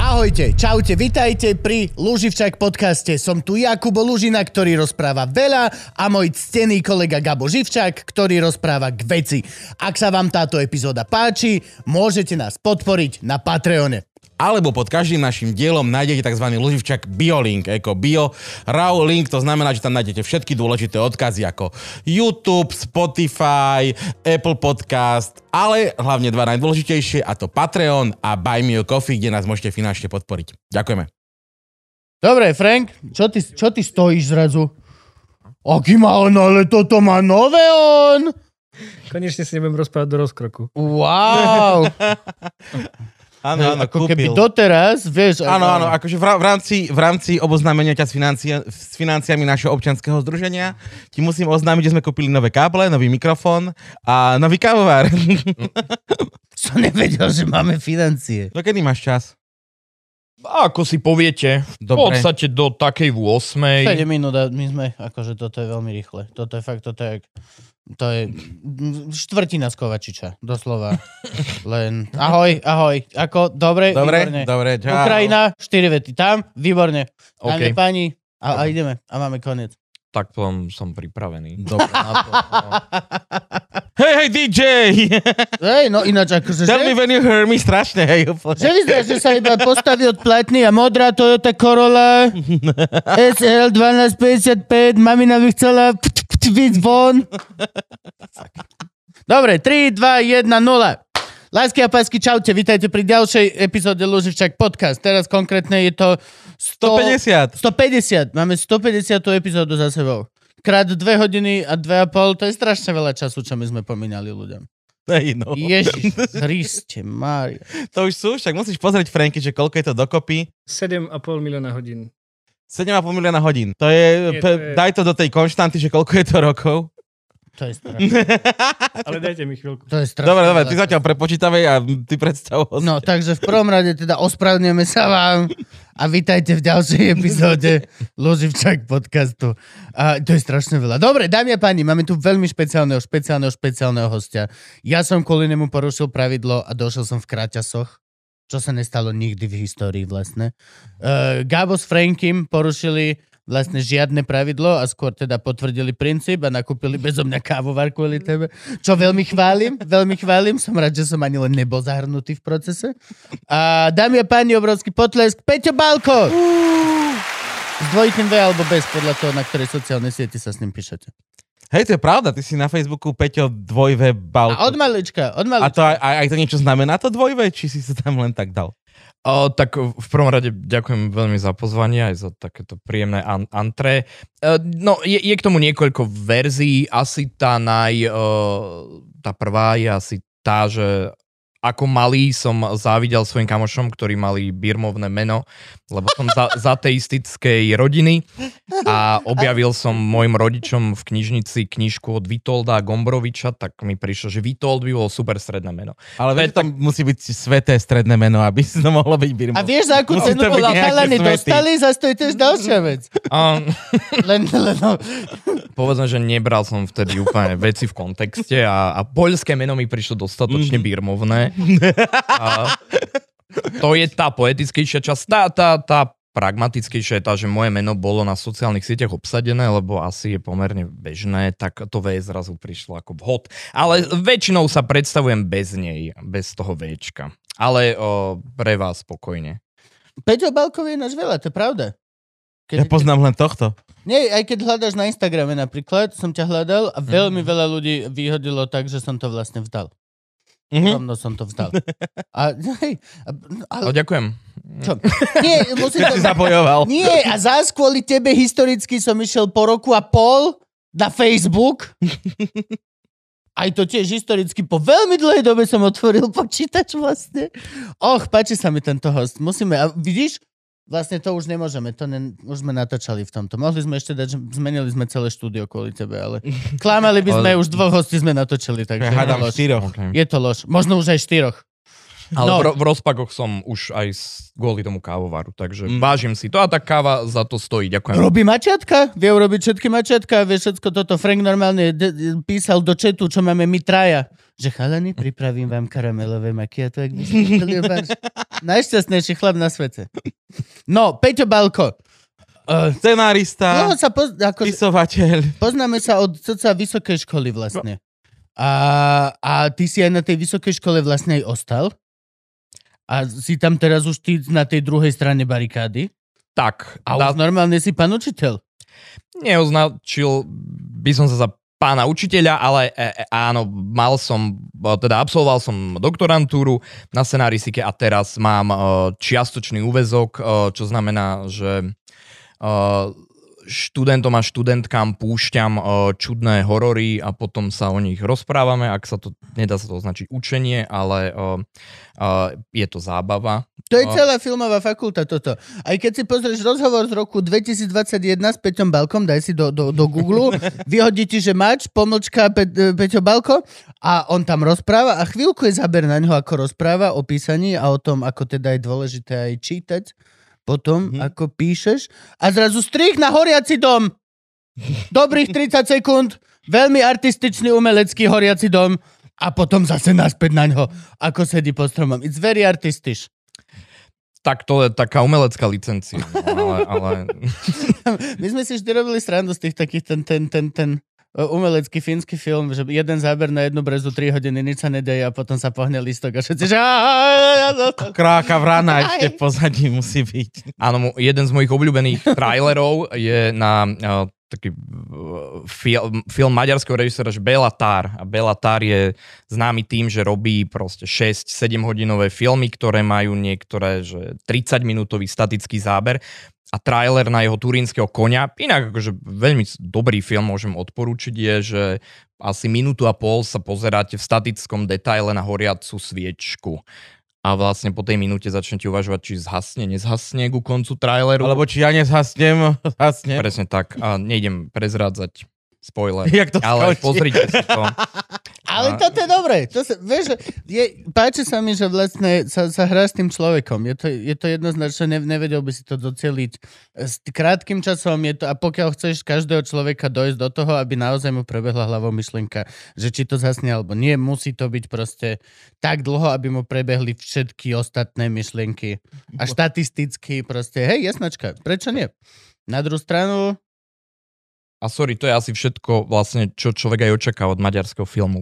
Ahojte, čaute, vitajte pri Luživčák podcaste. Som tu Jakubo Lužina, ktorý rozpráva veľa a môj ctený kolega Gabo Živčák, ktorý rozpráva k veci. Ak sa vám táto epizóda páči, môžete nás podporiť na Patreone. Alebo pod každým našim dielom nájdete tzv. Luživčák biolink, ako bio raw link, to znamená, že tam nájdete všetky dôležité odkazy ako YouTube, Spotify, Apple Podcast, ale hlavne dva najdôležitejšie, a to Patreon a Buy Me a Coffee, kde nás môžete finančne podporiť. Ďakujeme. Dobre, Frank, čo ty stojíš zrazu? Aký má on, ale toto má nové on! Konečne si nebudem rozprávať do rozkroku. Wow! Áno, ako kúpil. keby doteraz, vieš... Áno, akože v rámci oboznámenia ťa s financiami našeho občianskeho združenia ti musím oznámiť, že sme kúpili nové káble, nový mikrofón a nový kávovár. Som nevedel, že máme financie. No kedy máš čas? Ako si poviete, v podstate do takej 8. 7 minút a my sme, akože toto je veľmi rýchle. Toto je štvrtina z Kovačiča, doslova. Len ahoj, ako, dobre, výborne. Dobre, čau. Ukrajina, 4 vety, tam, výborne. Okay. Páni, a ideme, a máme koniec. Tak potom som pripravený. Dobre. Hej, DJ! Hej, no ináč akože... Tell me when you hear me, strašne, hej, úplne. Že vyzerá, že sa iba postaví od platny a modrá Toyota Corolla SL 1255, mamina by chcela víc von. Dobre, 3, 2, 1, 0. Lásky a pásky, čaute, vítajte pri ďalšej epizóde Luživčák podcast. Teraz konkrétne je to 150. Máme 150. epizódu za sebou. Krát 2 hodiny a 2,5, to je strašne veľa času, čo my sme pomínali ľuďom. Hej, no. Ježiš, Kriste, Mária. To už sú, však musíš pozrieť, Franky, že koľko je to dokopy. 7,5 milióna hodín. 7,5 milióna hodín. To je, daj to do tej konštanty, že koľko je to rokov. To je strašné. Ale dajte mi chvíľku. To je strašné. Dobre, ty zatiaľ prepočítavej a ty predstav. No, takže v prvom rade teda ospravedlňujeme sa vám a vítajte v ďalšej epizóde Luživčák podcastu. A to je strašne veľa. Dobre, dámy a páni, máme tu veľmi špeciálneho hostia. Ja som kvôli nemu porušil pravidlo a došiel som v kráťasoch, čo sa nestalo nikdy v histórii vlastne. Gabo s Frankim porušili vlastne žiadne pravidlo a skôr teda potvrdili princíp a nakúpili bezo mňa kávovar kvôli tebe, čo veľmi chválim. Som rád, že som ani len nebol zahrnutý v procese. A dámy a páni, obrovský potlesk, Peťo Balko! S dvojitým V alebo bez, podľa toho, na ktorej sociálnej sieti sa s ním píšete. Hej, to je pravda, ty si na Facebooku Peťo dvojve Balko. A od malička. A to aj to niečo znamená, to dvojve, či si sa tam len tak dal? Tak v prvom rade ďakujem veľmi za pozvanie aj za takéto príjemné antré. No, je k tomu niekoľko verzií. Asi tá prvá je asi tá, že ako malý som závidel svojim kamošom, ktorí mali birmovné meno, lebo som z ateistickej rodiny a objavil som mojim rodičom v knižnici knižku od Vitolda Gombroviča, tak mi prišlo, že Vitold by bolo super stredné meno. Ale vieš, tam musí byť sveté stredné meno, aby si to mohlo byť birmovné. A vieš, za akú cenu Chalani dostali? Zas to je tiež ďalšia vec. Povedzme, že nebral som vtedy úplne veci v kontexte a poľské meno mi prišlo dostatočne birmovné. A to je tá poetickejšia časť. Tá pragmatickejšia je tá, že moje meno bolo na sociálnych sieťach obsadené, lebo asi je pomerne bežné, tak to V zrazu prišlo ako vhod. Ale väčšinou sa predstavujem bez nej, bez toho Včka. Ale pre vás spokojne. Peťo Balkov je náš veľa, to je pravda. Ja poznám len tohto. Nie, aj keď hľadaš na Instagrame napríklad, som ťa hľadal a veľmi veľa ľudí vyhodilo tak, že som to vlastne vzdal. Rovno som to vzdal. Ale ďakujem. Čo? Nie, musím to... si zapojoval. Nie, a zás kvôli tebe historicky som išiel po roku a pol na Facebook. Aj to tiež historicky po veľmi dlhej dobe som otvoril počítač vlastne. Páči sa mi tento host. Musíme, a vidíš, vlastne to už nemôžeme, už sme natáčali v tomto. Mohli sme ešte dať, že zmenili sme celé štúdio kvôli tebe, ale klamali by sme, už 2 hostí sme natočili, takže hádam 4. Je to lož. Možno už aj 4. Ale v rozpakoch som už aj kvôli tomu kávovaru, takže vážim si to a tá káva za to stojí. Ďakujem. Robí mačiatka? Vie urobiť všetky mačiatka? Vie všetko toto? Frank normálne písal do chatu, čo máme my traja. Že chalani, pripravím vám karamelové makiato, ak by ste chceli obáť. Najšťastnejší chlap na svete. No, Peťo Balko. Scenárista, spisovateľ. Poznáme sa od cca vysokej školy vlastne. A ty si aj na tej vysokej škole vlastne aj ostal? A si tam teraz už ty na tej druhej strane barikády? Tak. A už normálne si pán učiteľ? Neoznačil by som sa za pána učiteľa, ale áno, absolvoval som doktorantúru na scenaristike a teraz mám čiastočný úväzok, čo znamená, že študentom a študentkám púšťam čudné horory a potom sa o nich rozprávame, nedá sa to označiť učenie, ale je to zábava. To je celá filmová fakulta toto. Aj keď si pozrieš rozhovor z roku 2021 s Peťom Balkom, daj si do Google, vyhodí ti, že máč, pomlčka Peťo Balko a on tam rozpráva a chvíľku je záber na ňo, ako rozpráva o písaní a o tom, ako teda je dôležité aj čítať. Potom, ako píšeš, a zrazu strih na horiaci dom. Dobrých 30 sekúnd, veľmi artističný umelecký horiaci dom a potom zase naspäť na ňo, ako sedí pod stromom. It's very artistiš. Tak to je taká umelecká licencia. No, ale... My sme si vždy robili srandu z tých takých ten umelecký fínsky film, že jeden záber na jednu brezu 3 hodiny, nič sa nedeje a potom sa pohne listok a všetci, že... Kráka vrana ešte v pozadí musí byť. Áno, jeden z mojich obľúbených trailerov je na taký film maďarského režisera, že Béla Tár. A Béla Tár je známy tým, že robí proste 6-7 hodinové filmy, ktoré majú niektoré, že 30-minútový statický záber. A trailer na jeho turínskeho koňa, inak akože veľmi dobrý film môžem odporúčiť, je, že asi 1,5 minúty sa pozeráte v statickom detaile na horiacu sviečku. A vlastne po tej minúte začnete uvažovať, či zhasne, nezhasne ku koncu traileru. Alebo či ja nezhasnem, hasne. Presne tak. A nejdem prezrádzať spoiler. Ale pozrite si to. Ale toto je dobré. Vieš, páči sa mi, že vlastne sa hrá s tým človekom. Je to jednoznačne, nevedel by si to doceliť s krátkým časom. A pokiaľ chceš každého človeka dojsť do toho, aby naozaj mu prebehla hlavou myšlienka, že či to zasnie alebo nie, musí to byť proste tak dlho, aby mu prebehli všetky ostatné myšlienky. A štatisticky proste, hej, jasnačka, prečo nie? Na druhú stranu... A sorry, to je asi všetko vlastne, čo človek aj očakáva od maďarského filmu.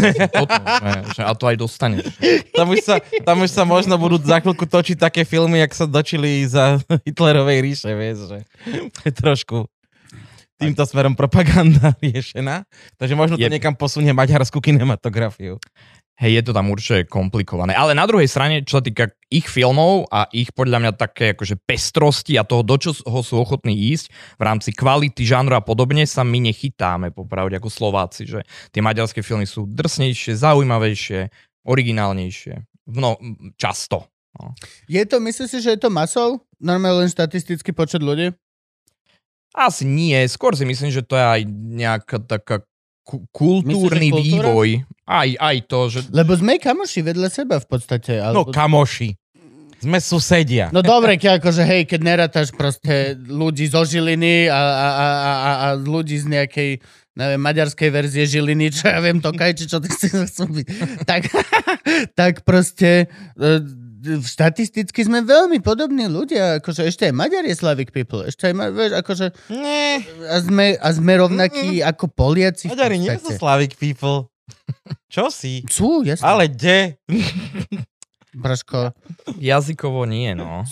A to aj dostane. Tam už sa možno budú za chvíľku točiť také filmy, jak sa dočili za Hitlerovej ríše, vieš, že je trošku týmto smerom propaganda riešená. Takže možno to niekam posunie maďarskú kinematografiu. Hej, je to tam určite komplikované. Ale na druhej strane, čo sa týka ich filmov a ich podľa mňa také akože pestrosti a toho, do čoho sú ochotní ísť v rámci kvality, žánru a podobne, sa my nechytáme, popravde, ako Slováci, že tie maďarské filmy sú drsnejšie, zaujímavejšie, originálnejšie. No, často. No. Myslíš si, že je to masou? Normálne len štatistický počet ľudí? Asi nie. Skôr si myslím, že to je aj nejaká taká kultúrny vývoj. Aj to, že... Lebo sme kamoši vedľa seba v podstate. No kamoši. Sme susedia. No dobre, akože hej, keď nerátaš proste ľudí zo Žiliny a ľudí z nejakej, neviem, maďarskej verzie Žiliny, čo ja viem, Tokaj, či čo ty chcú byť. Tak proste... Štatisticky sme veľmi podobní ľudia, akože ešte aj Maďar je Slavic people, ešte aj vieš, akože a sme rovnakí ako Poliaci. Maďari nie sú Slavic people. Čo si? Sú, jasne. Ale kde? Braško. Jazykovo nie, no.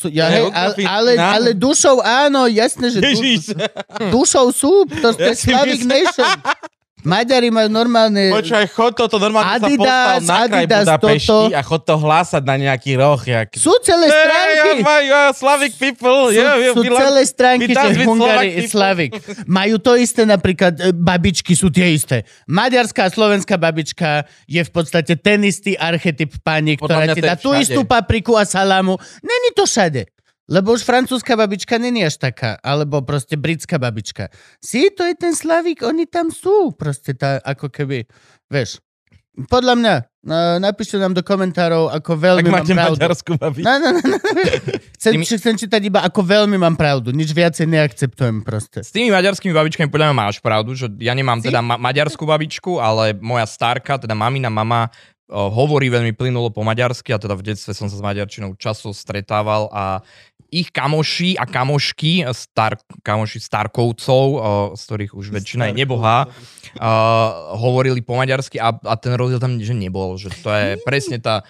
Ale dušou áno, jasne, že dušou sú, to je Slavic nation. Maďari majú normálne... Počkaj, chod toto normálne Adidas, sa postal na kraj Budapešti a chod to hlásať na nejaký roh. Sú celé stránky. Slavic people. Sú celé stránky, že Hungary je Slavic. Majú to isté, napríklad babičky sú tie isté. Maďarská a slovenská babička je v podstate ten istý archetyp pani, ktorá ti dá tú istú papriku a salámu. Není to všade. Lebo už francúzska babička není až taká, alebo proste britská babička. To je ten Slavík, oni tam sú proste ako keby, vieš. Podľa mňa, Napíšte nám do komentárov, ako veľmi Ak mám máte pravdu. maďarskú babičku. No. Chcem čítať iba, ako veľmi mám pravdu. Nič viacej neakceptujem proste. S tými maďarskými babičkami podľa mňa máš pravdu, že ja nemám teda maďarskú babičku, ale moja starka, teda mamina mama, hovorí veľmi plynulo po maďarsky a teda v detstve som sa s maďarčinou často stretával a ich kamoši a kamošky, kamoši Starkovcov, z ktorých už väčšina je nebohá, hovorili po maďarsky a ten rozdiel tam že nebol. Že to je presne tá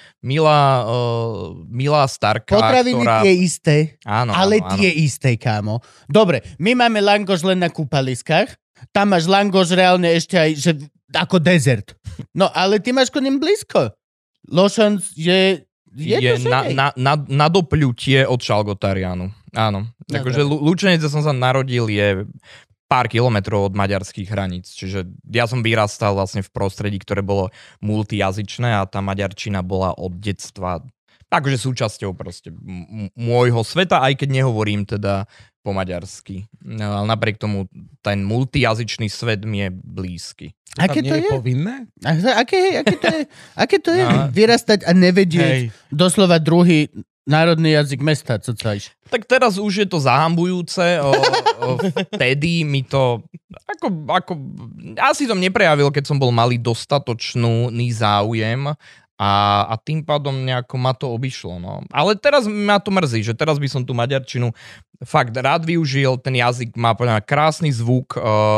milá starka, potraviny ktorá... tie isté, áno, tie isté, kámo. Dobre, my máme langoš len na kúpaliskách, tam máš langoš reálne ešte aj, že ako dezert. No, ale ty máš k ním blízko. Lošanc je na dopľutie od Šalgotarianu. Áno. Takže Lučenec, som sa narodil, je pár kilometrov od maďarských hraníc. Čiže ja som vyrastal vlastne v prostredí, ktoré bolo multijazyčné a tá maďarčina bola od detstva akože súčasťou proste môjho sveta, aj keď nehovorím teda po maďarsky. No, ale napriek tomu ten multijazyčný svet mi je blízky. Aké to je? Povinné? Aké to je vyrastať a nevedieť doslova druhý národný jazyk mesta, co chceš? Tak teraz už je to zahambujúce. Vtedy mi to... Asi som neprejavil, keď som bol malý, dostatočný záujem a tým pádom nejako ma to obišlo. No. Ale teraz ma to mrzí, že teraz by som tú maďarčinu fakt rád využil. Ten jazyk má podľa mňa krásny zvuk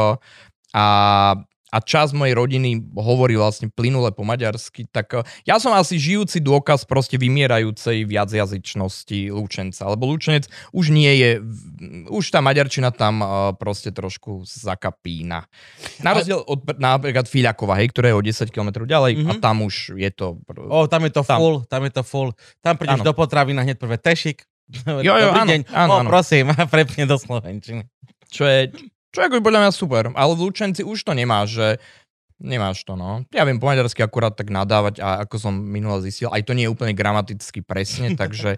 a časť mojej rodiny hovorí vlastne plynule po maďarsky, tak ja som asi žijúci dôkaz proste vymierajúcej viacjazyčnosti Lučenca, lebo Lučenec už nie je, už tá maďarčina tam proste trošku zakapína. Na rozdiel od napríklad Filiakova, ktoré je o 10 km ďalej a tam už je to... Tam je to full. Tam prídeš do potravín a hneď prvé tešik. Dobrý deň. Áno. Prosím, prepne do slovenčiny. Čo je ako podľa mňa super, ale v Lučenci už to nemáš, že nemáš to, no. Ja viem po maďarsky akurát tak nadávať a ako som minule zistil, aj to nie je úplne gramaticky presne, takže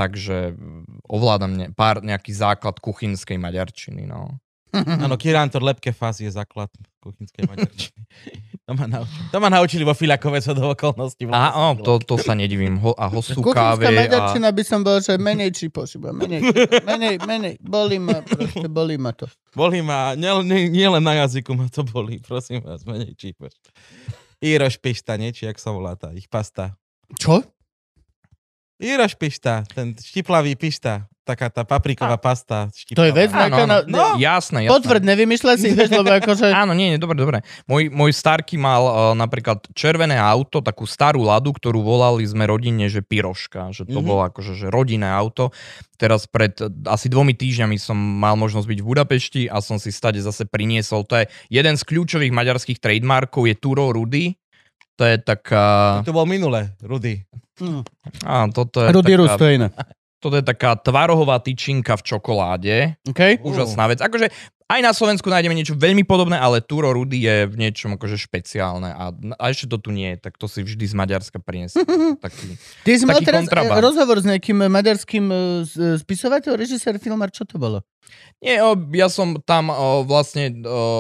ovládam nejaký základ kuchynskej maďarčiny, no. Áno, Kirántor lepke fás je základ kuchynskej maďarčiny. To ma naučili vo Filiakove co do okolností. To sa nedivím. A hosúkáve. Kuchynská maďarčina by som bol, že menej čipošiba. Menej. Bolí ma to. Bolí ma, nie len na jazyku ma to bolí, prosím vás, menej čipoš. Íroš pišta, či jak sa volá tá ich pasta. Čo? Íroš pišta, ten štiplavý pišta. Taká tá papriková pasta. To je vec? Jasné. Potvrd, nevymýšľaj si, vieš, lebo akože... Áno, nie, dobre. Môj starky mal napríklad červené auto, takú starú Ladu, ktorú volali sme rodine, že Piroška, že to bolo akože že rodinné auto. Teraz pred asi 2 týždňami som mal možnosť byť v Budapešti a som si stade zase priniesol. To je jeden z kľúčových maďarských trademarkov, je Turo Rudy. To je taká... To bol minule, Rudy. Toto je Rudy Rus, to je iné. Toto je taká tvarohová tyčinka v čokoláde. Okay. Úžasná vec. Akože aj na Slovensku nájdeme niečo veľmi podobné, ale Turo Rudy je v niečom akože špeciálne. A ešte to tu nie je, tak to si vždy z Maďarska prinesie. Ty si mal teraz rozhovor s nejakým maďarským spisovateľom, režisér, filmár, čo to bolo? Nie, ja som tam vlastne...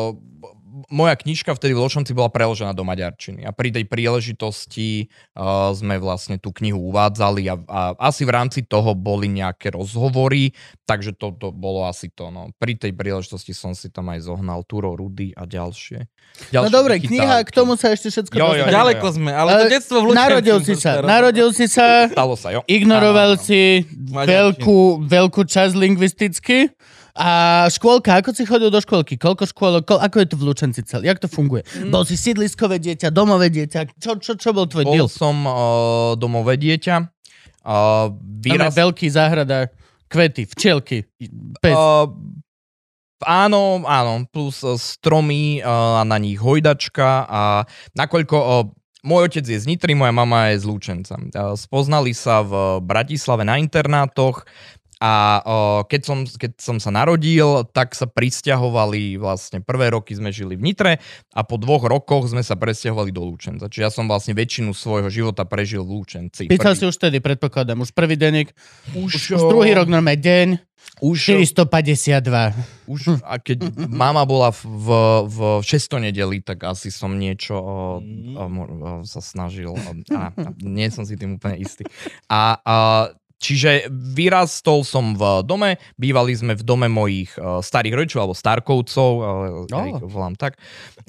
Moja knižka vtedy v Lošonci bola preložená do maďarčiny a pri tej príležitosti sme vlastne tú knihu uvádzali a asi v rámci toho boli nejaké rozhovory, takže to bolo asi to. No. Pri tej príležitosti som si tam aj zohnal Turo Rudy a ďalšie no dobre, kniha, k tomu sa ešte všetko dostane. Ďaleko sme, ale to detstvo v Lučenci. Narodil si sa, stalo sa, jo. Ignoroval si veľkú časť lingvisticky. A škôlka, ako si chodil do škôlky? Koľko škôlok? Ako je to v Lučenci celé? Jak to funguje? Bol si sídliskové dieťa, domové dieťa? Čo bol tvoj deal? Bol som domové dieťa. Veľký záhrada, kvety, včielky, pes. Áno, plus stromy a na nich hojdačka a nakoľko môj otec je z Nitry, moja mama je z Lučenca. Spoznali sa v Bratislave na internátoch A keď som sa narodil, tak sa prisťahovali vlastne prvé roky sme žili v Nitre a po 2 rokoch sme sa presťahovali do Lučenca. Čiže ja som vlastne väčšinu svojho života prežil v Lučenci. Pýtal si už tedy, predpokladám, už prvý denník, už druhý rok normálny deň, 452. Už, a keď mama bola v 6. nedeli, tak asi som niečo sa snažil. A nie som si tým úplne istý. Čiže vyrastol som v dome, bývali sme v dome mojich starých rodičov, alebo starkovcov, ja ich volám tak.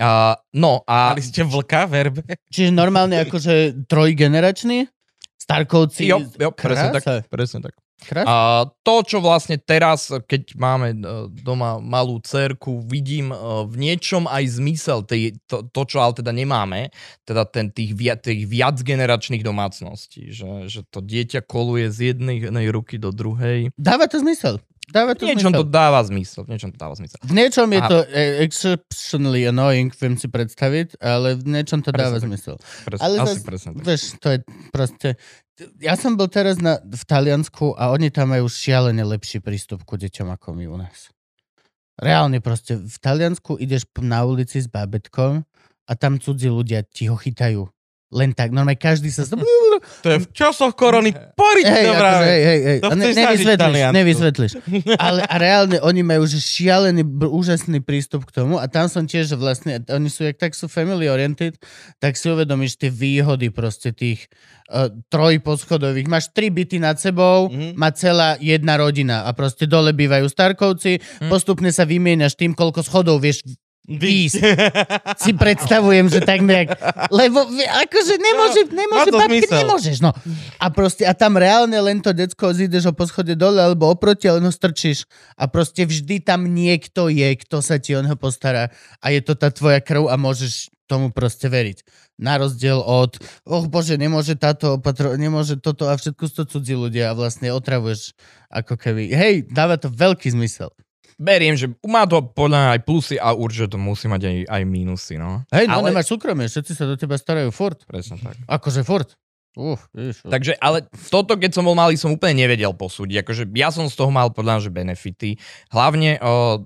Mali ste vlka, verbe? Čiže normálne akože trojgeneračný? Starkovci? Jo, presne tak. A to, čo vlastne teraz, keď máme doma malú dcerku, vidím v niečom aj zmysel, to čo ale teda nemáme, teda tých viacgeneračných domácností, že to dieťa koluje z jednej ruky do druhej. Dáva to zmysel. V niečom to dáva zmysel. V niečom je to exceptionally annoying, viem si predstaviť, ale v niečom to dáva zmysel. Ale vieš, to je proste... Ja som bol teraz v Taliansku a oni tam majú šialene lepší prístup ku deťom ako my u nás. Reálne proste, v Taliansku ideš na ulici s bábätkom a tam cudzí ľudia ti ho chytajú. Len tak, normálne každý sa... To je v časoch korony poriť dobrá. Hej. Nevysvetlíš. Ale a reálne oni majú že šialený, úžasný prístup k tomu a tam som tiež, že vlastne, oni sú, jak tak sú family oriented, tak si uvedomíš tie výhody proste tých trojposchodových. Máš 3 byty nad sebou, má celá jedna rodina a proste dole bývajú starkovci, postupne sa vymieňaš tým, koľko schodov vieš výsť. Si predstavujem, že tak nejak... Lebo akože nemôže babky, nemôžeš, no. A proste, a tam reálne len to decko zídeš o poschode dole alebo oproti, ale ho strčíš. A proste vždy tam niekto je, kto sa ti o neho postará. A je to tá tvoja krv a môžeš tomu proste veriť. Na rozdiel od, bože, nemôže nemôže toto a všetko sú to cudzí ľudia a vlastne otravuješ ako keby. Hej, dáva to veľký zmysel. Beriem, že má to podľa mňa aj plusy a určite to musí mať aj mínusy, no. Hej, no ale... nemáš súkromie, všetci sa do teba starajú furt. Presne tak. Akože furt. Takže, ale toto, keď som bol malý, som úplne nevedel posúdiť. Akože ja som z toho mal podľa mňa, že benefity. Hlavne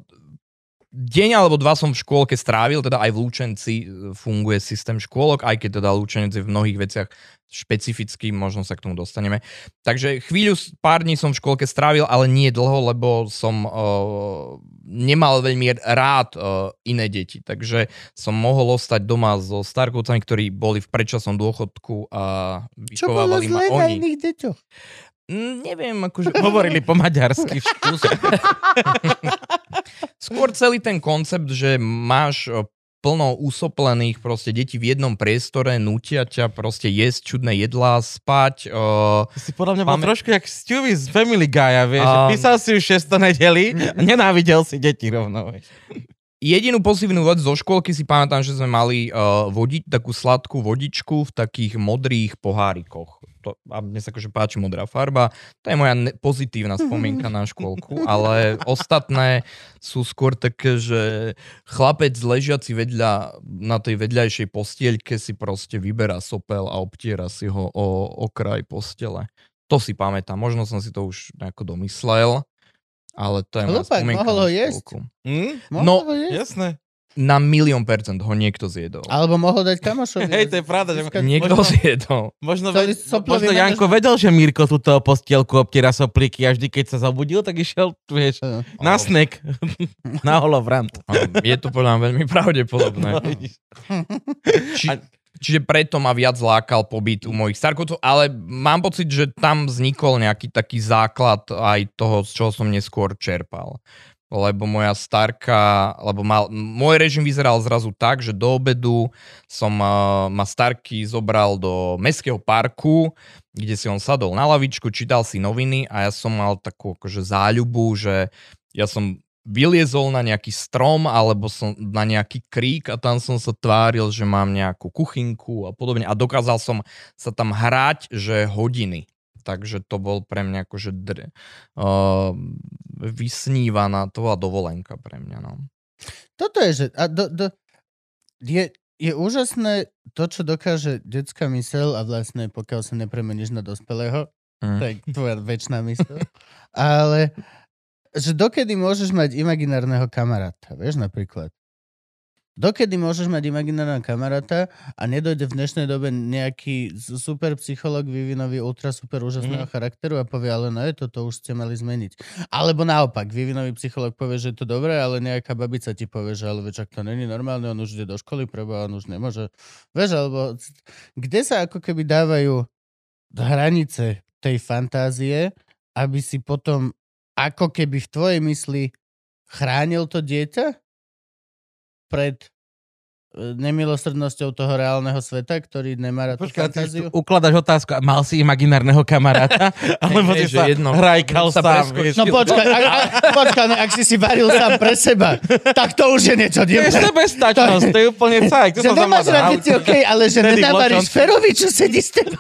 deň alebo 2 som v škôlke strávil, teda aj v Lučenci funguje systém škôlok, aj keď teda Lučenec je v mnohých veciach špecificky, možno sa k tomu dostaneme. Takže pár dní som v škôlke strávil, ale nie dlho, lebo som nemal veľmi rád iné deti. Takže som mohol ostať doma so starkovcami, ktorí boli v predčasnom dôchodku a vychovávali ma oni. Čo bolo zlé na iných deťoch? Neviem, akože... Hovorili po maďarsky v škúse. Skôr celý ten koncept, že máš plno usoplených proste detí v jednom priestore, nútia ťa proste jesť čudné jedlá, spať. Si podľa mňa bol trošku jak Stewie z Family Guy, vieš, že písal si už 600 nedeli a nenávidel si deti rovno. Jedinú pozitívnu vec zo škôlky si pamätám, že sme mali takú sladkú vodičku v takých modrých pohárikoch. A mne sa akože páči modrá farba. To je moja pozitívna spomienka na škôlku, ale ostatné sú skôr také, že chlapec ležiaci na tej vedľajšej postieľke si proste vyberá sopel a obtiera si ho o kraj postele. To si pamätám. Možno som si to už nejako domyslel, ale to je moja spomienka na škôlku. Mohol ho jesť? Jasné. Na 1,000,000% ho niekto zjedol. Alebo mohol dať kamošovi. Hej, to je pravda. Že niekto zjedol. Možno Janko vedel, že Mirko túto postielku obtiera soplíky a vždy, keď sa zabudil, tak išiel, vieš, na snack. Na holovrant. Je to podľa mňa veľmi pravdepodobné. Čiže preto ma viac lákal pobyt u mojich starkovcov, ale mám pocit, že tam vznikol nejaký taký základ aj toho, z čoho som neskôr čerpal. Lebo moja starka, môj režim vyzeral zrazu tak, že do obedu ma starky zobral do mestského parku, kde si on sadol na lavičku, čítal si noviny a ja som mal takú akože záľubu, že ja som vyliezol na nejaký strom alebo som na nejaký krík a tam som sa tváril, že mám nejakú kuchynku a podobne a dokázal som sa tam hrať, že hodiny. Takže to bol pre mňa akože vysnívaná, to bola dovolenka pre mňa, no. Toto je, že je úžasné to, čo dokáže detská myseľ a vlastne pokiaľ sa nepremeníš na dospelého, Tak tvoja večná mysl. Ale že dokedy môžeš mať imaginárneho kamaráta, vieš, napríklad. Dokedy môžeš mať imaginárneho kamaráta a nedojde v dnešnej dobe nejaký super psychológ vývinový, ultra super úžasného charakteru a povie, ale no je to už ste mali zmeniť. Alebo naopak, vývinový psychológ povie, že je to dobré, ale nejaká babica ti povie, že ale veď, ak to není normálne, on už ide do školy, preba, on už nemôže. Vieš, alebo kde sa ako keby dávajú hranice tej fantázie, aby si potom ako keby v tvojej mysli chránil to dieťa pred nemilosrdnosťou toho reálneho sveta, ktorý nemá rád fantáziu? Ukladaš otázku, mal si imaginárneho kamaráta? Alebo si sa hrajkal sám? No počkaj, ak si varil sám pre seba, tak to už je niečo divné. To je sebestačnosť, to je úplne cajk. Že nemáš rád deti, okej, ale že nenavaríš Ferovi, čo sedí s teba.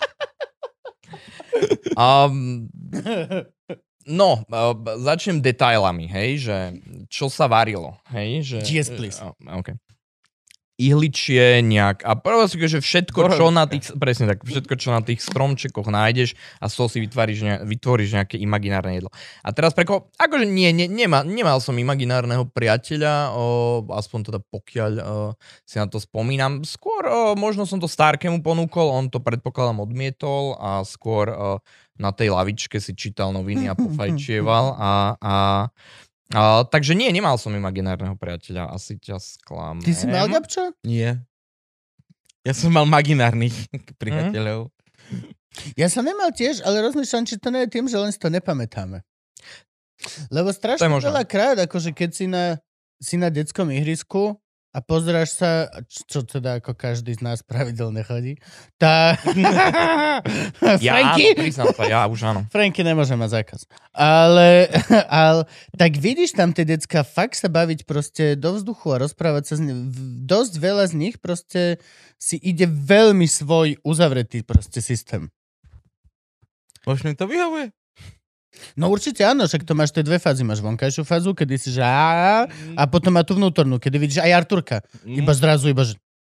No, začnem detailami, hej, že čo sa varilo, hej, že... Yes, please. Okay. Ihličie nejak, a prvé si, že všetko, čo na tých, presne tak, všetko, čo na tých stromčekoch nájdeš a z toho si vytvoríš nejaké imaginárne jedlo. A teraz akože nemal som imaginárneho priateľa, aspoň teda pokiaľ si na to spomínam. Skôr možno som to Starkému ponúkol, on to predpokladám odmietol a skôr na tej lavičke si čítal noviny a pofajčieval takže nemal som imaginárneho priateľa, asi ťa sklamem. Ty si mal, Gabčo? Nie. Ja som mal imaginárnych priateľov. Ja som nemal tiež, ale rozmýšľam, či to nie je tým, že len si to nepamätáme. Lebo strašne veľakrát, akože keď si na detskom ihrisku a pozráš sa, čo teda ako každý z nás pravidelne chodí, tá... Franky? Priznám sa, ja už áno. Franky nemôže mať zákaz. Ale tak vidíš tam tie decka fakt sa baviť proste do vzduchu a rozprávať sa s nimi. Dosť veľa z nich proste si ide veľmi svoj uzavretý proste systém. Možno mi to vyhovuje. No určite áno, však to máš tie dve fázy. Máš vonkajšiu fázu, kedy si že a potom má tú vnútornú, kedy vidíš aj Arturka. Iba zrazu,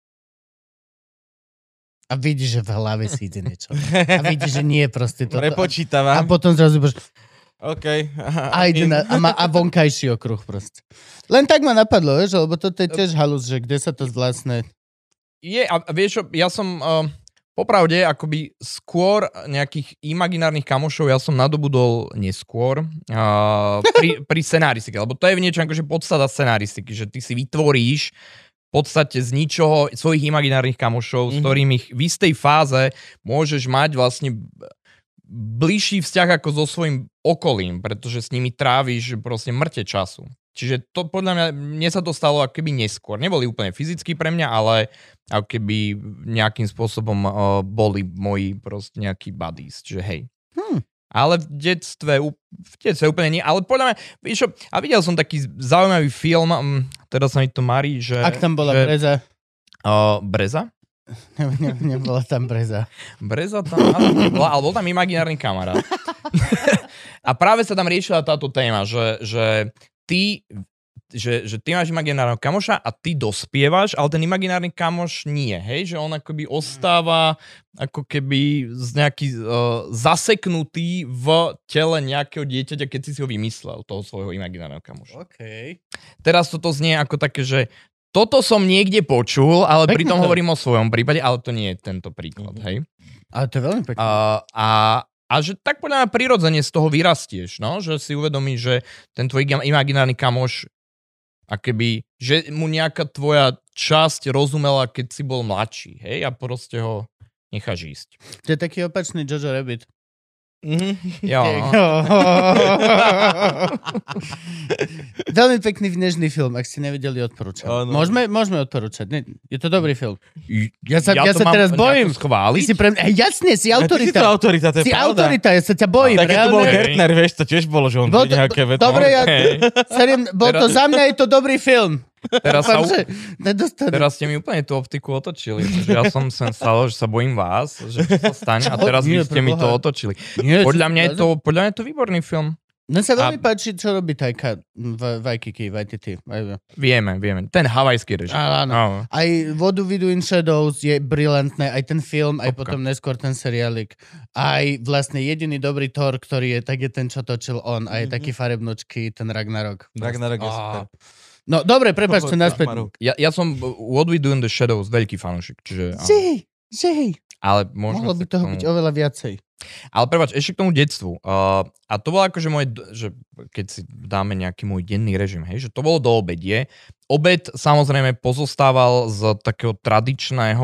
a vidíš, že v hlave si ide niečo. A vidíš, že nie proste toto. Prepočítava. A potom zrazu OK. A vonkajší okruh proste. Len tak ma napadlo, vieš, lebo toto je tiež halus, že kde sa to vlastne... A vieš čo, ja som... Popravde, akoby skôr nejakých imaginárnych kamošov ja som nadobudol neskôr pri scenáristike, lebo to je v niečom akože podstata scenaristiky, že ty si vytvoríš v podstate z ničoho svojich imaginárnych kamošov, s ktorými v istej fáze môžeš mať vlastne bližší vzťah ako so svojím okolím, pretože s nimi tráviš proste mŕte času. Čiže to podľa mne sa to stalo ako keby neskôr. Neboli úplne fyzicky pre mňa, ale ako keby nejakým spôsobom boli moji proste nejakí buddies. Čiže hej. Ale v detstve úplne nie. Ale podľa mňa, vieš čo, a videl som taký zaujímavý film, teda sa mi to marí, že... Ak tam bola Breza? Breza? Nebola tam Breza. Breza tam nebola, ale bol tam imaginárny kamarát. A práve sa tam riešila táto téma, že ty máš imaginárneho kamoša a ty dospievaš, ale ten imaginárny kamoš nie, hej? Že on akoby ostáva ako keby nejaký zaseknutý v tele nejakého dieťaťa, keď si ho vymyslel, toho svojho imaginárneho kamoša. Okay. Teraz toto znie ako také, že toto som niekde počul, ale pritom hovorím o svojom prípade, ale to nie je tento príklad, hej? Ale to je veľmi pekné. A že tak podľa mňa prirodzene z toho vyrastieš, no? Že si uvedomíš, že ten tvoj imaginárny kamoš, akoby, že mu nejaká tvoja časť rozumela, keď si bol mladší, hej? A proste ho necháš ísť. To je taký opačný Jojo Rabbit. Jo. Veľmi pekný vnežný film, ak ste nevideli, odporúčam. Môžeme odporúčať. Je to dobrý film. Ja sa teraz bojím. Schváliť? Jasne, si autorita. Ty si to autorita, to je si pravda. Autorita, ja sa ťa bojím. Tak keď to bol Gertner, vieš, to tiež bolo, že on nejaké veci. Dobre, za mňa je to dobrý film. Teraz ste mi úplne tú optiku otočili. Ja som sem stalo, že sa bojím vás, že čo sa stane a teraz vy ste mi to otočili. Podľa mňa je to výborný film. No sa veľmi páči, čo robí Taika Waititi. Vieme. Ten havajský režim. Áno. Aj What Do We Do in Shadows je brilantné, aj ten film, aj potom neskôr ten seriálik. Aj vlastne jediný dobrý Thor, ktorý je, tak je ten, čo točil on. A je taký farebnočký, ten Ragnarok. Ragnarok je super. No dobre, prepáčte naspäť. Ja som What We Do in the Shadows veľký fanúšik. Čiže, ale mohlo by toho byť oveľa viacej. Ale prepáč, ešte k tomu detstvu. A to bolo akože že keď si dáme nejaký môj denný režim, hej, že to bolo do obedie. Obed samozrejme pozostával z takého tradičného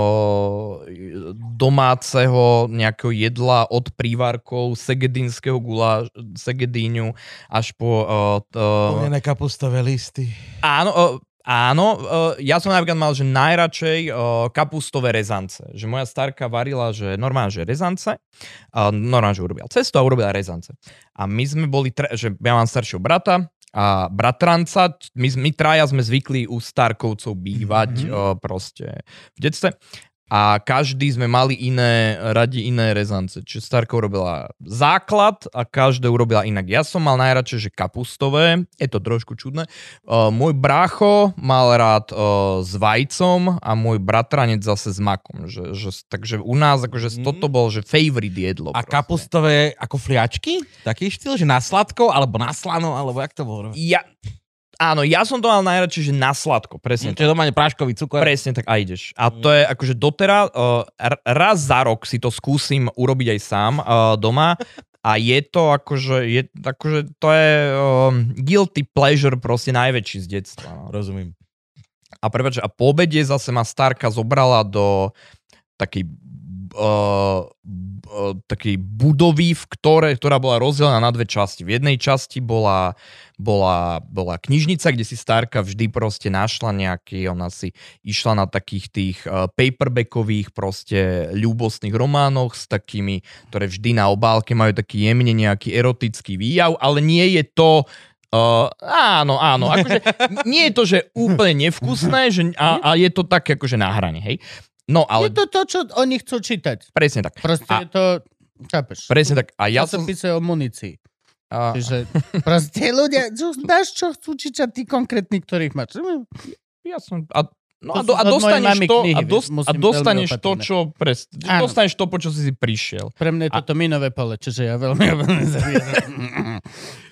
domáceho nejakého jedla od prívarkov, segedínskeho segedíňu až po... Plnené kapustové listy. Áno, ja som napríklad mal, že najradšej kapustové rezance. Že moja starka varila, že normálne, že rezance. Normálne, že urobila cesto a urobila rezance. A my sme boli, že ja mám staršieho brata a bratranca. My traja sme zvykli u Starkovcov bývať proste v detstve. A každý sme mali radi iné rezance. Čiže Starka urobila základ a každé urobila inak. Ja som mal najradšej, že kapustové. Je to trošku čudné. Môj brácho mal rád s vajcom a môj bratranec zase s makom. Takže u nás akože toto bol, že favorite jedlo. A proste. Kapustové ako fliačky? Taký štýl, že na sladko, alebo na slano, alebo jak to bolo? Áno, ja som to mal najradšej, že na sladko, presne. Čiže doma je práškový cukor. Presne tak, a ideš. A to je akože doteraz, raz za rok si to skúsim urobiť aj sám doma a je to akože to je guilty pleasure proste najväčší z detstva. No. Rozumiem. A prepáč, a po obede zase ma starka zobrala do takej budovy, ktorá bola rozdelená na dve časti. V jednej časti bola knižnica, kde si starka vždy proste našla ona si išla na takých tých paperbackových proste ľúbostných románoch s takými, ktoré vždy na obálke majú taký jemne nejaký erotický výjav, ale nie je to áno, akože nie je to, že úplne nevkusné, a je to tak akože na hrane, hej. No, ale... Je to to, čo oni chcú čítať. Presne tak. Proste je to... Chápeš? Presne tak. A ja som... píše o munícii. Čiže proste ľudia, dáš čo chcú čítať tí konkrétni, ktorých máš. Ja som... dostaneš to, čo dostaneš to, po čo si prišiel. Pre mňa je toto minové pole, čiže ja veľmi zavieram.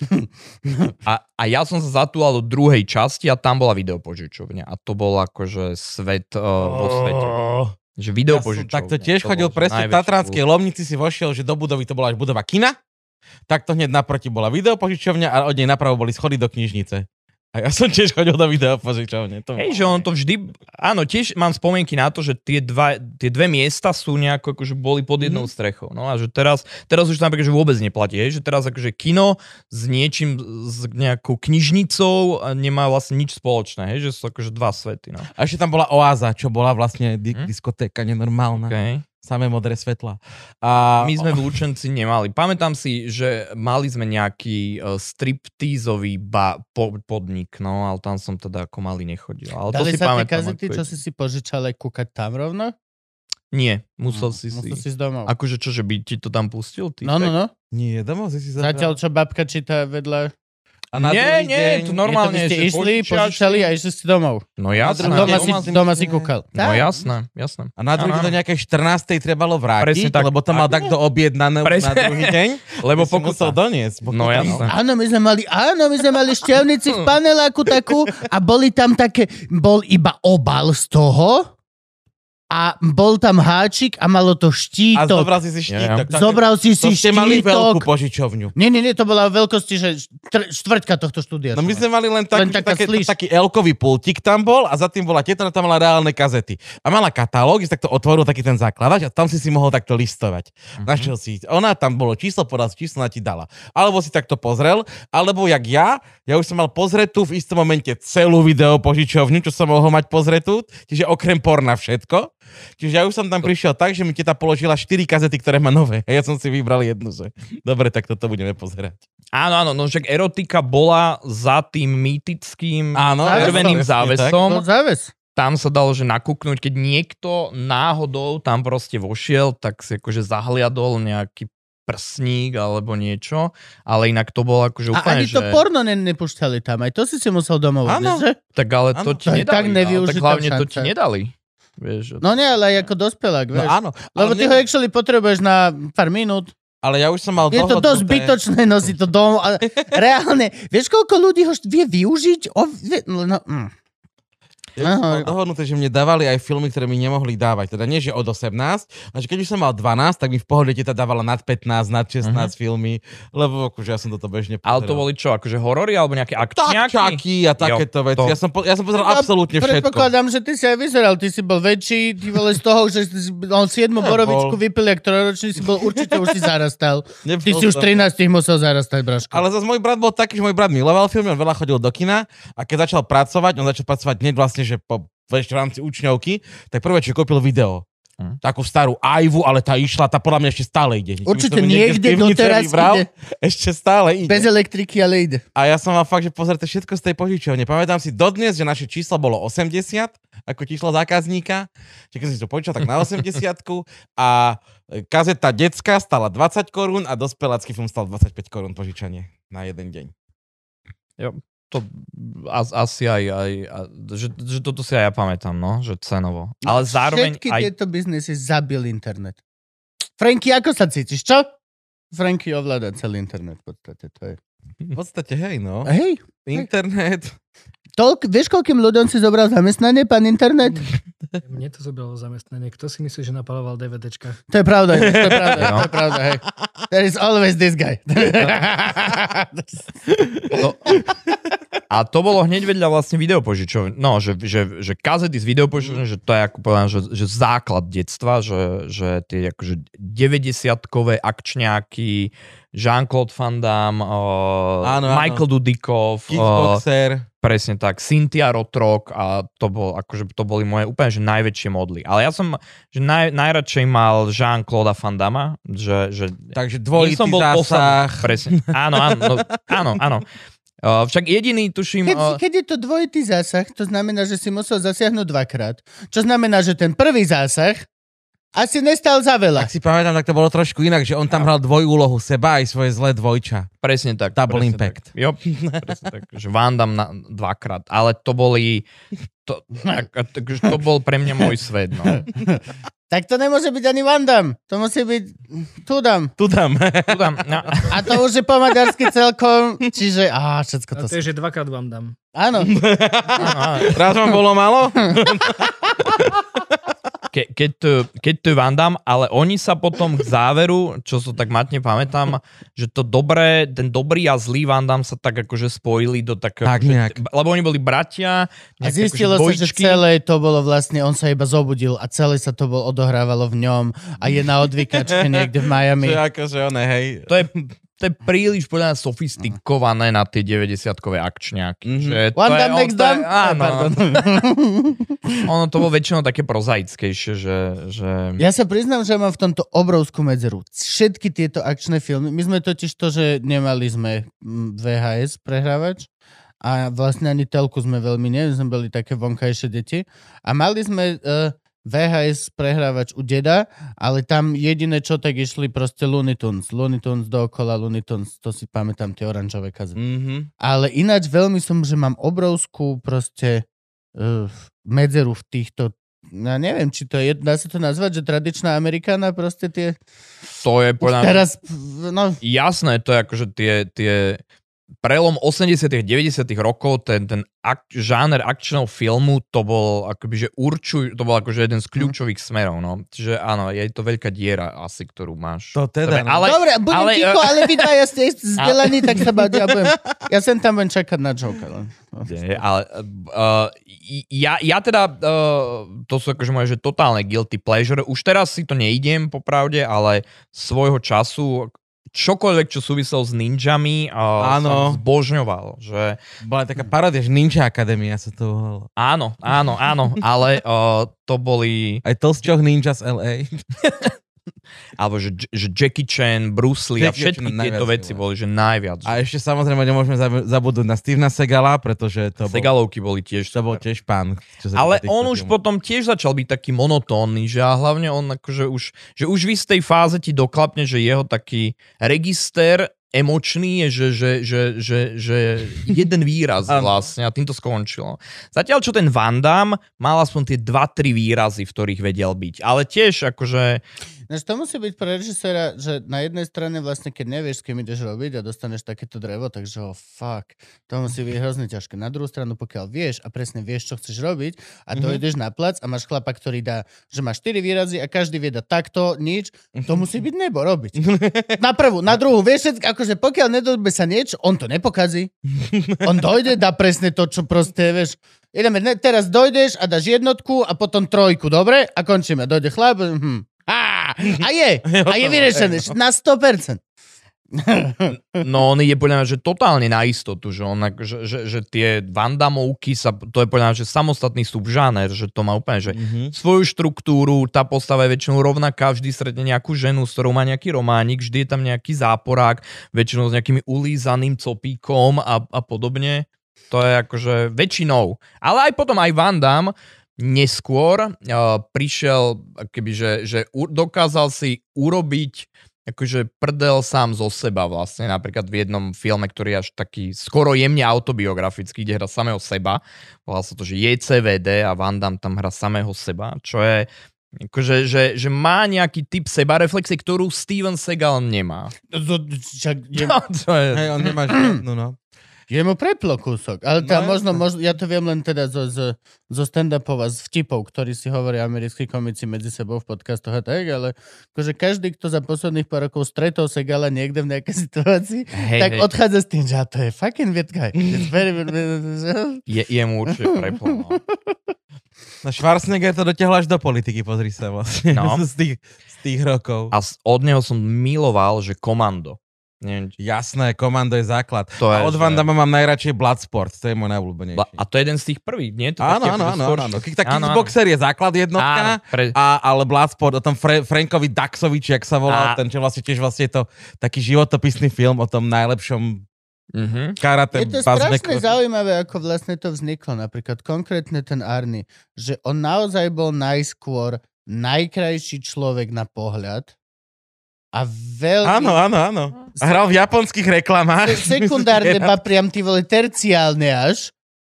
A ja som sa zatúlal do druhej časti a tam bola videopožičovňa. A to bol akože svet vo svete. Že videopožičovňa. Tak to tiež chodil presne v Tatranskej Lomnici, si vošiel, že do budovy to bola až budova kina. Takto hneď naproti bola videopožičovňa a od nej napravo boli schody do knižnice. A ja som tiež chodil do videopožičovne. Hej, že on to vždy... Áno, tiež mám spomienky na to, že tie dve miesta sú nejako akože boli pod jednou strechou. No a že teraz už napríklad, že vôbec neplatí. Hej, že teraz akože kino s niečím, s nejakou knižnicou nemá vlastne nič spoločné. Hej, že sú akože dva svety. No. A ešte tam bola oáza, čo bola vlastne diskotéka nenormálna. Okay. Samé modré svetla. A... My sme v Lučenci nemali. Pamätám si, že mali sme nejaký striptízový podnik, no, ale tam som teda ako malý nechodil. Ale dali to si sa pamätám. Tie kazety, čo si požičal, aj kúkať tam rovno? Nie, musel si ísť domov. Akože čo, že by ti to tam pustil? Ty, no. Nie, domov si zabral. Zatiaľ, čo babka číta vedľa... A nie, to normálne, že išli, požičali a išli si domov. No jasné. Doma si kúkal. No jasné. A na druhý deň do nejakej 14. trebalo vrátiť, lebo to mal takto objednané na druhý deň. Lebo musel doniesť. No jasné. Áno, my sme mali šťavnici v paneláku takú a boli tam bol iba obal z toho a bol tam háčik a malo to štítok. A zobral si štítok. Zobral si štítok. To ste mali veľkú požičovňu. Nie, to bola veľkosti, že štvrťka tohto štúdia. No my sme mali len taký elkový pultík tam bol a za tým bola teta, tam mala reálne kazety. A mala katalóg, že takto otvoril taký ten základač a tam si mohol takto listovať. Našiel si, ona tam bolo číslo, podal si číslo, na ti dala. Alebo si takto pozrel, alebo jak ja už som mal pozretú v istom momente celú videopožičovňu, čo som mohol mať pozretú, čiže okrem porna všetko. Čiže ja už som tam prišiel tak, že mi teta položila 4 kazety, ktoré má nové. A ja som si vybral jednu, že dobre, tak toto budeme pozerať. Áno, no však erotika bola za tým mýtickým červeným závesom. Tam sa dalo, že nakúknúť, keď niekto náhodou tam proste vošiel, tak si akože zahliadol nejaký prsník alebo niečo, ale inak to bolo akože A úplne, ani to porno nepúšťali tam, aj to si musel domov Áno. odniesť, že? Tak ale to ti To je tak nedali, ale tak nevyužitá hlavne to šanca. ti nedali. Vieš, No nie, ale aj ako dospelák, No vieš. áno. Lebo ty ho actually potrebuješ na pár minút. Ale ja už som mal Je to dosť zbytočné nosiť to domov. Ale reálne, vieš, koľko ľudí ho vie využiť? Ja som mal dohodnuté, že mne dávali aj filmy, ktoré mi nemohli dávať. Teda nie, že od 18, a že keď už som mal 12, tak mi v pohode teta dávala nad 15, nad 16 filmy, lebo akože ja som toto bežne pozeral. ale to boli čo, akože horory alebo nejaké akčňáky? Takčaky a takéto veci. to- Ja som pozeral absolútne všetko. Predpokladám, že ty si aj vyzeral. Ty si bol väčší, ty vole z toho, že si on 7 borovičku vypil, jak trojročný si bol, určite už si zarastal. Ty si už 13 musel zarastať, braško. Ale zase môj brat bol taký, že môj brat miloval filmy, on veľa chodil do kina a keď začal pracovať, on začal pracovať hneď vlastne, že ešte v rámci učňovky, tak prvé, čo kúpil video. Takú starú Aivu, ale tá išla, tá podľa mňa ešte stále ide. Určite Keby som ju niekde z pivnice doteraz vybral, ide. Ešte stále ide. Bez elektriky, ale ide. A ja som mal fakt, že pozrite všetko z tej požičovne. Pamätám si dodnes, že naše číslo bolo 80, ako číslo zákazníka. Čiže keď som si to počítal, tak na 80 a kazeta detská stala 20 korún a dospelácky film stal 25 korún požičanie na jeden deň. Jo, to asi aj že toto si aj ja pamätám, no, že cenovo. Ale zároveň Všetky aj... tieto biznesy zabil internet. Franky, ako sa cítiš, čo? Franky ovláda celý internet v podstate, to je. V podstate, hej, no. Hej, Internet. vieš, koľkým ľuďom si zobral zamestnanie, pán internet? Mne to zobralo zamestnanie. Kto si myslí, že napaloval DVDčka? To je pravda, to je pravda, hej. There is always this guy. A to bolo hneď vedľa vlastne videopožičovne. No, že kazety z videopožičovne, že to je ako povedám, že základ detstva, že tie akože 90-kové akčňáky, Jean-Claude Van Damme, Michael Dudikoff, Kickboxer. presne tak, Cynthia Rothrock a to boli moje úplne že najväčšie modly. Ale ja som že najradšej mal Jean-Claude Van Damme, že Takže dvojitý som bol zásah. Presne. Áno. Však jediný, tuším... Keď je to dvojitý zásah, to znamená, že si musel zasiahnuť dvakrát. Čo znamená, že ten prvý zásah asi nestal za veľa. Ak si pamätám, tak to bolo trošku inak, že on tam hral dvojúlohu seba aj svoje zlé dvojča. Presne tak. Double presne impact. Tak. Jo, presne tak. Že Van Damme dvakrát. Ale to boli... To bol pre mňa môj svet, no. Tak to nemôže byť ani Van Damme. To musí byť Tudam. Tu tam. No. A to už je po maďarsky celkom, čiže všetko to... A to je, že dvakrát vám dám. Áno. Raz vám bolo málo? Keď to je Van Damme, ale oni sa potom k záveru, čo sa tak matne pamätám, že ten dobrý a zlý Van Damme sa tak akože spojili do takého... Tak nejak. Lebo oni boli bratia. A zistilo sa, že celé to bolo vlastne, on sa iba zobudil a celé sa to odohrávalo v ňom a je na odvykačke niekde v Miami. To je akože hej. To je príliš podľa mňa sofistikované na tie 90-kové akčňáky. Že One Damme, next Damme? Áno. Ono to bolo väčšinou také prozaickejšie, že... Ja sa priznám, že mám v tomto obrovskú medzeru. Všetky tieto akčné filmy, my sme totiž to, že nemali sme VHS prehrávač a vlastne ani telku sme veľmi sme boli také vonkajšie deti a mali sme VHS prehrávač u deda, ale tam jediné čo, tak išli proste Looney Tunes dookola, Looney Tunes, to si pamätám, tie oranžové kazety. Mm-hmm. Ale ináč veľmi som, že mám obrovskú proste medzeru v týchto, ja neviem, či to je, dá sa to nazvať, že tradičná Amerikána proste tie... To je podľa Teraz, no... Jasné, to je akože tie prelom 80 90 rokov, ten žáner akčného filmu, to bol akoby, že to bol akože jeden z kľúčových smerov, no. Čiže áno, je to veľká diera asi, ktorú máš. To teda, no. Dobre, budem ticho, ale vy dvaja ste vzdelaní, tak sa bavím. Ja sem tam budem čakať na joke. Ale ja teda, to sú akože moje, že totálne guilty pleasure. Už teraz si to neidem, popravde, ale svojho času čokoľvek, čo súvisel s ninjami, som zbožňoval. Že... Bola taká paródia, že Ninja Academia sa to volalo. Áno, ale to boli... Aj Tlsťoch Ninja z LA. alebo že Jackie Chan, Bruce Lee a všetky tieto veci boli, že najviac. A ešte samozrejme nemôžeme zabudnúť na Stevena Segala, pretože to Segalovky boli tiež. To bol tiež pán. Ale on už potom tiež začal byť taký monotónny, že a hlavne on akože už v istej fáze ti doklapne, že jeho taký register emočný je, že jeden výraz vlastne a tým to skončilo. Zatiaľ, čo ten Van Damme mal aspoň tie 2-3 výrazy, v ktorých vedel byť. Ale tiež akože... To musí byť pre režisera, že na jednej strane vlastne, keď nevieš, s kým ideš robiť a dostaneš takéto drevo, takže fuck, to musí byť hrozne ťažké. Na druhú stranu, pokiaľ vieš a presne vieš, čo chceš robiť a dojdeš na plac a máš chlapa, ktorý dá, že má 4 výrazy a každý vie dať takto, nič, to musí byť nebo robiť. Na prvú, na druhú, vieš, akože pokiaľ nedodbe sa niečo, on to nepokazí. On dojde, dá presne to, čo proste, vieš, teraz dojdeš a dáš jednotku a potom 3, dobre? A končíme. Dojde chlap, a je vyriešené na 100%. No on je podľa mňa, že totálne na istotu, že on že tie Van Dammovky to je podľa mňa, že samostatný subžáner, že to má úplne, že svoju štruktúru, tá postava je väčšinou rovnaká, vždy stretne nejakú ženu, s ktorou má nejaký románik, vždy je tam nejaký záporák, väčšinou s nejakými ulízaným copíkom a podobne. To je akože väčšinou. Ale aj potom aj Van Damme neskôr prišiel, kebyže že dokázal si urobiť akože prdel sám zo seba vlastne, napríklad v jednom filme, ktorý je až taký skoro jemne autobiografický, kde hrá samého seba, volá sa to, že JCVD a Van Damme tam hrá samého seba, čo je akože, že má nejaký typ sebareflexie, ktorú Steven Seagal nemá. Hej, on nemá žiadnu, no. Je mu preplo kúsok, ale možno, ja to viem len teda zo stand-upov a z vtipov, ktorí si hovoria americkí komici medzi sebou v podcastoch a tak, ale akože každý, kto za posledných pár rokov stretol Segala niekde v nejakej situácii, tak odchádza s tým, že to je fucking weird guy. Je mu určite preplo, no. No Schwarzenegger to dotiahol až do politiky, pozri sa vlastne, z tých rokov. A od neho som miloval, že Komando. Jasné, Komando je základ. A od Van Damme mám najradšej Bloodsport, to je môj najobľúbenejší. A to je jeden z tých prvých, nie? Áno. Taký Kickboxer je základ jednotka, ale Bloodsport o tom Frankovi Daxoviči, jak sa volal, ten čo vlastne tiež je to taký životopisný film o tom najlepšom karate. Je to strašne zaujímavé, ako vlastne to vzniklo. Napríklad konkrétne ten Arnie, že on naozaj bol najskôr najkrajší človek na pohľad. A veľmi... Áno. A hral v japonských reklamách. Sekundárne, priam ty vole, terciálne až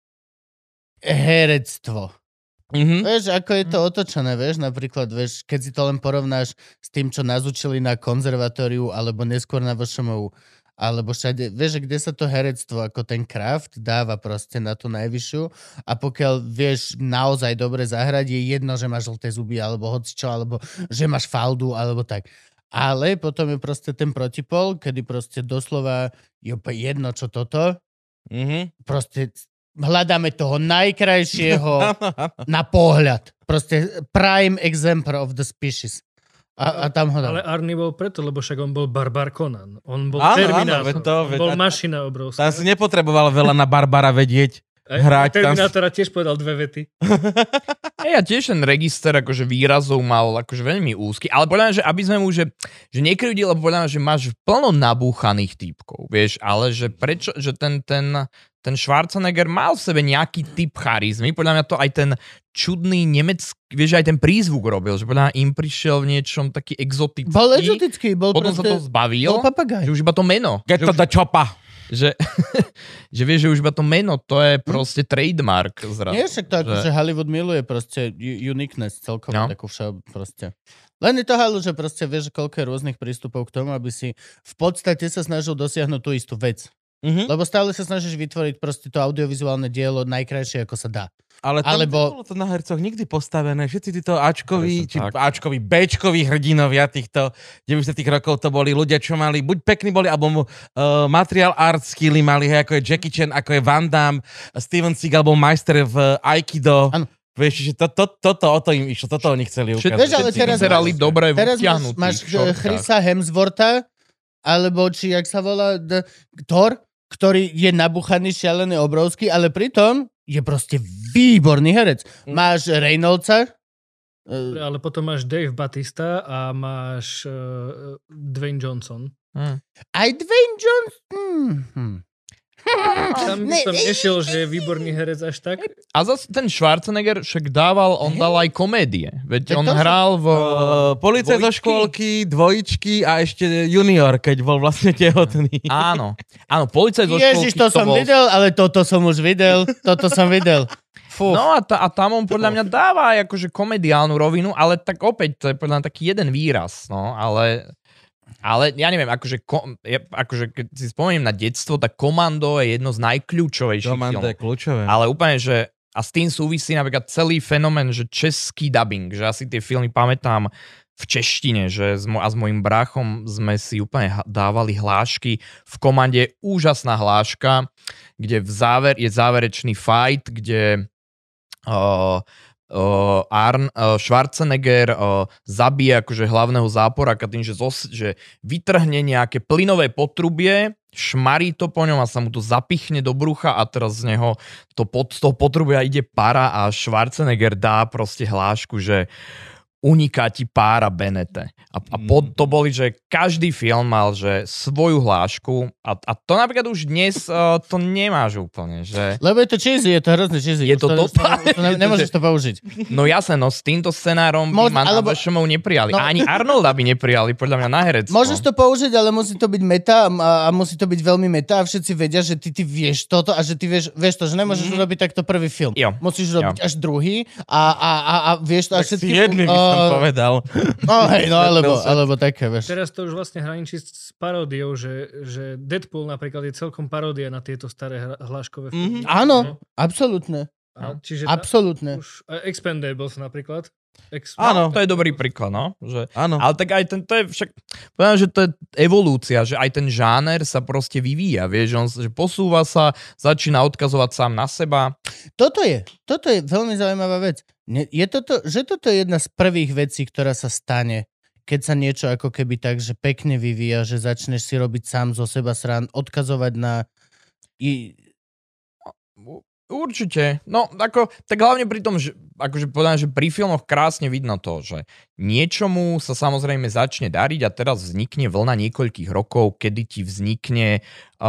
herectvo. Vieš, ako je to otočené, vieš, napríklad, vieš, keď si to len porovnáš s tým, čo nás učili na konzervatóriu, alebo neskôr na VŠMU, alebo všade, vieš, kde sa to herectvo, ako ten craft, dáva proste na tú najvyššiu a pokiaľ vieš naozaj dobre zahrať, je jedno, že máš žlté zuby, alebo hocičo, alebo že máš faldu, alebo tak. Ale potom je proste ten protipol, kedy proste doslova je jedno, čo toto. Proste hľadáme toho najkrajšieho na pohľad. Proste prime example of the species. A tam ho dám. Ale Arnie bol preto, lebo však on bol Barbar Conan. On bol Terminátor. On bol mašina obrovská. Tam si nepotreboval veľa na Barbara vedieť. Hrať Terminátora tiež povedal 2 vety. Ja tiež ten register akože výrazov mal akože veľmi úzky, ale podľa mňa, že aby sme mu, že nekryvdil, lebo podľa mňa, že máš plno nabúchaných týpkov, vieš, ale že prečo, že ten Schwarzenegger mal v sebe nejaký typ charizmy, podľa mňa to aj ten čudný nemecký, vieš, aj ten prízvuk robil, že podľa mňa im prišiel v niečom taký exotický. Bol exotický, bol potom sa to zbavil, bol papagaj. Že už iba to meno. Get to the chopper. Že vieš, že už iba to meno, to je proste trademark zrazu. Nie, však to že Hollywood miluje proste uniqueness celkovo, takú proste. Len je to halu, že proste vieš, koľko je rôznych prístupov k tomu, aby si v podstate sa snažil dosiahnuť tú istú vec. Lebo stále sa snažíš vytvoriť proste to audiovizoálne dielo najkrajšie, ako sa dá. Ale tam nebolo to na hercoch nikdy postavené. Všetci títo Ačkoví, Bčkoví hrdinovia týchto 90 rokov to boli ľudia, čo mali, buď pekní boli, alebo material art skilly mali, hej, ako je Jackie Chan, ako je Van Damme, Steven Seagal bol majster v Aikido. Ano. Vieš, že toto o to im išlo, toto oni chceli ukázať. Vieš, ale teraz máš Chrisa Hemswortha, alebo či, jak sa volá, Thor, ktorý je nabuchaný, šialený, obrovský, ale pritom je proste výborný herec. Máš Reynoldsa, Ale potom máš Dave Bautista a máš Dwayne Johnson. Aj Dwayne Johnson? Tam by som nešiel, že je výborný herec až tak. A zase ten Schwarzenegger však dal aj komédie. Veď on hral v... Policaj zo škôlky, dvojičky a ešte junior, keď bol vlastne tehotný. Áno, Policaj zo škôlky. Ježiš, to som videl, ale toto som už videl. Toto som videl. Fú. No a tam on podľa mňa dáva aj akože komediálnu rovinu, ale tak opäť to je podľa mňa taký jeden výraz, no, ale ja neviem, akože keď si spomeniem na detstvo, tak Komando je jedno z najkľúčovejších filmov. Komando je kľúčové. Ale úplne, že a s tým súvisí napríklad celý fenomén, že český dubbing, že asi tie filmy pamätám v češtine, že s mojim bráchom sme si úplne dávali hlášky. V Komande je úžasná hláška, kde je záverečný fight, kde Schwarzenegger zabije akože hlavného záporaka tým, že vytrhne nejaké plynové potrubie, šmarí to po ňom a sa mu to zapichne do brucha a teraz z neho z toho potrubia ide para a Schwarzenegger dá proste hlášku, že uniká ti pára Benete. A to boli, že každý film mal že svoju hlášku a to napríklad už dnes to nemáš úplne. Že... Lebo je to cheesy, je to hrozne cheesy. Je to totálne. Nemôžeš to použiť. No jasne, no s týmto scenárom by ma na VŠMU neprijali. No, ani Arnolda by neprijali, podľa mňa na herectvo. Môžeš to použiť, ale musí to byť meta a musí to byť veľmi meta a všetci vedia, že ty vieš toto a že ty vieš to, že nemôžeš urobiť takto prvý film. Jo. Musíš robiť až druhý a vieš to až všetky... Jedný by som povedal. No hej, no alebo také, vieš. Teraz to už vlastne hraničí s paródiou, že Deadpool napríklad je celkom paródia na tieto staré hláškové filmy. Áno, absolútne. Čiže absolútne. Už Expendables napríklad. Áno, to je dobrý príklad, no. Že, áno. Ale tak aj to je však, poviem, že to je evolúcia, že aj ten žáner sa proste vyvíja, vieš, že posúva sa, začína odkazovať sám na seba. Toto je veľmi zaujímavá vec. Toto je jedna z prvých vecí, ktorá sa stane, keď sa niečo ako keby tak, že pekne vyvíja, že začneš si robiť sám zo seba srán, odkazovať na... Určite. No, tak hlavne pri tom, že, akože povedám, že pri filmoch krásne vidno to, že niečomu sa samozrejme začne dariť a teraz vznikne vlna niekoľkých rokov, kedy ti vznikne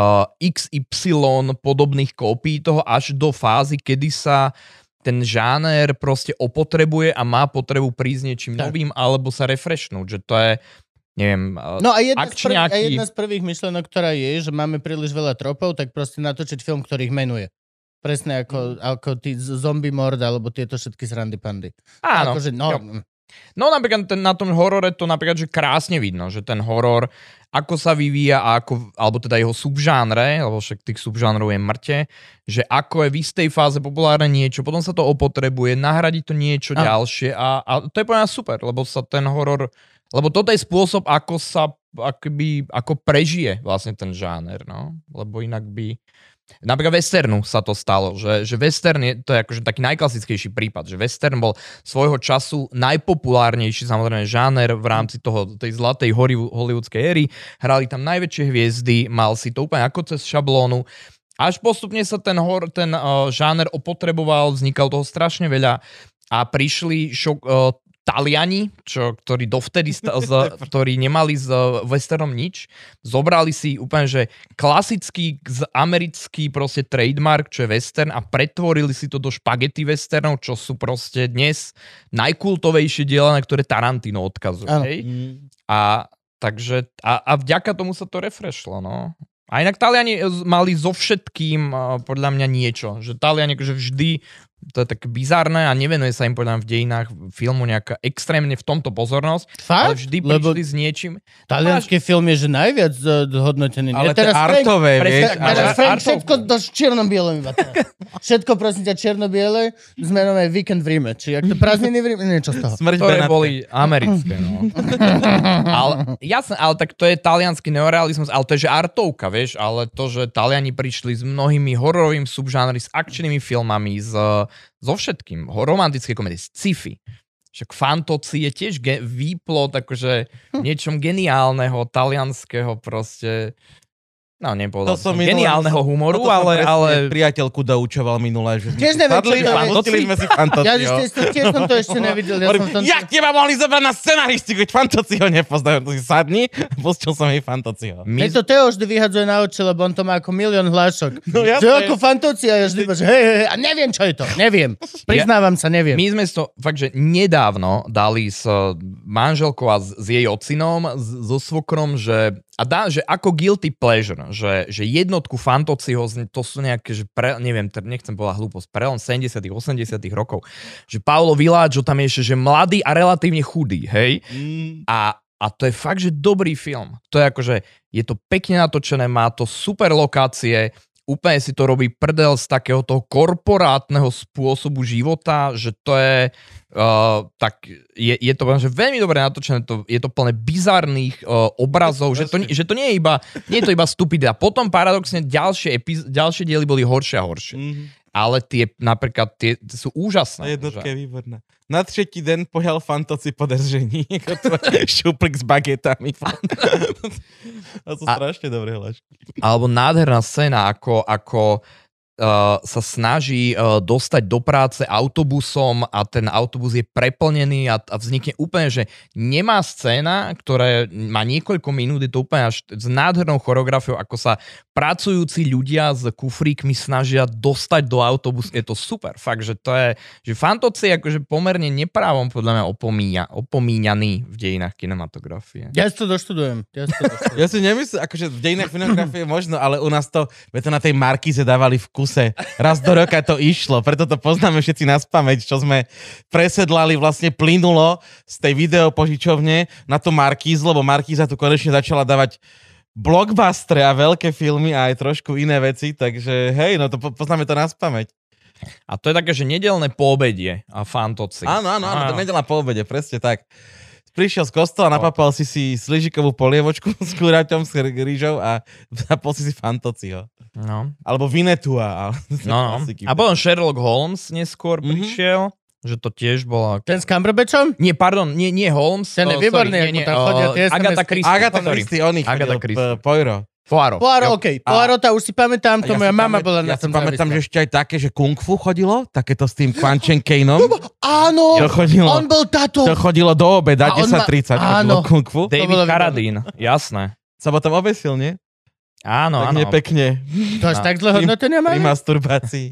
XY podobných kópií toho až do fázy, kedy sa ten žáner proste opotrebuje a má potrebu prísť niečím novým alebo sa refreshnúť, že to je neviem, no a jedna z prvých myšlenok, ktorá je, že máme príliš veľa tropov, tak proste natočiť film, ktorý ich menuje. Presne ako tí zombie mord alebo tieto všetky srandy pandy. Áno. Akože, no napríklad na tom horore to napríklad, že krásne vidno, že ten horor, ako sa vyvíja alebo teda jeho subžánre, lebo však tých subžánrov je mŕte, že ako je v istej fáze populárne niečo, potom sa to opotrebuje, nahradí to niečo ďalšie a to je podľa mňa super, lebo sa ten horor, lebo toto je spôsob, ako prežije vlastne ten žáner, no, lebo inak by... Napríklad westernu sa to stalo, že western to je akože taký najklasickejší prípad, že western bol svojho času najpopulárnejší samozrejme žáner v rámci tej zlatej hollywoodskej éry, hrali tam najväčšie hviezdy, mal si to úplne ako cez šablónu, až postupne sa ten žáner opotreboval, vznikal toho strašne veľa a prišli Taliani, ktorí dovtedy ktorí nemali s westernom nič, zobrali si úplne, že klasický americký proste trademark, čo je western a pretvorili si to do špagety westernov, čo sú proste dnes najkultovejšie diela, na ktoré Tarantino odkazuje. A takže a vďaka tomu sa to refreshlo, no. A inak Taliani mali so všetkým podľa mňa niečo, že Taliani akože vždy to je tak bizarné a nevenuje sa im podľa v dejinách filmu nejaká extrémne v tomto pozornosť. Fakt? Ale vždy prišli s niečím. Talianský film je, že najviac hodnotený. Ale to artové, vieš. Všetko do čierno-bielom iba. Všetko, prosím ťa, čierno-biele s menom aj Víkend v Ríme. Či ak to prázdniny v Ríme, niečo z toho. Ktoré boli americké, no. ale tak to je taliansky neorealizmus, ale to je, že artovka, vieš, ale to, že Taliani prišli s mnohými hororovými subžánry, s akčnými filmami, so všetkým. Romantické komédie, sci-fi. Však Fantozzi je tiež výplod akože niečom geniálneho, talianského proste. No, nepovedal To som som geniálneho humoru, ale... priateľku doučoval minulé, že Tiež neviem, čo to je. pustili sme si Fantocio. Ja tiež som to ešte nevidel. Ja som v tom... Jak teba mohli zobrať na scenaristiku, keď Fantocio nepoznajú, to si sadni, pustil som jej Fantocio. Hej, to Teo vždy vyhadzuje na oči, lebo on to má ako milión hlášok. No, to je ako Fantocia, ja vždy že hej, a neviem, čo je to. Neviem. Priznávam sa, neviem. My sme to fakt, že nedávno dali s manželkou a s jej ocinom, so svokrom, že ako guilty pleasure, že jednotku Fantociho, to sú nejaké, že neviem, nechcem povedať hlúposť, prelom 70 80 rokov, že Paolo Villaggio tam je ešte, že mladý a relatívne chudý, hej? A to je fakt, že dobrý film. To je akože, je to pekne natočené, má to super lokácie, úplne si to robí prdel z takého toho korporátneho spôsobu života, že to je tak je to že veľmi dobre natočené, je to plné bizarných obrazov, že to nie je to iba stupidé. A potom paradoxne ďalšie diely boli horšie a horšie. Ale tie napríklad tie sú úžasné. Na jednotke je výborná. Na třetí den pojal Fantoci podržení, ako tvoj šuplik s bagetami. To sú strašne dobré hlášky. Alebo nádherná scéna, ako sa snaží dostať do práce autobusom a ten autobus je preplnený a vznikne úplne, že nemá scéna, ktorá má niekoľko minút, je to úplne až s nádhernou choreografiou, ako sa pracujúci ľudia s kufríkmi snažia dostať do autobusu. Je to super, fakt, že to je, že Fantoci je akože pomerne neprávom podľa mňa opomíňaný v dejinách kinematografie. Ja si to doštudujem. Ja si nemyslím, akože v dejinách kinematografie možno, ale u nás to na tej Markíze dávali v kuse. Raz do roka to išlo, preto to poznáme všetci naspamäť, čo sme presedlali, vlastne plynulo z tej videopožičovne na tú Markízu, lebo Markíza tu konečne začala dávať blockbustery a veľké filmy a aj trošku iné veci, takže hej, no to poznáme to naspamäť. A to je také, že nedelné poobedie a Fantoci. Áno, to nedelná poobede, presne tak. Prišiel z kostola, napapal si sližikovú polievočku s kúraťom, s rýžou a zapol si Fantociho. No. Alebo Vinetua. No. A potom Sherlock Holmes neskôr prišiel, že to tiež bola... Ten s Cumberbatchom? Nie, pardon, nie Holmes. Ten je výborný, tam chodia tie SMS. Agatha Christie, on ich chodil, Poirot, okej. Poirota už si pamätám, to moja mama bola na tom závislá. Ja si pamätám, že ešte aj také, že Kung Fu chodilo, takéto s tým Quan Chen Kainom. Áno, on bol táto. To chodilo do obeda, 10:30 chodilo Kung Fu. David Carradine, jasné. Sa potom obesil, nie? Áno. Tak nepekne. To až tak zle hodnotenia máme? Pri masturbácii.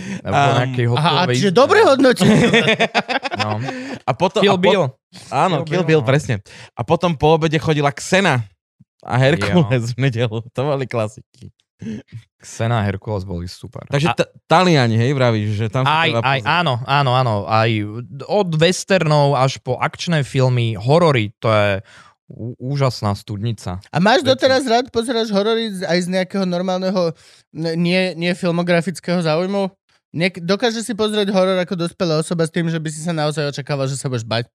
A čiže dobre hodnotenie. No. A potom, Kill Bill. Áno, Kill Bill, presne. A potom po obede chodila Xena a Herkules v nedelu. To boli klasiky. Xena a Herkules boli super. Takže Taliani, hej, vravíš, že tam sa treba pozrieť. Áno. Aj od westernov až po akčné filmy, horory, to je úžasná studnica. A máš doteraz rád, pozeráš horory aj z nejakého normálneho, nie filmografického záujmu? Dokážeš si pozrieť horor ako dospelá osoba s tým, že by si sa naozaj očakával, že sa budeš bať?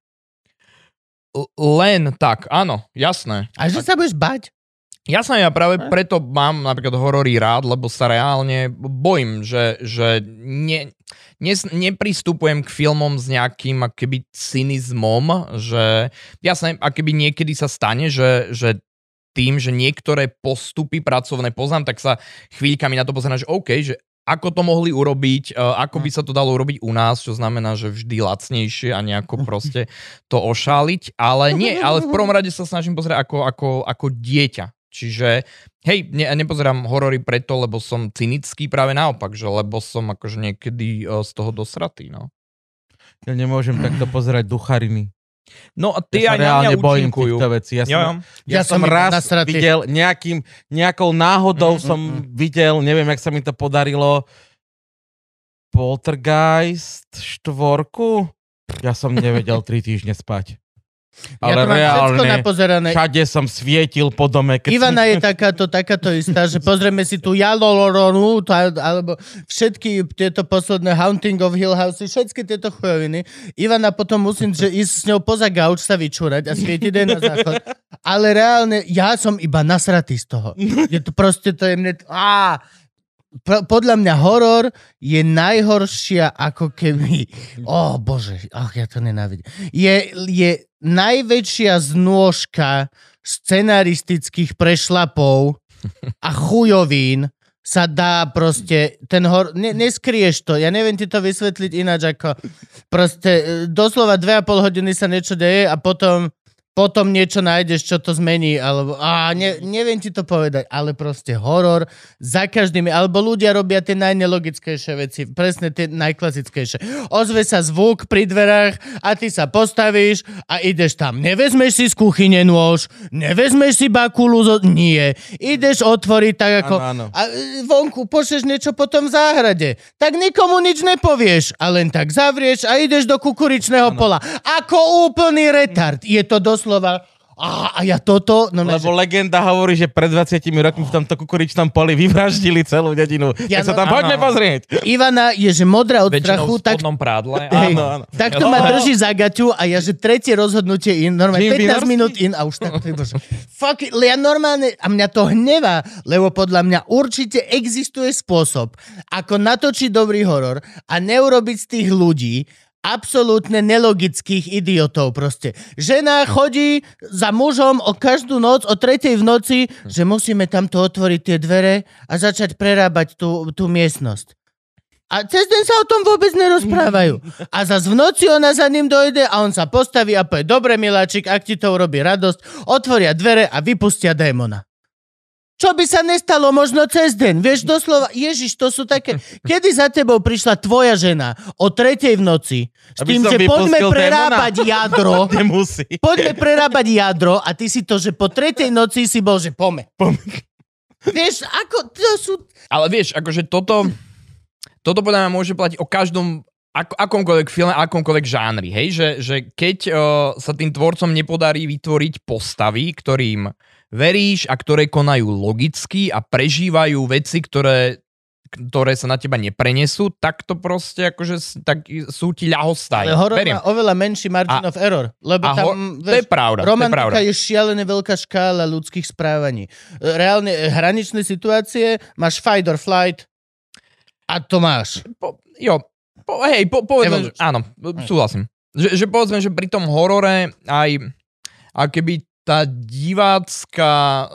Len tak, áno, jasné. A že sa budeš bať? Jasné, ja práve preto mám napríklad horory rád, lebo sa reálne bojím, že nepristupujem k filmom s nejakým akoby cynizmom, že jasné, akoby niekedy sa stane, že tým, že niektoré postupy pracovné poznám, tak sa chvíľkami na to pozerám, že OK, že ako to mohli urobiť, ako by sa to dalo urobiť u nás, čo znamená, že vždy lacnejšie a nejako proste to ošáliť, ale nie, ale v prvom rade sa snažím pozerať ako dieťa. Čiže, hej, nepozerám horory preto, lebo som cynický, práve naopak, že lebo som akože niekedy z toho dosratý, no. Ja nemôžem takto pozerať duchariny. No a ty aj na mňa bojím týchto vecí. Ja som raz nasratý. videl nejakou náhodou som videl, neviem, jak sa mi to podarilo, Poltergeist 4. Ja som nevedel 3 týždne spať. Ale reálne, všade som svietil po dome. Ivana je takáto istá, že pozrieme si tu Jaloloronu, alebo všetky tieto posledné Haunting of Hill House, všetky tieto chujoviny. Ivana potom musím ísť s ňou poza gauč sa vyčúrať a svietiť aj na záchod. Ale reálne, ja som iba nasratý z toho. Je to proste, to je mne... Podľa mňa horor je najhoršia ako keby... Bože, ja to nenávidím. Je najväčšia znôžka scenaristických prešlapov a chujovín sa dá proste, neskrieš to, ja neviem ti to vysvetliť ináč ako proste doslova 2,5 hodiny sa niečo deje a potom niečo nájdeš, čo to zmení, alebo neviem ti to povedať, ale proste horor za každými, alebo ľudia robia tie najnelogickejšie veci, presne tie najklasickejšie. Ozve sa zvuk pri dverách a ty sa postavíš a ideš tam. Nevezmeš si z kuchyne nôž, nevezmeš si bakulu, nie. Ideš otvoriť tak ako... Áno. A vonku pošleš niečo potom v záhrade. Tak nikomu nič nepovieš a len tak zavrieš a ideš do kukuričného pola. Ako úplný retard. Je to doslova... A ja toto... Lebo legenda hovorí, že pred 20 rokmi v tomto kukuričnom poli vyvraždili celú dedinu. Tak sa tam poďme pozrieť. Ivana je, že modrá od strachu. Väčšinou v spodnom prádle. Áno. Tak to ma drží za gaťu a ja, že tretie rozhodnutie normálne 15 minút in a už tak pribožím. Fuck, ja normálne... A mňa to hnevá, lebo podľa mňa určite existuje spôsob, ako natočiť dobrý horor a neurobiť z tých ľudí absolútne nelogických idiotov proste. Žena chodí za mužom o každú noc, o 3:00 v noci, že musíme tamto otvoriť tie dvere a začať prerábať tú miestnosť. A cez deň sa o tom vôbec nerozprávajú. A zas v noci ona za ním dojde a on sa postaví a povie, dobre miláčik, ak ti to urobí radosť, otvoria dvere a vypustia démona. Čo by sa nestalo možno cez deň? Vieš, doslova, Ježiš, to sú také... Kedy za tebou prišla tvoja žena o 3:00 v noci s tým, že poďme prerábať jadro. Nemusí. Poďme prerábať jadro a ty si to, že po 3:00 noci si bol, že pome. Vieš, ako to sú... Ale vieš, akože toto podľa mňa môže platiť o každom akomkoľvek filme, akomkoľvek žánri, hej? Že keď sa tým tvorcom nepodarí vytvoriť postavy, ktorým veríš a ktoré konajú logicky a prežívajú veci, ktoré sa na teba neprenesú, tak to proste akože tak sú ti ľahostajné. Ale horor má oveľa menší margin of error, lebo tam, to je pravda. Romantika je šialené veľká škála ľudských správaní. Reálne hraničné situácie, máš fight or flight a to máš. Povedzme, áno, súhlasím. Že povedzme, že pri tom horore aj keby tá divácka,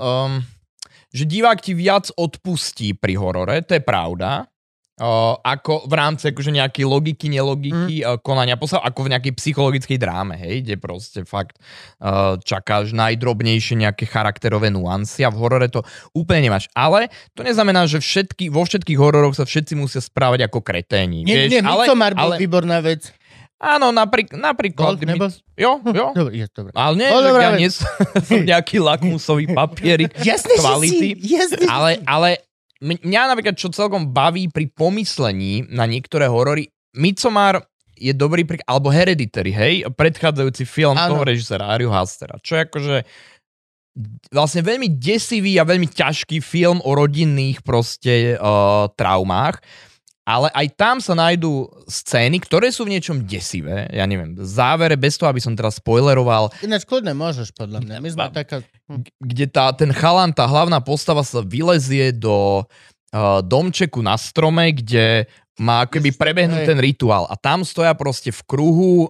že divák ti viac odpustí pri horore, to je pravda, ako v rámci akože nejakej logiky, nelogiky, konania postav, ako v nejakej psychologickej dráme, hej, kde proste fakt čakáš najdrobnejšie nejaké charakterové nuancy a v horore to úplne nemáš. Ale to neznamená, že vo všetkých hororoch sa všetci musia správať ako kreténi. Nie, Midsommar bol výborná vec. Áno, napríklad. Jo. Dobre. Ale nie, že ja nie som nejaký lakmusový papierik kvality. Jasne, ale mňa napríklad, čo celkom baví pri pomyslení na niektoré horory, Midsommar je dobrý príklad, alebo Hereditary, hej, predchádzajúci film toho režisera Ariho Astera, čo je akože vlastne veľmi desivý a veľmi ťažký film o rodinných proste traumách. Ale aj tam sa nájdú scény, ktoré sú v niečom desivé. Ja neviem, v závere, bez toho, aby som teraz spoileroval. Ináč kľudne môžeš, podľa mňa. My sme taká... Kde ten chalan, tá hlavná postava sa vylezie do domčeku na strome, kde má akoby prebehnúť ten rituál. A tam stoja proste v kruhu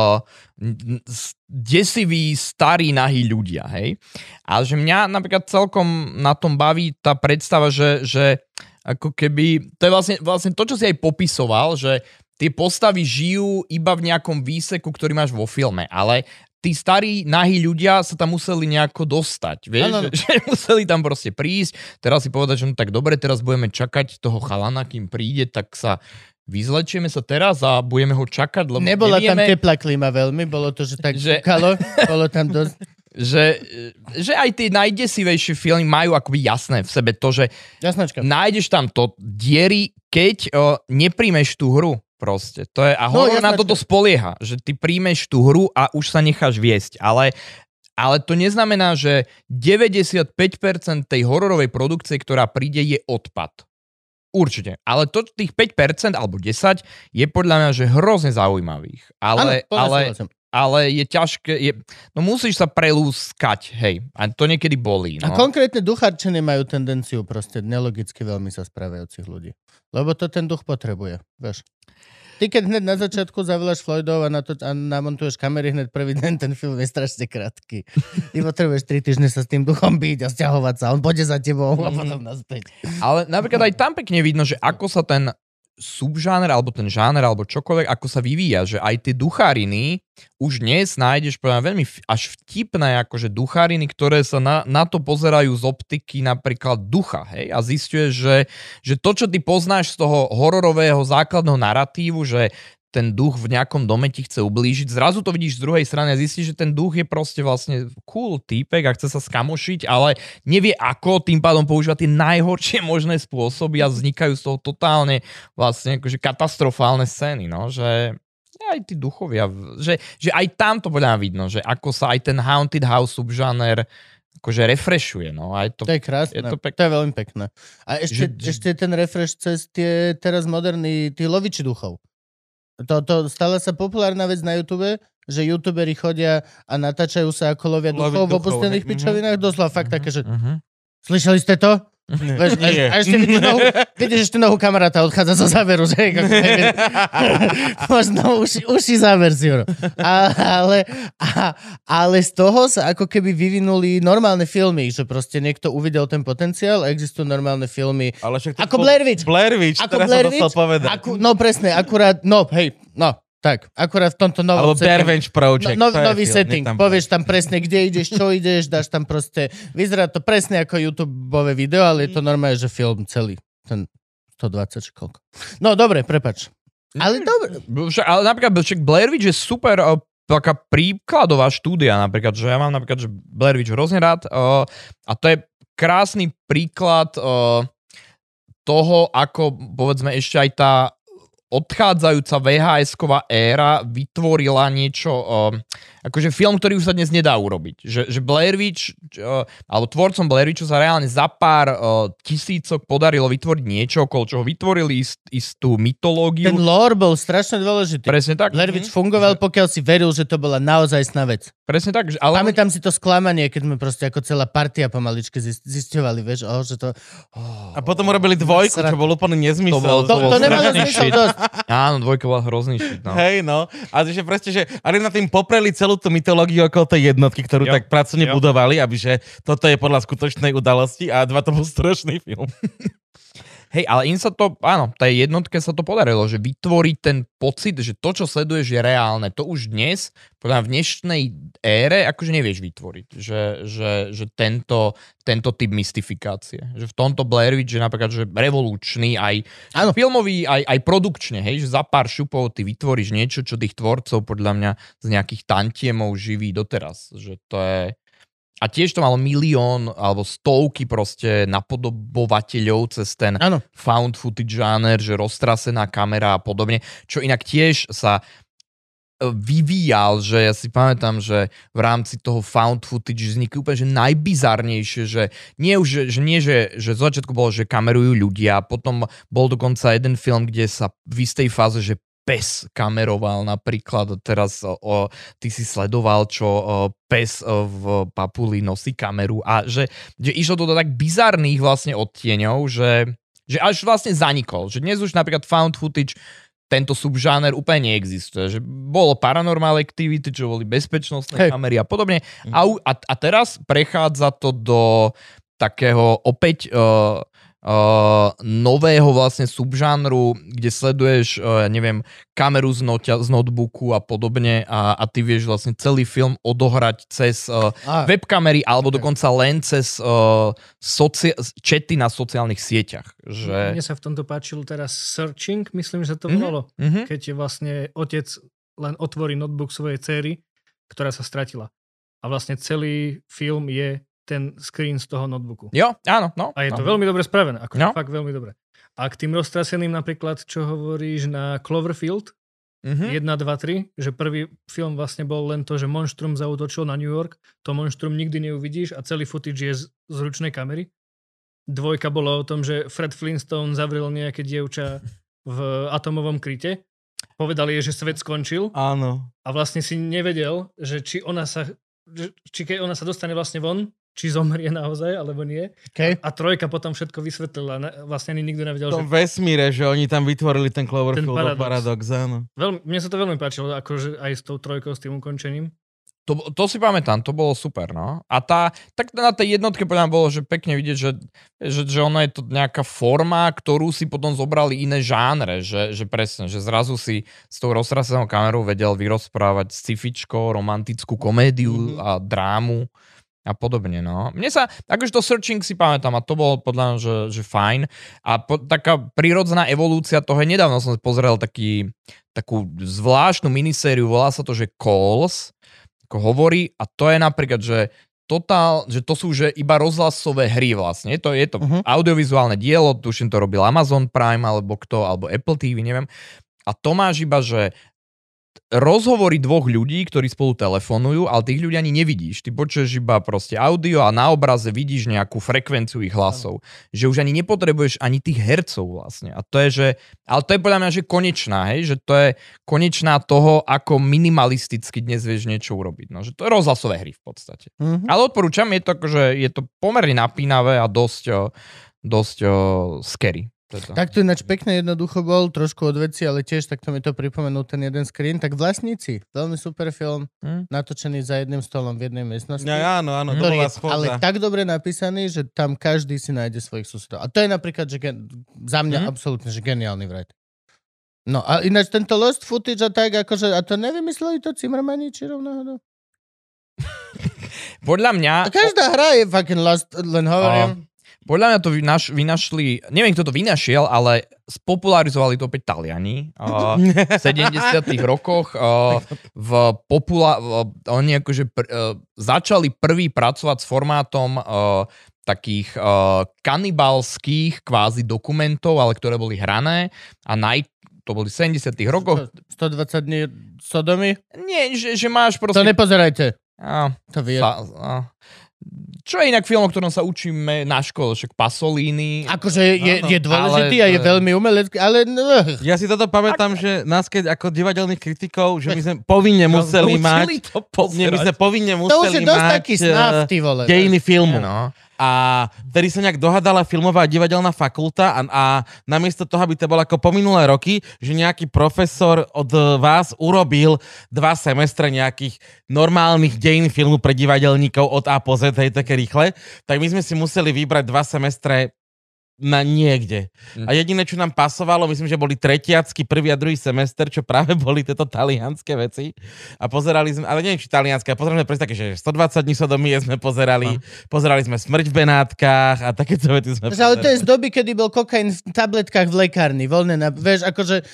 desiví, starí, nahí ľudia. Hej? A že mňa napríklad celkom na tom baví tá predstava, že ako keby, to je vlastne to, čo si aj popisoval, že tie postavy žijú iba v nejakom výseku, ktorý máš vo filme, ale tí starí, nahí ľudia sa tam museli nejako dostať, vieš, že museli tam proste prísť, teraz si povedať, že no tak dobre, teraz budeme čakať toho chalana, kým príde, tak sa vyzlečieme sa teraz a budeme ho čakať, lebo nebola nevieme. Tam teplá klíma veľmi, bolo to, že tak kúkalo, bolo tam dosť... Že aj tie najdesivejšie filmy majú akoby jasné v sebe to, že nájdeš tam to diery, keď nepríjmeš tú hru proste. To je, a horor na toto spolieha, že ty príjmeš tú hru a už sa necháš viesť, ale to neznamená, že 95% tej hororovej produkcie, ktorá príde, je odpad. Určite. Ale to tých 5% alebo 10% je podľa mňa, že hrozne zaujímavých. Ale je ťažké, musíš sa prelúskať, hej. A to niekedy bolí. No. A konkrétne duchárčiny majú tendenciu proste nelogicky veľmi sa správajúcich ľudí. Lebo to ten duch potrebuje, vieš. ty keď hneď na začiatku zavoláš Floydov a namontuješ kamery hneď prvý deň, ten film je strašne krátky. Ty potrebuješ 3 týždne sa s tým duchom byť a sťahovať sa. On pôjde za tebou a potom naspäť. Ale napríklad aj tam pekne vidno, že ako sa ten subžáner, alebo ten žáner, alebo čokoľvek, ako sa vyvíja, že aj tie ducháriny už dnes nájdeš veľmi až vtipné akože ducháriny, ktoré sa na to pozerajú z optiky napríklad ducha, hej, a zisťuješ, že to, čo ty poznáš z toho hororového základného naratívu, že ten duch v nejakom dome ti chce ublížiť, zrazu to vidíš z druhej strany a zistíš, že ten duch je proste vlastne cool týpek a chce sa skamošiť, ale nevie ako, tým pádom používa tie najhoršie možné spôsoby a vznikajú z toho totálne vlastne akože katastrofálne scény, no, že aj tí duchovia, že aj tam to podľa mňa vidno, že ako sa aj ten Haunted House subžáner akože refreshuje, no. Aj to je krásne, to je veľmi pekné. A ešte ten refresh cez tie teraz moderní, tí loviči duchov. To stala sa populárna vec na YouTube, že youtuberi chodia a natáčajú sa ako lovia duchov v opustených pičovinách. Doslova fakt také, že slyšeli ste to? Veš, a ešte vidíš ešte nohu kamaráta odchádza zo záveru, že? Možno uši záver si. Ale z toho sa ako keby vyvinuli normálne filmy, že proste niekto uvidel ten potenciál a existujú normálne filmy. Ako Blair Witch. Blair Witch, teraz som dostal povedať. No presne, akurát, tak, akurát v tomto novom alebo Revenge Project. Nový setting. Povieš tam presne, kde ideš, čo ideš, dáš tam proste... Vyzerá to presne ako YouTubeové video, ale je to normálne, že film celý. Ten 120 či koľko. No, dobre, prepač. Ale dobre. Ale napríklad Blair Witch je super taká príkladová štúdia, napríklad, že ja mám napríklad, že Blair Witch hrozne rád a to je krásny príklad toho, ako povedzme ešte aj tá odchádzajúca VHS-ková éra vytvorila niečo, akože film, ktorý už sa dnes nedá urobiť. Že Blair Witch, alebo tvorcom Blair Witchu sa reálne za pár tisícok podarilo vytvoriť niečo, okolo čoho vytvorili istú mytológiu. Ten lore bol strašne dôležitý. Presne tak. Blair Witch fungoval, pokiaľ si veril, že to bola naozajstná vec. Presne tak. Ale... Pamätám si to sklamanie, keď sme proste ako celá partia pomaličky zisťovali, vieš, že to... A potom robili dvojku, čo bol úplne nezmysel. To nemalo zmysel dosť. Áno, dvojka bola hrozný shit, no. Hej, no. A že presne, že ale na tým popreli celú tú mytológiu okolo tej jednotky, ktorú tak pracovne budovali, aby že toto je podľa skutočnej udalosti a 2 to bol strašný film. Hej, ale im sa to, áno, tej jednotke sa to podarilo, že vytvoriť ten pocit, že to, čo sleduješ, je reálne. To už dnes, podľa v dnešnej ére, akože nevieš vytvoriť. Že tento typ mystifikácie. Že v tomto Blair Witch je napríklad, že revolučný, aj filmový, aj produkčne, hej, že za pár šupov ty vytvoríš niečo, čo tých tvorcov podľa mňa z nejakých tantiemov živí doteraz. Že to je... A tiež to malo 1 000 000 alebo stovky proste napodobovateľov cez ten found footage žáner, že roztrasená kamera a podobne, čo inak tiež sa vyvíjal, že ja si pamätám, že v rámci toho found footage vznikli úplne že najbizarnejšie, že z začiatku bolo, že kamerujú ľudia, potom bol dokonca jeden film, kde sa v istej fáze, že pes kameroval napríklad, teraz ty si sledoval, čo pes v Papuli nosí kameru a že išlo to do tak bizarných vlastne odtieňov, že až vlastne zanikol, že dnes už napríklad found footage tento subžáner úplne neexistuje, že bolo Paranormal Activity, čo boli bezpečnostné kamery a podobne a teraz prechádza to do takého opäť nového vlastne subžánru, kde sleduješ, neviem, kameru z notebooku a podobne a ty vieš vlastne celý film odohrať cez webkamery alebo dokonca len cez chaty na sociálnych sieťach. Že... Mne sa v tomto páčilo teraz Searching, myslím, že to volalo, keď vlastne otec len otvorí notebook svojej dcery, ktorá sa stratila. A vlastne celý film je ten screen z toho notebooku. Jo, áno. No, a je to veľmi dobre spravené. Fakt veľmi dobre. A k tým roztraseným napríklad, čo hovoríš na Cloverfield, 1, 2, 3, že prvý film vlastne bol len to, že monštrum zaútočil na New York, to monštrum nikdy neuvidíš a celý footage je z ručnej kamery. 2 bolo o tom, že Fred Flintstone zavrel nejaké dievča v atomovom kryte. Povedali jej, že svet skončil. Áno. A vlastne si nevedel, že či keď ona sa dostane vlastne von či zomrie naozaj, alebo nie. Okay. A trojka potom všetko vysvetlila. Vlastne ani nikto nevedel, V tom vesmíre, že oni tam vytvorili ten Cloverfield paradox, áno. Mne sa to veľmi páčilo, akože aj s tou trojkou, s tým ukončením. To si pamätám, to bolo super, no. A tak na tej jednotke podľa mňa bolo, že pekne vidieť, že ono je to nejaká forma, ktorú si potom zobrali iné žánre, že presne, že zrazu si s tou roztrasenou kamerou vedel vyrozprávať sci-fičko, romantickú komédiu a drámu a podobne, no. Mne sa, akože to Searching si pamätám a to bolo podľa mňa, že fajn. A taká prírodzená evolúcia toho, nedávno som pozrel takú zvláštnu minisériu, volá sa to, že Calls, hovorí, a to je napríklad, že to sú že iba rozhlasové hry vlastne. Je to audiovizuálne dielo, tuším to robil Amazon Prime, alebo Apple TV, neviem. A to máš iba, že rozhovory dvoch ľudí, ktorí spolu telefonujú, ale tých ľudí ani nevidíš. Ty počuješ iba proste audio a na obraze vidíš nejakú frekvenciu ich hlasov. Že už ani nepotrebuješ ani tých hercov vlastne. A to je, ale to je podľa mňa, že konečná, hej? Že to je konečná toho, ako minimalisticky dnes vieš niečo urobiť. No, že to je rozhlasové hry v podstate. Ale odporúčam, je to pomerne napínavé a dosť scary. Tak to ináč pekne jednoducho bol, trošku od veci, ale tiež takto mi to pripomenul ten jeden screen. Tak Vlastníci, veľmi super film, natočený za jedným stolom v jednej miestnosti. Ja, áno, to bola schôdza. Ale tak dobre napísaný, že tam každý si nájde svojich susedov. A to je napríklad, že za mňa absolútne, že geniálny writer. No a ináč tento lost footage a tak, akože, a to nevymysleli to Cimrmani, či rovno? Podľa mňa... A každá hra je fucking lost, len hovorím. Podľa mňa to vynašli, neviem, kto to vynašiel, ale spopularizovali to opäť Taliani v 70. rokoch. Oni akože začali prvý pracovať s formátom takých kanibalských kvázi dokumentov, ale ktoré boli hrané a to boli v 70. rokoch. 120 dní Sodomy? Nie, že máš proste... To nepozerajte. To vie. Čo je inak film, o ktorom sa učíme na škole, však Pasolini. Akože je dôležitý a je veľmi umelecký, ale... Ja si toto pamätám, že nás keď ako divadelných kritikov, že my sme povinne museli mať... My sme povinne museli mať dejiny filmu. A vtedy sa nejak dohadala filmová a divadelná fakulta a namiesto toho, aby to bolo ako po minulé roky, že nejaký profesor od vás urobil 2 semestre nejakých normálnych dejín filmu pre divadelníkov od A po Z, hej, také rýchle, tak my sme si museli vybrať 2 semestre na niekde. A jediné, čo nám pasovalo, myslím, že boli tretiacky, prvý a druhý semester, čo práve boli tieto talianské veci. A pozerali sme, ale neviem, či talianské, pozerali sme presne také, že 120 dní sodomie sme pozerali, pozerali sme Smrť v Benátkach a takéto veci sme pozerali. Ale to je z doby, kedy bol kokain v tabletkách v lekárni, voľné vieš, akože...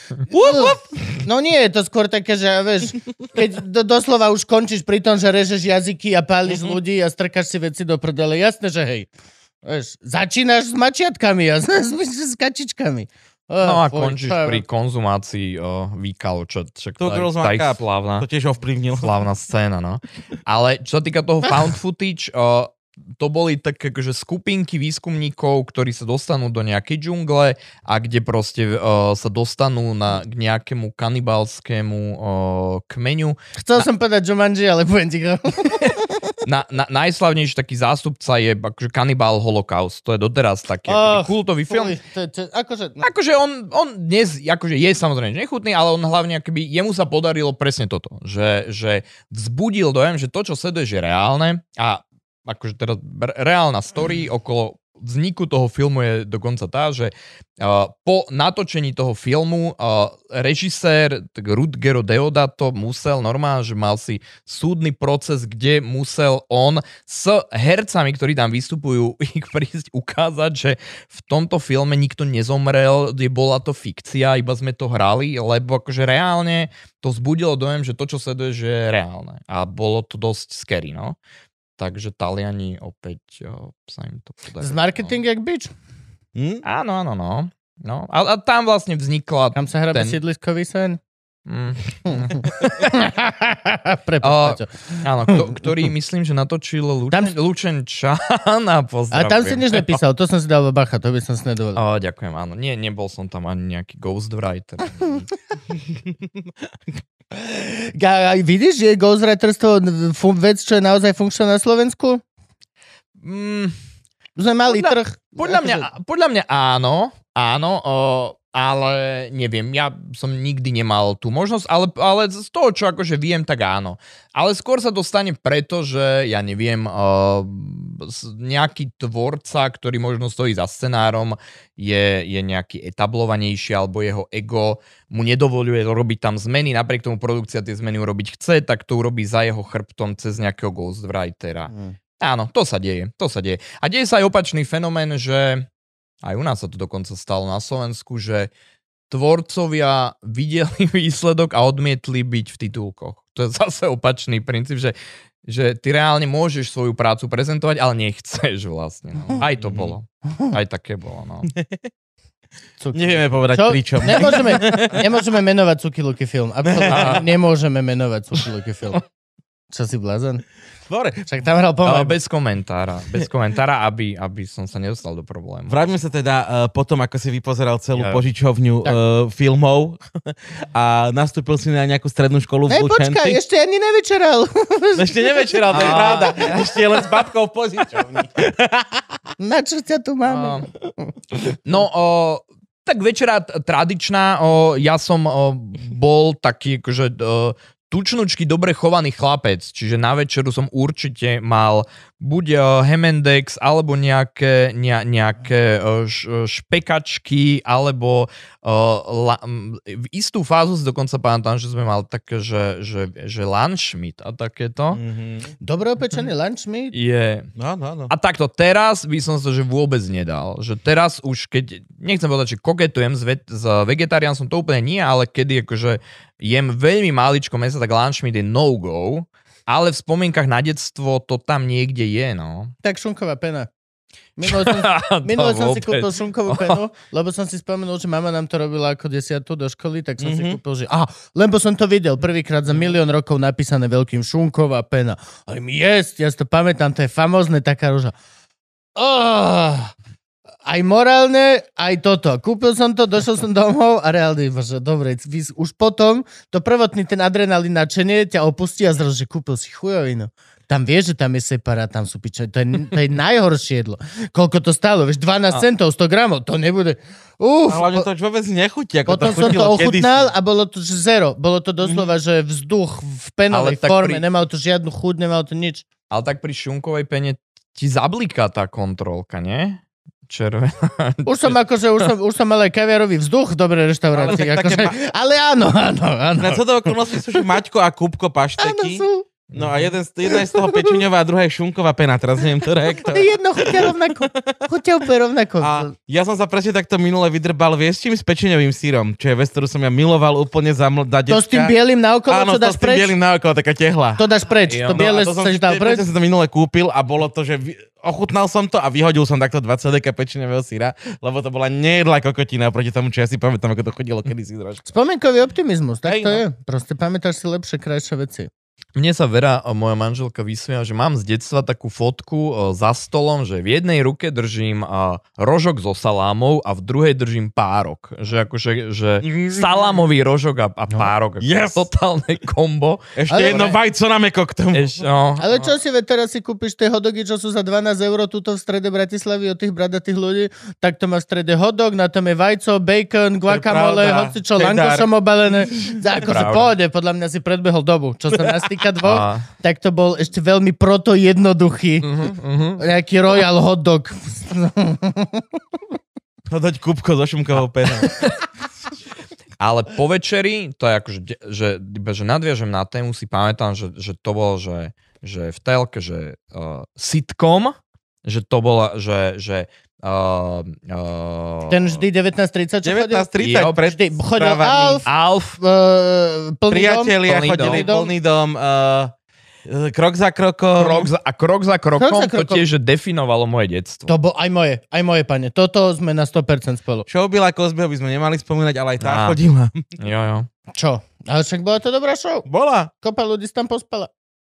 No nie, je to skôr také, že vieš, keď doslova už končíš pri tom, že režeš jazyky a páliš ľudí a strkáš si veci do prdele. Jasné, že hej. Vieš, začínaš s mačiatkami a s kačičkami. No a končíš pri konzumácii výkalov, čo tá ich slávna. To tiež ovplyvnil. Slávna scéna, no. Ale čo sa týka toho found footage, to boli také akože skupinky výskumníkov, ktorí sa dostanú do nejakej džungle a kde proste sa dostanú k nejakému kanibalskému kmeňu. Chcel som povedať Jumanji, ale poviem ti. Najslavnejší taký zástupca je akože Cannibal Holocaust. To je doteraz taký kultový film. Akože on dnes akože je samozrejme nechutný, ale on hlavne akoby, jemu sa podarilo presne toto. Že vzbudil dojem, že to, čo sleduješ, je reálne a akože teraz reálna story okolo vzniku toho filmu je dokonca tá, že po natočení toho filmu režisér Ruggero Deodato musel normálne, že mal si súdny proces, kde musel on s hercami, ktorí tam vystupujú, ich prísť ukázať, že v tomto filme nikto nezomrel, bola to fikcia, iba sme to hrali, lebo akože reálne to vzbudilo dojem, že to, čo sleduje, že je reálne. A bolo to dosť scary, no. Takže Taliani opäť sa im to podarilo. Z marketing jak bič? Áno, no. A tam vlastne vznikla... Tam sa hrabe sídliskový sen? Áno, ktorý myslím, že natočil Lučen Čán a pozdravujem. A tam si nič nepísal, to som si dal bacha, to by som si nedovolil. Ďakujem, áno. Nebol som tam ani nejaký ghostwriter. Vidíš, že ghostwriterstvo vec, čo je naozaj funkčná na Slovensku? Sme mali trh. Podľa mňa áno, ale neviem, ja som nikdy nemal tú možnosť, ale z toho, čo akože viem, tak áno. Ale skôr sa to stane preto, že ja neviem, nejaký tvorca, ktorý možno stojí za scenárom, je nejaký etablovanejší, alebo jeho ego mu nedovoľuje robiť tam zmeny, napriek tomu produkcia tie zmeny urobiť chce, tak to urobí za jeho chrbtom cez nejakého ghostwritera. Áno, to sa deje. A deje sa aj opačný fenomén, že aj u nás sa to dokonca stalo na Slovensku, že tvorcovia videli výsledok a odmietli byť v titulkoch. To je zase opačný princíp, že ty reálne môžeš svoju prácu prezentovať, ale nechceš vlastne. No. Aj to bolo. Aj také bolo, no. Nevieme povedať pričom. Nemôžeme menovať Cuky Luky film. Absolutne nemôžeme menovať Cuky Luky film. Čo si blázen? Dobre. Však tam hral pomaly. Bez komentára, aby som sa nedostal do problému. Vráťme sa teda potom, ako si vypozeral celú požičovňu filmov a nastúpil si na nejakú strednú školu v Lučenci. Počkaj, ešte ani nevečeral. Ešte nevečeral, to je pravda. Ešte je len s babkou v požičovni. Na čo ťa tu máme? Tak večera tradičná, ja som bol taký, akože tučnučky, dobre chovaný chlapec, čiže na večeru som určite mal buď Hemendex, alebo nejaké špekačky, alebo v istú fázu si dokonca pamätám, že sme mali také, že lunchmeat a takéto. Dobre opečený lunchmeat? Je. No. A takto teraz by som to že vôbec nedal. Že teraz už, keď, nechcem povedať, že koketujem s vegetariánstvom, to úplne nie, ale kedy akože jem veľmi máličko mesa, tak lunchmeat je no-go. Ale v spomienkach na detstvo to tam niekde je, no. Tak šunková pena. Minule som si kúpil šunkovú penu, lebo som si spomenul, že mama nám to robila ako 10. do školy, tak som si kúpil, že lebo som to videl prvýkrát za 1 000 000 rokov napísané veľkým šunková pena. A im ja si to pamätám, to je famózne, taká ruža. Aj morálne, aj toto. Kúpil som to, došiel som domov a reálne, že dobre, už potom to prvotný ten adrenalín nadšenie ťa opustí a zrazu, že kúpil si chujovinu. Tam vieš, že tam je separát, tam sú piče. To je najhoršie jedlo. Koľko to stálo? Vieš, 12 centov, 100 gramov, to nebude. Ale to vôbec nechutí, ako potom to chutilo som to ochutnal kedysi. a bolo to zero. Bolo to doslova, že vzduch v penovej forme, nemalo to žiadnu chuť, nemalo to nič. Ale tak pri šunkovej pene ti zabliká tá kontrolka, nie? Červená. Už som mal aj kaviarový vzduch v dobrej reštaurácii. Ale áno. Na co do okolnosti sú Maťko a Kúbko pašteky. Áno, sú. No a jedna je z toho pečeňová a druhá je šunková pena. Teraz neviem, ktorá je kto. Jedno chuťa úplne rovnako. A ja som sa presne takto minule vydrbal, vieš, s čím? S pečeňovým sírom, čo je vec, ktorú som ja miloval úplne za deťka. To s tým bielým naokolo, čo dáš preč? Áno, to s tým bielým naokolo, taká tehla. To dáš preč, to biele sa dal preč. Ja som to minule kúpil a bolo to, že ochutnal som to a vyhodil som takto 20 deka pečeňového síra, lebo to bola nejedlá kokotina proti tomu, čo ja si pamätám, ako to chodilo kedysi trošku. Spomienkový optimizmus, tak to je. Proste pamätáš si lepšie, krajšie veci. Mne sa Vera, moja manželka, vysmieva, že mám z detstva takú fotku za stolom, že v jednej ruke držím rožok so salámou a v druhej držím párok. Že akože salámový rožok a párok. Yes. Totálne kombo. Ešte jedno vajco na meko k tomu. Ale čo si teraz si kúpiš tie hotdogy, čo sú za 12 € tuto v strede Bratislavy od tých bradatých ľudí, tak to má v strede hotdog, na tom je vajco, bacon, guacamole, hocičo, langošom obalené. Akože pohode, podľa mňa si predbehol dobu, čo sa nás týka dvoch, tak to bol ešte veľmi proto jednoduchý nejaký royal hotdog. Dať Kúbko so šunkovou penou. Ale po večeri, to je akože, že nadviažem na tému, si pamätám, že to bolo, že v telke, že sitcom, že to bolo, že ten vždy 19:30, čo 19:30 chodil Alf, priatelia chodili plný dom, krok za krokom. Krok za krokom, to tiež definovalo moje detstvo. To bol aj moje, pane. Toto sme na 100% spolu. Show Billa Cosbyho by sme nemali spomínať, ale aj tá chodila. Jo. Čo? Ale však bola to dobrá show. Bola. Kopa ľudí tam pospala.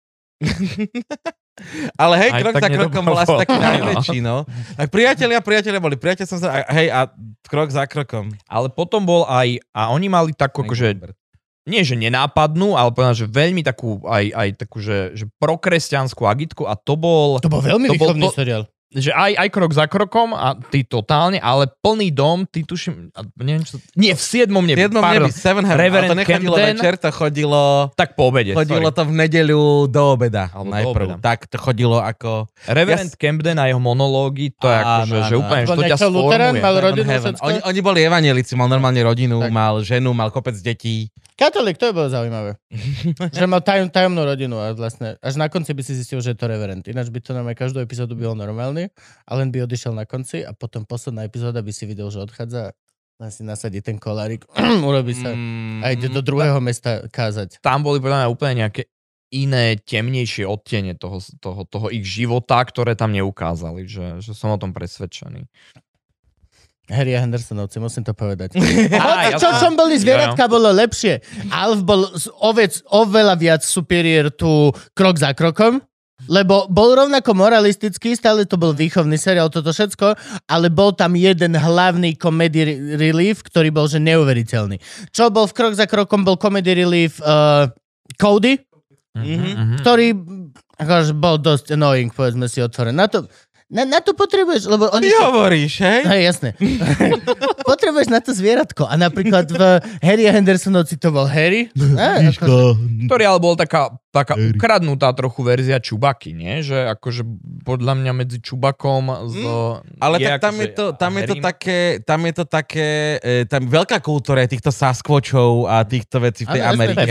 Ale hej, krok za krokom bol asi taký najväčší, no. Tak priatelia boli, a krok za krokom. Ale potom bol aj, a oni mali takú, akože nie že nenápadnú, ale povedal, že veľmi takú, aj takú, že prokresťanskú agitku a to bol... To bol veľmi výchovný seriál. Že aj krok za krokom a ty totálne, ale plný dom, ty tuším, neviem čo... Nie, v 7. nebi. 7. nebi, Seven Heaven, ale to nechodilo večer, to chodilo... Tak po obede, Chodilo to v nedeľu do obeda. Alebo najprv. do obeda. Tak to chodilo ako... Reverend Camden a jeho monológy, to je akože, že úplne, že to ťa Luterán, mal sformuje. rodinu, všetko? Oni boli evanjelici, mal normálne rodinu, Tak. mal ženu, mal kopec detí. Katolík, to je bolo zaujímavé. Že mal tajomnú rodinu a vlastne až na konci by si zistil, že je to reverend. Ináč by to nám aj každú epizódu bylo normálny, a len by odišiel na konci a potom posledná epizóda by si videl, že odchádza, len si nasadí ten kolárik, urobí sa a ide do druhého mesta kázať. Tam boli podľa mňa úplne nejaké iné, temnejšie odtiene toho ich života, ktoré tam neukázali, že som o tom presvedčený. Harry a Hendersonovci, musím to povedať. Jasné. Čom boli zvieratka, bolo lepšie. Alf bol oveľa viac superior tu krok za krokom, lebo bol rovnako moralistický, stále to bol výchovný seriál, toto všetko, ale bol tam jeden hlavný comedy relief, ktorý bol že neuveriteľný. Čo bol v krok za krokom, bol comedy relief Cody, ktorý akože bol dosť annoying, povedzme si otvorené. Na to potrebuješ, lebo oni... Ty hovoríš, hej? Hej, jasné. Potrebuješ na to zvieratko. A napríklad v Harry a Hendersonovci to bol Harry. Ktorý ale bol taká ukradnutá trochu verzia Čubaky, nie? Že akože podľa mňa medzi Čubakom ale tak tam je to také, tam veľká kultúra týchto Sasquatchov a týchto vecí v tej Amerike.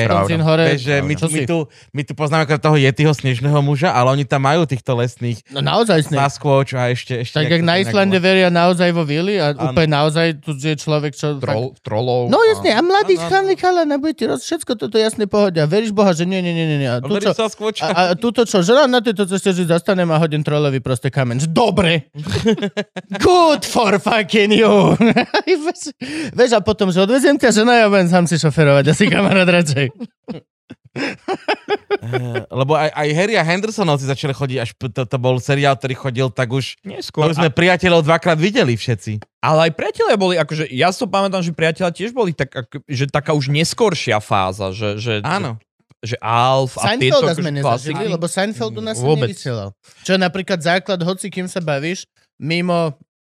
My tu poznáme toho Yetiho snežného muža, ale oni tam majú týchto lesných Sasquatch a ešte tak jak na Islande veria naozaj vo vili a úplne naozaj tu je človek, čo... Trolov. No jasne, a mladý chalán, nebudete všetko toto jasne pohodia. Veríš Boha, že nie. A túto čo, že na tejto ceste žiť zastanem a hodím trolovi proste kameň. Dobre. Good for fucking you. Vieš, a potom, že odveziem ťa žena, ja budem sám si šoferovať. Asi kamarát radšej. Lebo aj Harry a Hendersonovci začali chodiť, až to bol seriál, ktorý chodil, tak už neskôr. Sme priateľov dvakrát videli všetci. Ale aj priatelia boli, akože ja si pamätám, že priatelia tiež boli že taká už neskoršia fáza, že áno. Že Alf a tieto Seinfelda sme nezažili, lebo Seinfeld u nás sa nevysielal. Čo je napríklad základ, hoci kým sa bavíš, mimo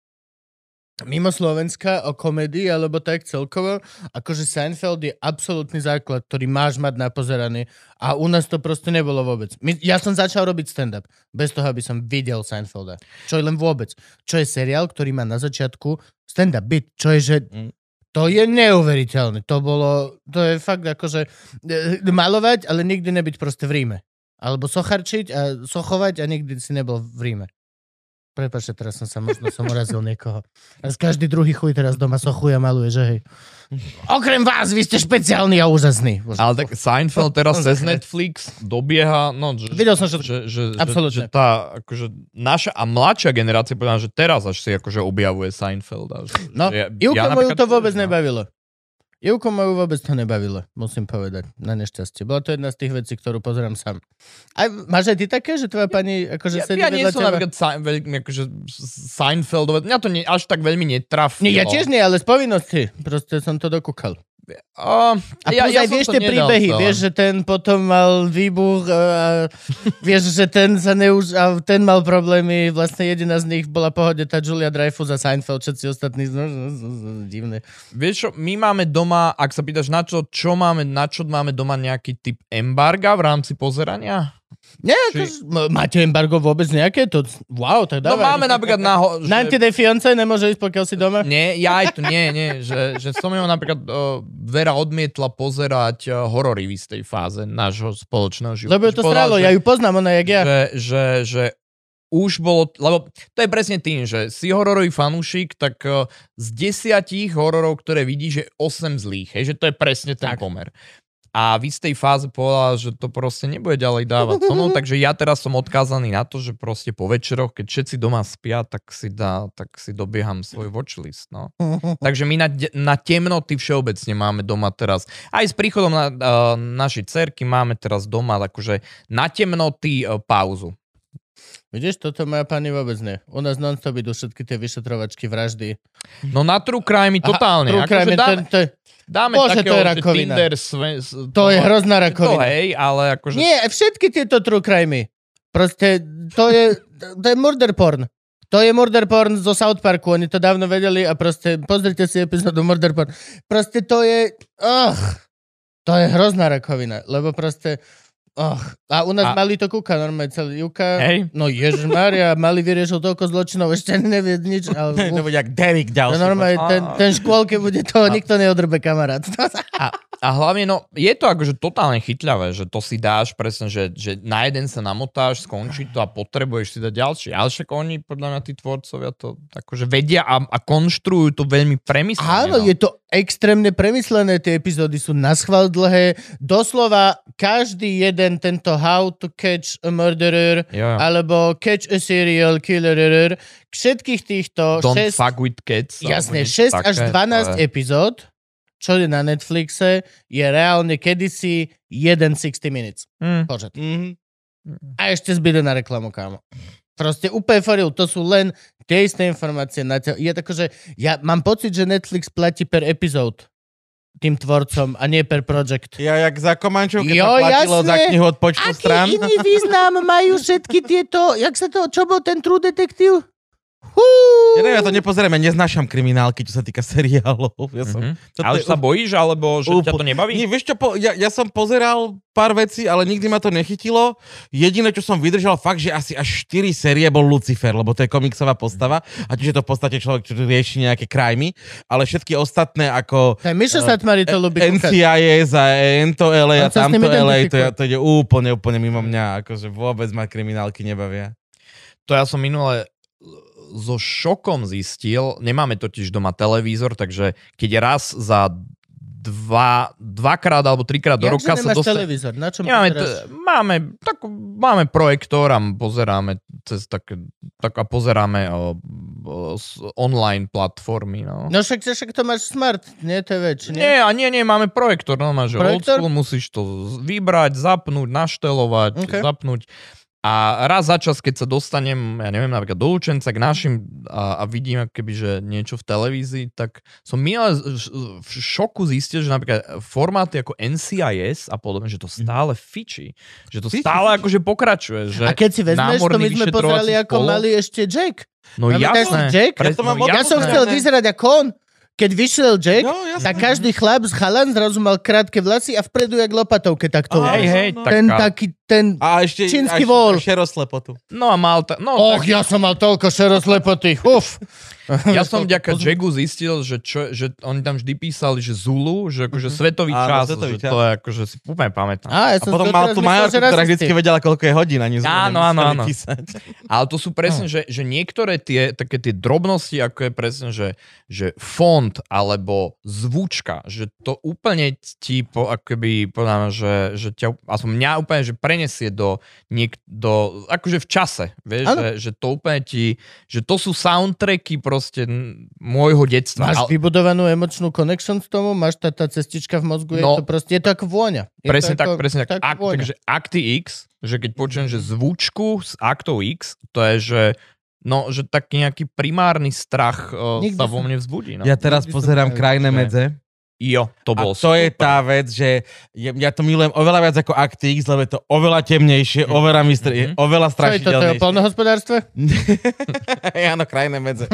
Slovenska o komedii, alebo tak celkovo, akože Seinfeld je absolútny základ, ktorý máš mať napozeraný a u nás to proste nebolo vôbec. Ja som začal robiť stand-up, bez toho, aby som videl Seinfelda. Čo je len vôbec. Čo je seriál, ktorý má na začiatku stand-up bit, čo je, že to je neuveriteľné. To je fakt akože malovať, ale nikdy nebyť proste v Ríme. Alebo socharčiť a sochovať a nikdy si nebol v Ríme. Prepáčte, teraz možno som urazil niekoho. A každý druhý chuj teraz doma sochuje a maluje, že hej. Okrem vás, vy ste špeciálni a úžasní. Ale tak Seinfeld teraz cez Netflix dobieha, videl som, že tá akože naša a mladšia generácia povedala, že teraz až si akože objavuje Seinfeld. Ivko moju to vôbec nebavilo. Ivko moju vôbec to nebavilo, musím povedať, na nešťastie. Bola to jedna z tých vecí, ktorú pozerám sám. A máš aj ty také, že tvoja pani akože sedí vedľa teba? Ja nie som napríklad akože Seinfeldové, mňa to až tak veľmi netrafilo. Ja tiež nie, ale z povinnosti. Proste som to dokúkal. A ja vieš tie príbehy, vieš, že ten potom mal výbuch a vieš, že ten a ten mal problémy, vlastne jediná z nich bola pohode tá Julia Dreyfus a Seinfeld, všetci ostatní divné. Vieš čo, my máme doma, ak sa pýtaš na čo máme doma nejaký typ embarga v rámci pozerania? Nie, máte embargo vôbec nejaké? Wow, tak dávaj. No máme napríklad 90 Day Fiancé nemôže ísť, pokiaľ si doma? Nie, že som jeho napríklad Vera odmietla pozerať horory v istej fáze nášho spoločného života. Lebo to stralo, ja ju poznám, ona jak ja. Že už bolo, lebo to je presne tým, že si hororový fanúšik, tak z 10 hororov, ktoré vidíš, je 8 zlých, hej, že to je presne ten pomer. A v istej fáze povedala, že to proste nebude ďalej dávať so mnou, takže ja teraz som odkázaný na to, že proste po večeroch, keď všetci doma spia, tak si dobieham svoj watchlist, no. Takže my na temnoty všeobecne máme doma teraz, aj s príchodom našej dcerky máme teraz doma akože na temnoty pauzu. Vidíš, toto moja pani vôbec nie. U nás non-stop idú všetky tie vyšetrovačky, vraždy. No na true crime totálne. True crime, Dáme Bože, takého, to je že rakovina. Tinder... To je hrozná rakovina. To hej, ale akože... Nie, všetky tieto true crimey. Proste, to je murder porn. To je murder porn zo South Parku, oni to dávno vedeli a proste, pozrite si epizódu murder porn. Proste to je, to je hrozná rakovina, lebo proste, a u nás Mali to kúka, normálne celý Juka. Hej. No ježišmária, Mali vyriešil toľko zločinov, ešte nevie nič. Ale, To bude jak Derek ďalší. normálne, ten škôlke bude toho, nikto neodrbe, kamarát. A hlavne, no, je to akože totálne chytľavé, že to si dáš presne, že na jeden sa namotáš, skončí to a potrebuješ si dať ďalší. Ale však oni, podľa mňa, tí tvorcovia to akože vedia a konštruujú to veľmi premyslené. Áno, je to extrémne premyslené, tie epizódy sú naschvál dlhé. Doslova každý jeden tento How to Catch a Murderer alebo Catch a Serial Killer, všetkých týchto Don't fuck with cats. Jasne, 6 až 12 epizód, čo je na Netflixe, je reálne kedysi 60 minutes. Počet. A ešte zbyde na reklamu, kámo. Proste úplne foril, to sú len tie isté informácie. Je tako, že ja mám pocit, že Netflix platí per epizód tým tvorcom a nie per project. Ja jak za Komančov, keď Jo, sa platilo jasné. za knihu od počtu strán. Aký iný význam majú všetky tieto, čo bol ten True Detective? Ja neviem, ja to nepozerám, ja neznášam kriminálky, čo sa týka seriálov. Ale sa bojíš, alebo že ťa to nebaví? Nie, vieš čo, ja som pozeral pár vecí, ale nikdy ma to nechytilo. Jediné, čo som vydržal, fakt, že asi až 4 série bol Lucifer, lebo to je komiksová postava a tiež je to v podstate človek, čo rieši nejaké krajmy, ale všetky ostatné ako Aj Mišo Satmari to ľubí kúkať. NCIS a Ento LA a On sa s tamto tým LA, identifikuje. to ide úplne mimo mňa, akože vôbec ma kriminálky nebavia. To ja som minule so šokom zistil, nemáme totiž doma televízor, takže keď raz za dvakrát alebo trikrát do roka sa dostane... televízor? Na čom Nemáme, teraz? máme projektor a pozeráme cez pozeráme online platformy. No. No však to máš smart, nie TV, či nie? Nie, máme projektor, no máš old school, musíš to vybrať, zapnúť, naštelovať, zapnúť. A raz za čas, keď sa dostanem, ja neviem, napríklad do Lučenca k našim a vidím akoby, že niečo v televízii, tak som milé v šoku zistil, že napríklad formáty ako NCIS a podobne, že to stále fičí. Že to stále akože pokračuje. Že a keď si vezmeš, to my sme pozerali, ako mali ešte Jack. No jasné. Jack? Ja som chcel vyzerať ako on. Keď vyšiel Jack, tak každý chalan zrazu mal krátke vlasy a vpredu jak lopatovke takto. Ten a ešte čínsky vol. Šeroslepotu. No a mal... ja som mal toľko šeroslepoty. Ja som vďaka Jacku zistil, že oni tam vždy písali, že Zulu, že akože svetový čas, že to je akože si úplne pamätám. A potom mal tú Majorku, ktorá vždycky vedela, koľko je hodín. Ani áno. Ale to sú presne, že niektoré také tie drobnosti, ako je presne, že font alebo zvučka, že to úplne ti akoby povedám, že ťa, aspoň mňa úplne, že prenesie do akože v čase, vieš, že to úplne že to sú soundtracky proste môjho detstva. Máš vybudovanú emočnú connection s tomu? Máš tá cestička v mozgu? Je to ako vôňa. Presne tak. Takže Akty X, že keď počujem, že zvučku z Aktov X, to je, že taký nejaký primárny strach sa vo mne vzbudí. No. Ja teraz pozerám Krajné medze. Jo, to bol to je tá vec, že ja to milujem oveľa viac ako Actix, lebo je to oveľa temnejšie, oveľa strašidelnejšie. Čo je to o poľnohospodárstve? Áno, Krajné medze.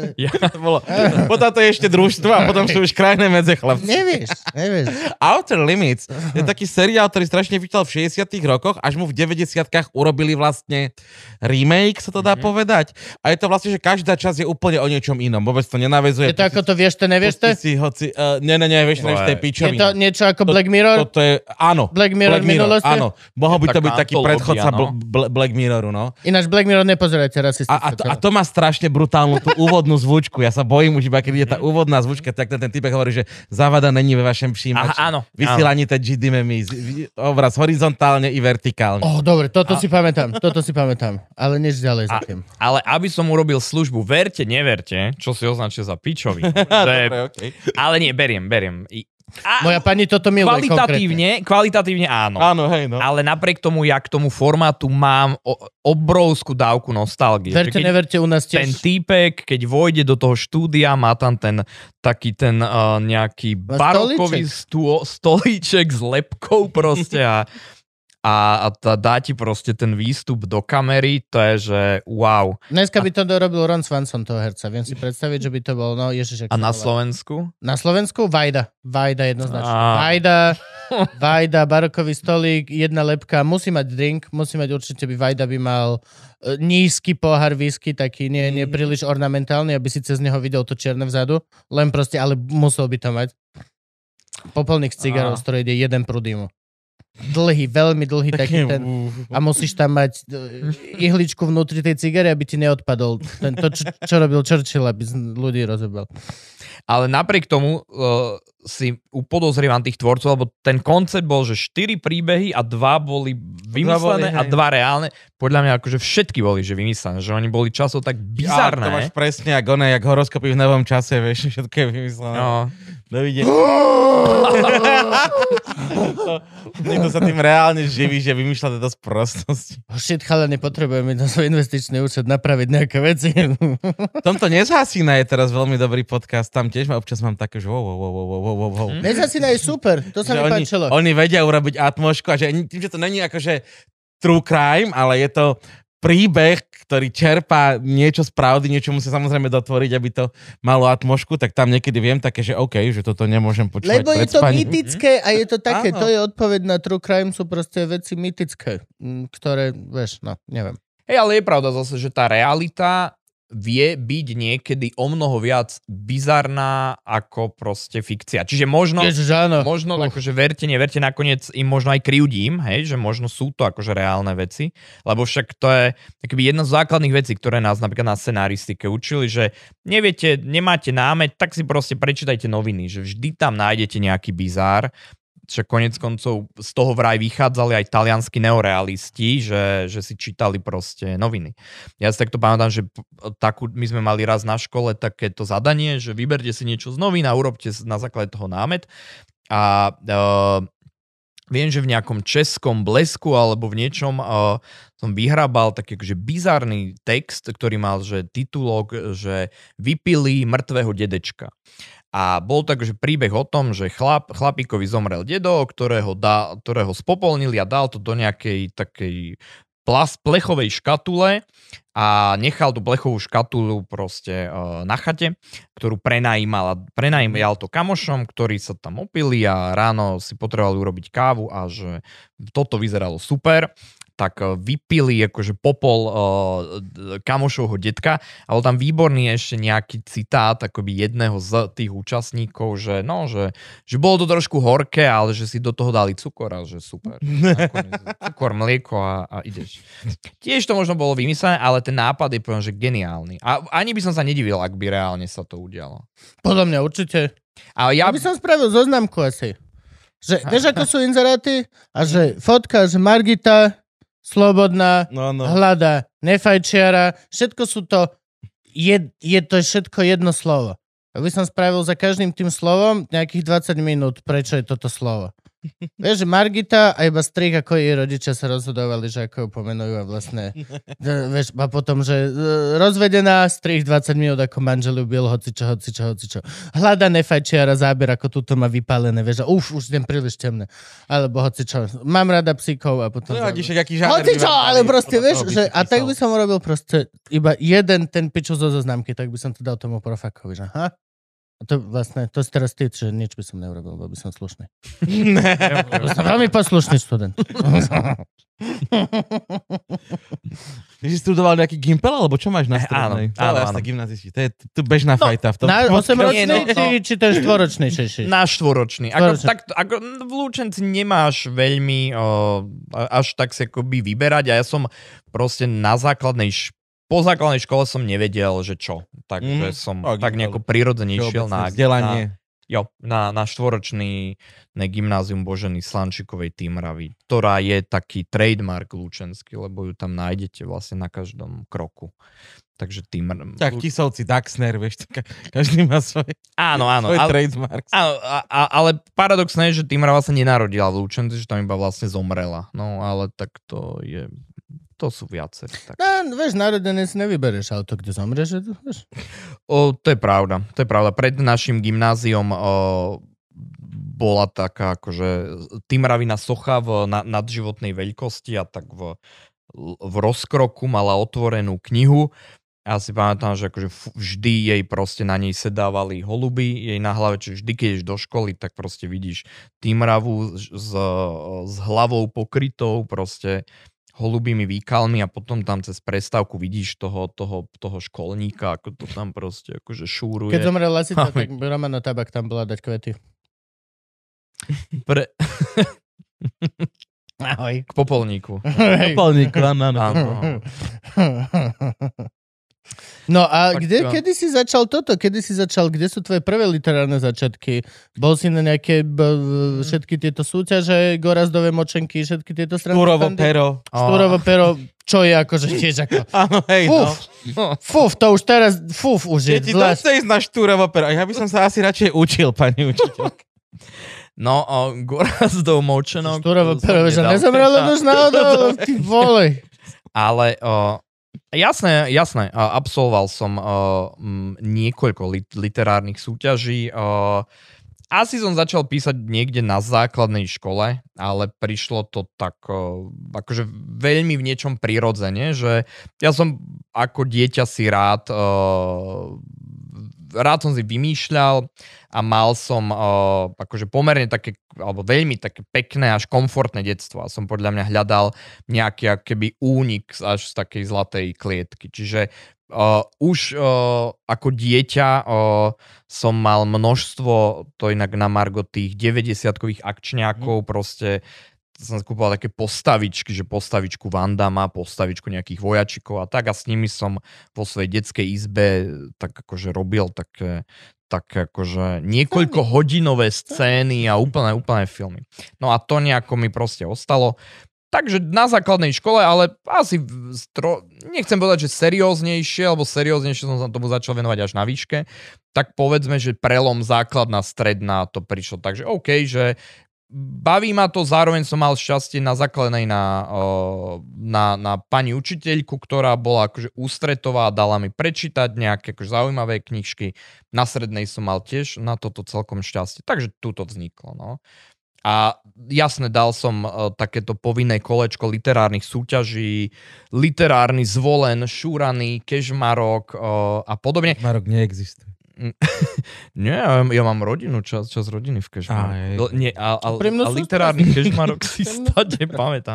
Potom to je ešte družstvo a potom sú už Krajné medze, chlapci. Nevieš. Outer Limits je taký seriál, ktorý strašne vyťal v 60 rokoch, až mu v 90-kách urobili vlastne remake, sa to dá povedať. A je to vlastne, že každá časť je úplne o niečom inom. Vôbec to nenaväzuje. Je to ako to vieš, to nevieš, to? Vieš, v tej pičovine. Je to niečo ako Black Mirror? Toto je, áno. Black Mirror minulosti? Áno. Mohol by to byť taký predchodca Black Mirroru, no. Ináč Black Mirror nepozerajte rasistické. A to má strašne brutálnu tú úvodnú zvučku. Ja sa bojím už iba, keď je tá úvodná zvučka, tak ten typek hovorí, že závada není ve vašem všímači. Áno. Vysielaní teď židíme my. Obraz horizontálne i vertikálne. Dobre, toto si pamätám. Ale nič ďalej za tým. Ale aby som urobil službu, verte, neverte, čo si označil za pičovi. Dobre, okay. Ale nie, beriem. Moja pani toto miluje Kvalitatívne áno. Áno, hej, no. Ale napriek tomu, ja k tomu formátu mám obrovskú dávku nostalgie. Verte, neverte, u nás tiež. Ten týpek, keď vojde do toho štúdia, má tam ten taký ten nejaký barokový stolíček s lepkou proste a dá ti proste ten výstup do kamery, to je, že wow. Dneska by to dorobil Ron Swanson, toho herca. Viem si predstaviť, že by to bol, no ježiš. A na Slovensku? Na Slovensku? Vajda jednoznačne. Vajda, barokový stolík, jedna lepka, musí mať drink, určite Vajda by mal nízky pohár whisky, taký nie príliš ornamentálny, aby si cez neho videl to čierne vzadu, len proste, ale musel by to mať. Popolník z cigarov, z ktorej ide jeden prúd dymu. Dlhý, veľmi dlhý taký ten a musíš tam mať ihličku vnútri tej cigary, aby ti neodpadol to, čo robil Churchill, aby ľudí rozebal. Ale napriek tomu si upodozrievam tých tvorcov, lebo ten koncept bol, že 4 príbehy a 2 boli vymyslené a 2 reálne. Podľa mňa akože všetky boli že vymyslené, že oni boli často tak bizarné. To máš presne, jak horoskopy v novom čase, vieš, všetko je vymyslené. No. Dovidenia. Niekto sa tým reálne živí, že vymýšľa tieto sprostosti. Shit, chalani, potrebujeme na svoj investičný účet napraviť nejaké veci. V tomto Nezhasína je teraz veľmi dobrý podcast, tam tiež občas mám také, že wow. Nezhasína je super, to sa mi páčilo. Oni vedia urobiť atmosféru a že tým, že to není akože true crime, ale je to príbeh, ktorý čerpá niečo z pravdy, niečo musia samozrejme dotvoriť, aby to malo atmosféru, tak tam niekedy viem také, že OK, že toto nemôžem počúvať. Lebo je to mytické a je to také, to je odpoveď na true crime, sú proste veci mytické, ktoré, vieš, no, neviem. Hej, ale je pravda zase, že tá realita vie byť niekedy o mnoho viac bizarná ako proste fikcia. Čiže možno akože verte, neverte, nakoniec im možno aj krivdím, hej, že možno sú to akože reálne veci, lebo však to je akoby jedna z základných vecí, ktoré nás napríklad na scenaristike učili, že neviete, nemáte námet, tak si proste prečítajte noviny, že vždy tam nájdete nejaký bizár. Však konec koncov z toho vraj vychádzali aj talianskí neorealisti, že si čítali proste noviny. Ja si takto pamätám, že my sme mali raz na škole takéto zadanie, že vyberte si niečo z novín a urobte na základe toho námet. A viem, že v nejakom českom Blesku alebo v niečom som vyhrabal taký akože bizarný text, ktorý mal že titulok, že vypili mŕtvého dedečka. A bol tak, že príbeh o tom, že chlapíkovi zomrel dedo, ktorého spopolnili a dal to do nejakej takej plechovej škatule a nechal tú plechovú škatulu proste na chate, ktorú prenajímal to kamošom, ktorí sa tam opili a ráno si potrebovali urobiť kávu a že toto vyzeralo super. Tak vypili akože popol kamošovho detka a bol tam výborný ešte nejaký citát akoby jedného z tých účastníkov, že bolo to trošku horké, ale že si do toho dali cukor a že super. Cukor, mlieko a ideš. Tiež to možno bolo vymyslené, ale ten nápad je poviem, že geniálny. A ani by som sa nedivil, ak by reálne sa to udialo. Podľa mňa určite. A ja by som spravil zoznamku asi. Že, vieš, ako sú inzeráty? A že fotka, že Margita slobodná, hľada, nefajčiara, všetko sú to, je to všetko jedno slovo. Aby som spravil za každým tým slovom nejakých 20 minút, prečo je toto slovo. Vieš, že Margita a iba strich, ako jej rodičia sa rozhodovali, že ako ju pomenujú a vlastne, vieš, a potom, že rozvedená, strich 20 minút, ako manžel ju bil, hocičo. Hľada nefajčiara, záber, ako túto má vypálené, vieš, už idem príliš temné. Alebo hocičo. Mám rada psíkov a potom... Hocičo, ale proste, vieš, že, a tak by som urobil proste iba jeden ten piču zo zoznamky, tak by som to dal tomu profakovi, že aha. A to vlastne, to si teraz ty, že nič by som neurobil, bol by som slušný. Som veľmi poslušný študent. Ty si studoval nejaký gimpel, alebo čo máš na strednej? Áno. Gymnazisti. To je tu bežná fajta. Na 8-ročný, či ten 4-ročný? Na 4-ročný. Ako v Lučenci nemáš veľmi až tak si akoby vyberať a ja som proste po základnej škole som nevedel, že čo. Takže som tak nejako prirodzene išiel na Jo, na štvoročný gymnázium Boženy Slančikovej Týmravy, ktorá je taký trademark lučenský, lebo ju tam nájdete vlastne na každom kroku. Takže Tak Tisovci, Daxner, vieš, každý má svoj trademark. Áno, ale paradoxné je, že Týmrava sa nenarodila v Lučenci, že tam iba vlastne zomrela. No, ale tak to sú viacerí. Tak. No, vieš, narodené si nevybereš auto, kde zomreš. To je pravda. Pred našim gymnáziom bola taká akože Týmravina socha v nadživotnej veľkosti a tak v rozkroku mala otvorenú knihu. Ja si pamätám, že akože vždy jej proste na nej sedávali holuby jej na hlave, čiže vždy, keď ideš do školy, tak proste vidíš Týmravu s hlavou pokrytou proste holubými výkalmi a potom tam cez prestávku vidíš toho školníka, ako to tam proste akože šúruje. Keď zomrel Lasica, tak Romano Tabak tam bola dať kvety. Ahoj. K popolníku. Popolníku, áno. No a kedy si začal toto? Kde sú tvoje prvé literárne začiatky? Bol si na nejaké všetky tieto súťaže, Gorazdové močenky, všetky tieto strany? Štúrovo pero, čo je akože tiež ako... Áno, hej, to už teraz, už je zvlášť. Ti dochce ísť na Štúrovo pero. Ja by som sa asi radšej učil, pani učiteľka. No, Gorazdov močenok... Štúrovo pero, že nezomrelo už náhodou, ty vole. Ale... Jasné. Absolvoval som niekoľko literárnych súťaží. Asi som začal písať niekde na základnej škole, ale prišlo to tak akože veľmi v niečom prirodzene, že ja som ako dieťa si rád som si vymýšľal a mal som akože pomerne také, alebo veľmi také pekné až komfortné detstvo a som podľa mňa hľadal nejaký akoby únik až z takej zlatej klietky. Čiže už ako dieťa som mal množstvo, to inak na margo tých 90-kových akčňákov, proste som skúpoval také postavičky, že postavičku Van Damme, postavičku nejakých vojačikov a tak a s nimi som vo svojej detskej izbe tak akože robil také akože niekoľko hodinové scény a úplne filmy. No a to nejako mi proste ostalo. Takže na základnej škole, ale asi nechcem povedať, že serióznejšie som sa tomu začal venovať až na výške, tak povedzme, že prelom základná, stredná to prišlo. Takže OK, že baví ma to, zároveň som mal šťastie na základnej na pani učiteľku, ktorá bola akože ústretová a dala mi prečítať nejaké akože zaujímavé knižky. Na strednej som mal tiež na toto celkom šťastie. Takže tu to vzniklo. No. A jasne, dal som takéto povinné kolečko literárnych súťaží, literárny zvolen, šúraný, kežmarok a podobne. Kežmarok neexistuje. Nie, ja mám rodinu, čas rodiny v kežmaroku. A literárny kežmarok si stade pamätám.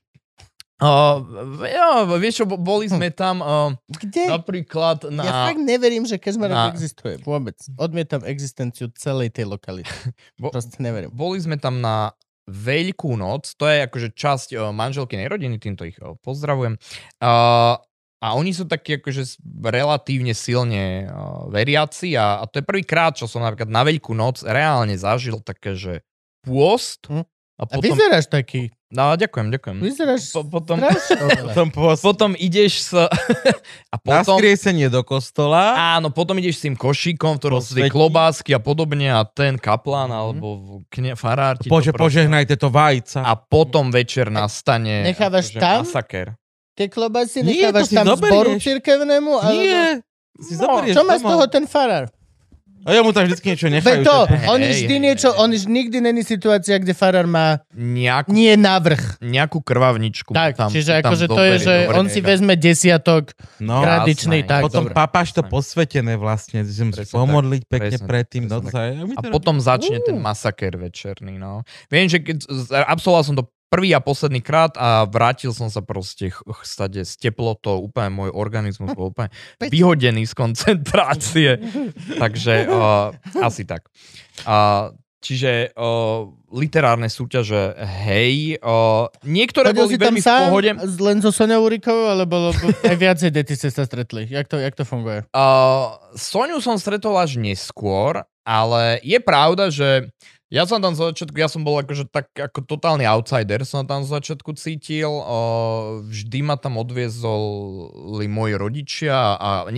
Vieš čo, boli sme tam napríklad na... Ja fakt neverím, že kežmarok existuje vôbec. Odmietam existenciu celej tej lokality. Proste neverím. Boli sme tam na Veľkú noc, to je akože časť manželkynej rodiny, týmto ich pozdravujem. A oni sú takí akože relatívne silne veriaci a to je prvýkrát, čo som napríklad na Veľkú noc reálne zažil také, že pôst. A vyzeráš taký. No, ďakujem. Vyzeráš potom ideš a potom... Na skriesenie do kostola. Áno, potom ideš s tým košíkom, v ktorom sú tie klobásky a podobne a ten kaplán alebo farár ti požehnajte to vajca. A potom večer nastane nechávaš tam? Masaker. Tie klobásy nechávaš tam zboru cirkevnému? Nie. Čo má z toho ten farár? A ja mu tam vždycky niečo nechajú. On nikdy není situácia, kde farár má nie navrch. Nejakú krvavničku. Tak, čiže akože to je, že on si vezme desiatok tradičný. Tak, potom papáš to posvetené vlastne, že musíš pomodliť pekne predtým. A potom začne ten masaker večerný. No. Viem, že keď absolvoval som to prvý a posledný krát a vrátil som sa proste stade s teplotou, úplne môj organizmus bol úplne vyhodený z koncentrácie. Takže asi tak. Čiže literárne súťaže, hej. Niektoré Chodil boli si tam veľmi v sám pohode. len so Soňou Urikovou, alebo aj viacej deti ste sa stretli? Jak to funguje? Soňu som stretol až neskôr, ale je pravda, že ja som tam z začiatku, ja som bol akože tak ako totálny outsider, som tam z začiatku cítil, vždy ma tam odviezoli moji rodičia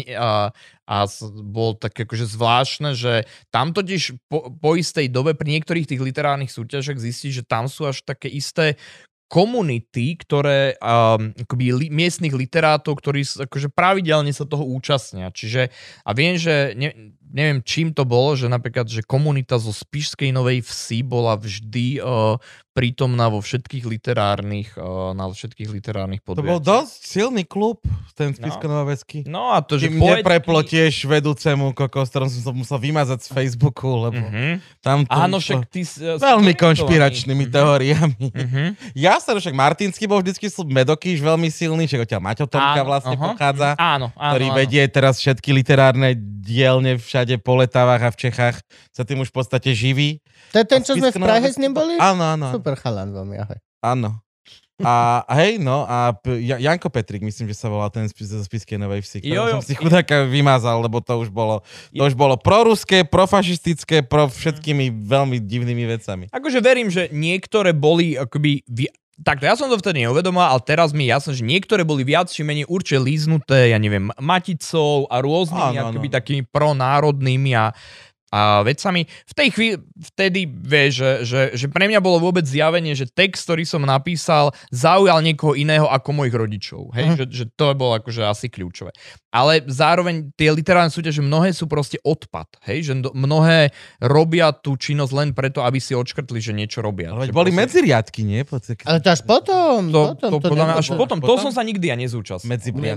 a bol tak akože zvláštne, že tam totiž po istej dobe pri niektorých tých literárnych súťažach zistí, že tam sú až také isté komunity, ktoré akoby miestnych literátov, ktorí akože pravidelne sa toho účastnia. Čiže a viem, že neviem, čím to bolo, že napríklad, že komunita zo Spišskej Novej Vsi bola vždy prítomná vo všetkých literárnych podujatiach. To bol dosť silný klub, ten Spišsko-Novoveský. No a to, že nepreplo tiež vedúcemu kokos, ktorom som sa musel vymazať z Facebooku, lebo tam to áno, však ty veľmi konšpiračnými teóriami. Ja som však Martinsky bol vždycky Medokýš veľmi silný, však odtiaľ Maťo Tomka vlastne pochádza, ktorý vedie teraz všetky literárne dielne všade po Letavách a v Čechách, sa tým už v podstate živí. To je ten, čo sme v Prahe s ním boli? Áno. Super chalan veľmi, ahoj. Áno. A hej, no, a Janko Petrik, myslím, že sa volal ten zo Spišskej Novej Vsi, ktorého som si chudáka vymazal, lebo to už bolo proruské, profašistické, všetkými veľmi divnými vecami. Akože verím, že niektoré boli akoby takto, ja som to vtedy neuvedomoval, ale teraz mi je jasné, že niektoré boli viac či menej určite líznuté, ja neviem, Maticou a rôznymi akoby takými pronárodnými a vecami. V tej chvíli, vtedy vieš, že pre mňa bolo vôbec zjavenie, že text, ktorý som napísal, zaujal niekoho iného ako mojich rodičov. Hej? Že to bolo akože asi kľúčové. Ale zároveň tie literárne súťaže mnohé sú proste odpad. Hej? Že mnohé robia tú činnosť len preto, aby si odškrtli, že niečo robia. Ale boli medziriadky, nie? Ale to až potom. To som sa nikdy nezúčastnil.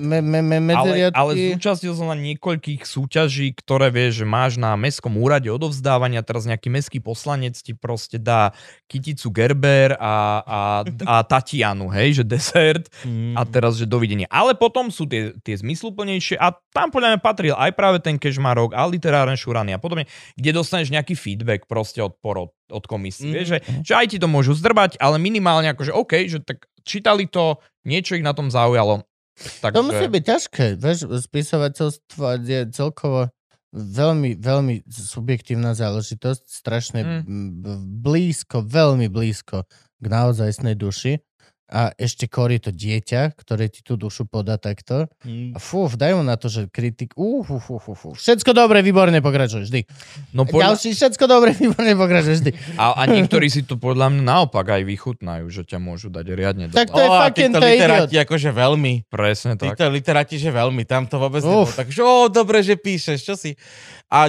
Ale zúčastnil som na niekoľkých súťaží, ktoré vieš, že máš na mestskom úrade odovzdávania, teraz nejaký mestský poslanec ti proste dá kyticu Gerber a Tatianu, hej, že desert a teraz, že dovidenia. Ale potom sú tie zmysluplnejšie a tam podľa mňa patril aj práve ten Kežmarok a literárne šurany a podobne, kde dostaneš nejaký feedback proste od komisie. Vieš, že aj ti to môžu zdrbať, ale minimálne akože OK, že tak čítali to, niečo ich na tom zaujalo. Takže... To musí byť ťažké, vieš, spisovateľstvo je celkovo veľmi, veľmi subjektívna záležitosť, strašne blízko, veľmi blízko k naozajstnej duši. A ešte kori to dieťa, ktoré ti tú dušu podá takto. A daj mu na to, že kritik... Všetko dobre, výborne pokračuješ, vždy. No ďalší, všetko dobre, výborne pokračuješ, vždy. A niektorí si to podľa mňa naopak aj vychutnajú, že ťa môžu dať riadne do... Tak to je fucking to literáti akože veľmi. Presne tak. Títo literáti, že veľmi. Tam to vôbec nebolo. Takže dobre, že píšeš, čo si... A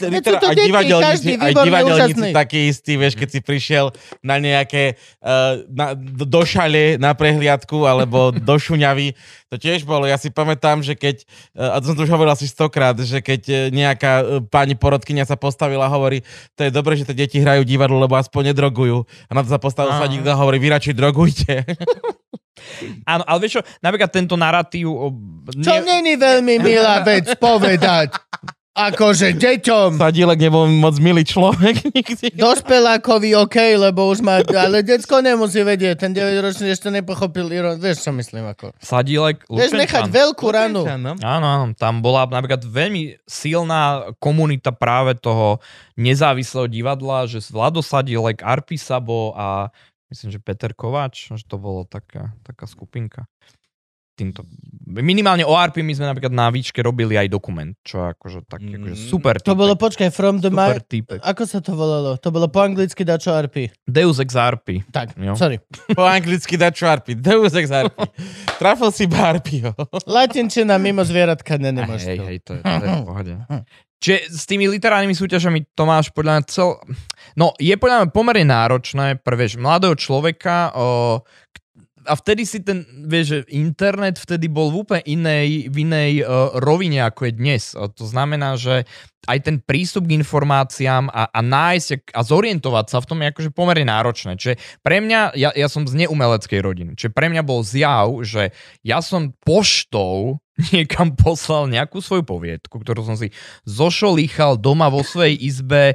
divadelníci takí istí, vieš, keď si prišiel na nejaké do šale na prehliadku alebo do šuňavy, to tiež bolo. Ja si pamätám, že keď, a to som to už hovoril asi 100-krát, že keď nejaká pani porodkyňa sa postavila a hovorí, to je dobré, že tie deti hrajú divadlo, lebo aspoň nedrogujú. A na to sa postavil sa niekto a hovorí, vy radšej drogujte. Áno, ale vieš čo, napríklad tento narratív... Čo není veľmi milá vec povedať? Akože deťom. Sadílek nebol moc milý človek nikdy. Dospelákovi OK, lebo už má... Ale decko nemusí vedieť. Ten 9-ročný ešte nepochopil. Vieš, čo myslím ako. Sadílek, Lučenčan. Vieš nechať veľkú ranu. Áno. Tam bola napríklad veľmi silná komunita práve toho nezávislého divadla, že Vlado Sadílek, Arpi Sabo a myslím, že Peter Kováč, že to bolo taká skupinka. Týmto. Minimálne o Arpi my sme napríklad na výške robili aj dokument, čo akože tak akože super týpek. To bolo, počkaj, From the Mind. Týpek. Ako sa to volalo? To bolo po anglicky dačo Arpi. Deus ex Arpi. Tak, jo. Sorry. Po anglicky dačo Arpi. Deus ex Arpi. Trafil si Arpiho. Latinčina mimo zvieratka nemáš. Hej, to je v pohode. Čiže s tými literárnymi súťažami to máš podľa mňa No, je podľa mňa pomerne náročné pre, vieš, mladého človeka, a vtedy si vieš, že internet vtedy bol v úplne inej rovine, ako je dnes. To znamená, že aj ten prístup k informáciám a nájsť a zorientovať sa v tom je akože pomerne náročné. Čiže pre mňa, ja som z neumeleckej rodiny, čiže pre mňa bol zjav, že ja som poštou niekam poslal nejakú svoju poviedku, ktorú som si zošolíchal doma vo svojej izbe,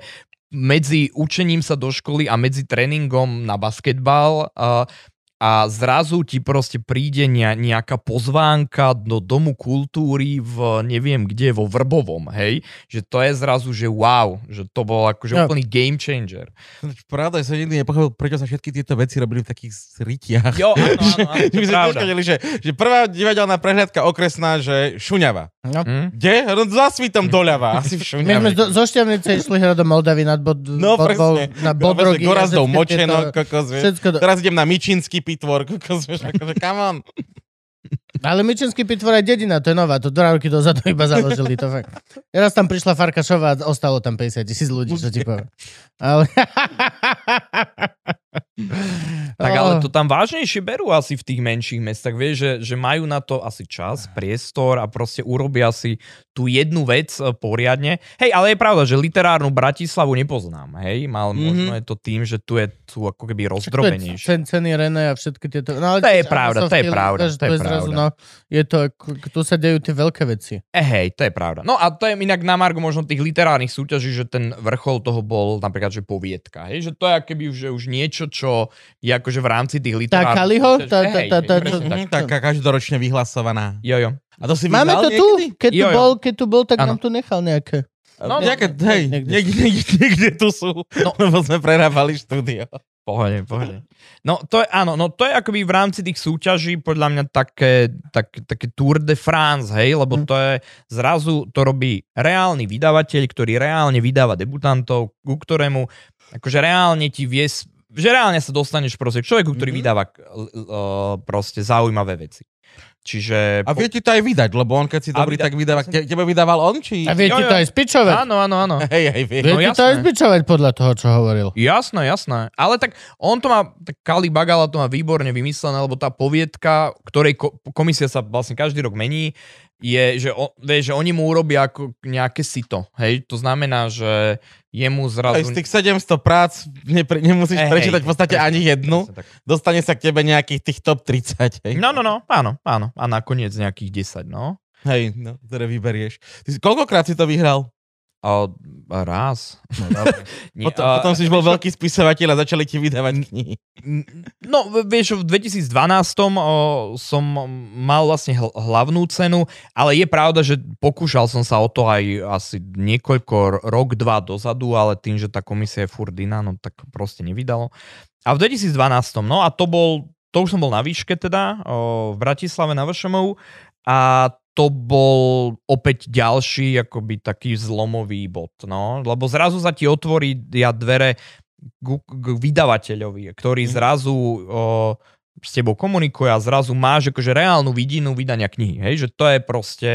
medzi učením sa do školy a medzi tréningom na basketbal a zrazu ti proste príde nejaká pozvánka do Domu kultúry v neviem kde, vo Vrbovom, hej? Že to je zrazu, že wow, že to bol akože úplný game changer. Pravda, ja som nikdy nepochopil, prečo sa všetky tieto veci robili v takých rytiach. Jo, áno, to je pravda. Že prvá divadelná prehliadka okresná, že Šuňava. No. Kde? No za svítom doľava, asi v Šuňave. My sme zo Šťavnice išli hrať do Moldavy na Bodrog. Gorazdov, Močenok, kokos, vieš. Teraz idem na Mičínsky pitvor, kokos, vieš, akože come on. Ale Mičínsky pitvor je dedina, to je nová, to 2 roky dozadu iba založili, to fakt. Raz tam prišla Farkašová a ostalo tam 50 000 ľudí, čo ti poviem. Ale... Tak ale to tam vážnejšie berú asi v tých menších mestách, vieš, že majú na to asi čas, priestor a proste urobia si tú jednu vec poriadne. Hej, ale je pravda, že literárnu Bratislavu nepoznám, hej, možno je to tým, že tu sú ako keby rozdrobenejšie. Ceny René a všetky tieto... No, ale to je pravda. Je to, tu sa dejú tie veľké veci. Hej, to je pravda. No a to je inak na margo možno tých literárnych súťaží, že ten vrchol toho bol napríklad, že poviedka, hej, že to je akoby už niečo, čo je akože v rámci tých literárnych... Tá Kaliho? Taká každoročne vyhlasovaná. Jo. A to si máme to tu? Keď tu bol, tak ano. Nám tu nechal nejaké. No, niekde tu sú, lebo sme prerábali štúdio. Pohode. No to je, áno, to je akoby v rámci tých súťaží podľa mňa také Tour de France, hej, lebo to je, zrazu to robí reálny vydavateľ, ktorý reálne vydáva debutantov, ku ktorému akože reálne ti vie, že reálne sa dostaneš proste k človeku, ktorý vydáva proste zaujímavé veci. Čiže... A vie ti to aj vydať, lebo on keď si dobrý, tak vydáva. Tebe vydával on, či... A vie ti to aj spičovať. Áno. Hej, vie. Vie ti to aj spičovať podľa toho, čo hovoril. Jasné. Ale tak on to má, tak Kali Bagala to má výborne vymyslené, lebo tá poviedka, ktorej komisia sa vlastne každý rok mení, je, že oni mu urobia ako nejaké sito. Hej, to znamená, že jemu zrazu... Aj z tých 700 prác nemusíš prečítať v podstate ani jednu. Dostane sa k tebe nejakých tých top 30. Hej. No, áno. A nakoniec nejakých 10, no. Hej, ktoré vyberieš. Koľkokrát si to vyhral? Raz. No, potom si už bol veľký spisovateľ a začali ti vydávať knihy. No, vieš, v 2012 som mal vlastne hlavnú cenu, ale je pravda, že pokúšal som sa o to aj asi rok, dva dozadu, ale tým, že tá komisia je furt iná, no tak proste nevydalo. A v 2012, no a to už som bol na výške teda, v Bratislave na VŠMU a to bol opäť ďalší akoby taký zlomový bod, no, lebo zrazu sa ti otvorí dvere k vydavateľovi, ktorý zrazu s tebou komunikuje a zrazu máš akože reálnu vidinu vydania knihy, hej, že to je proste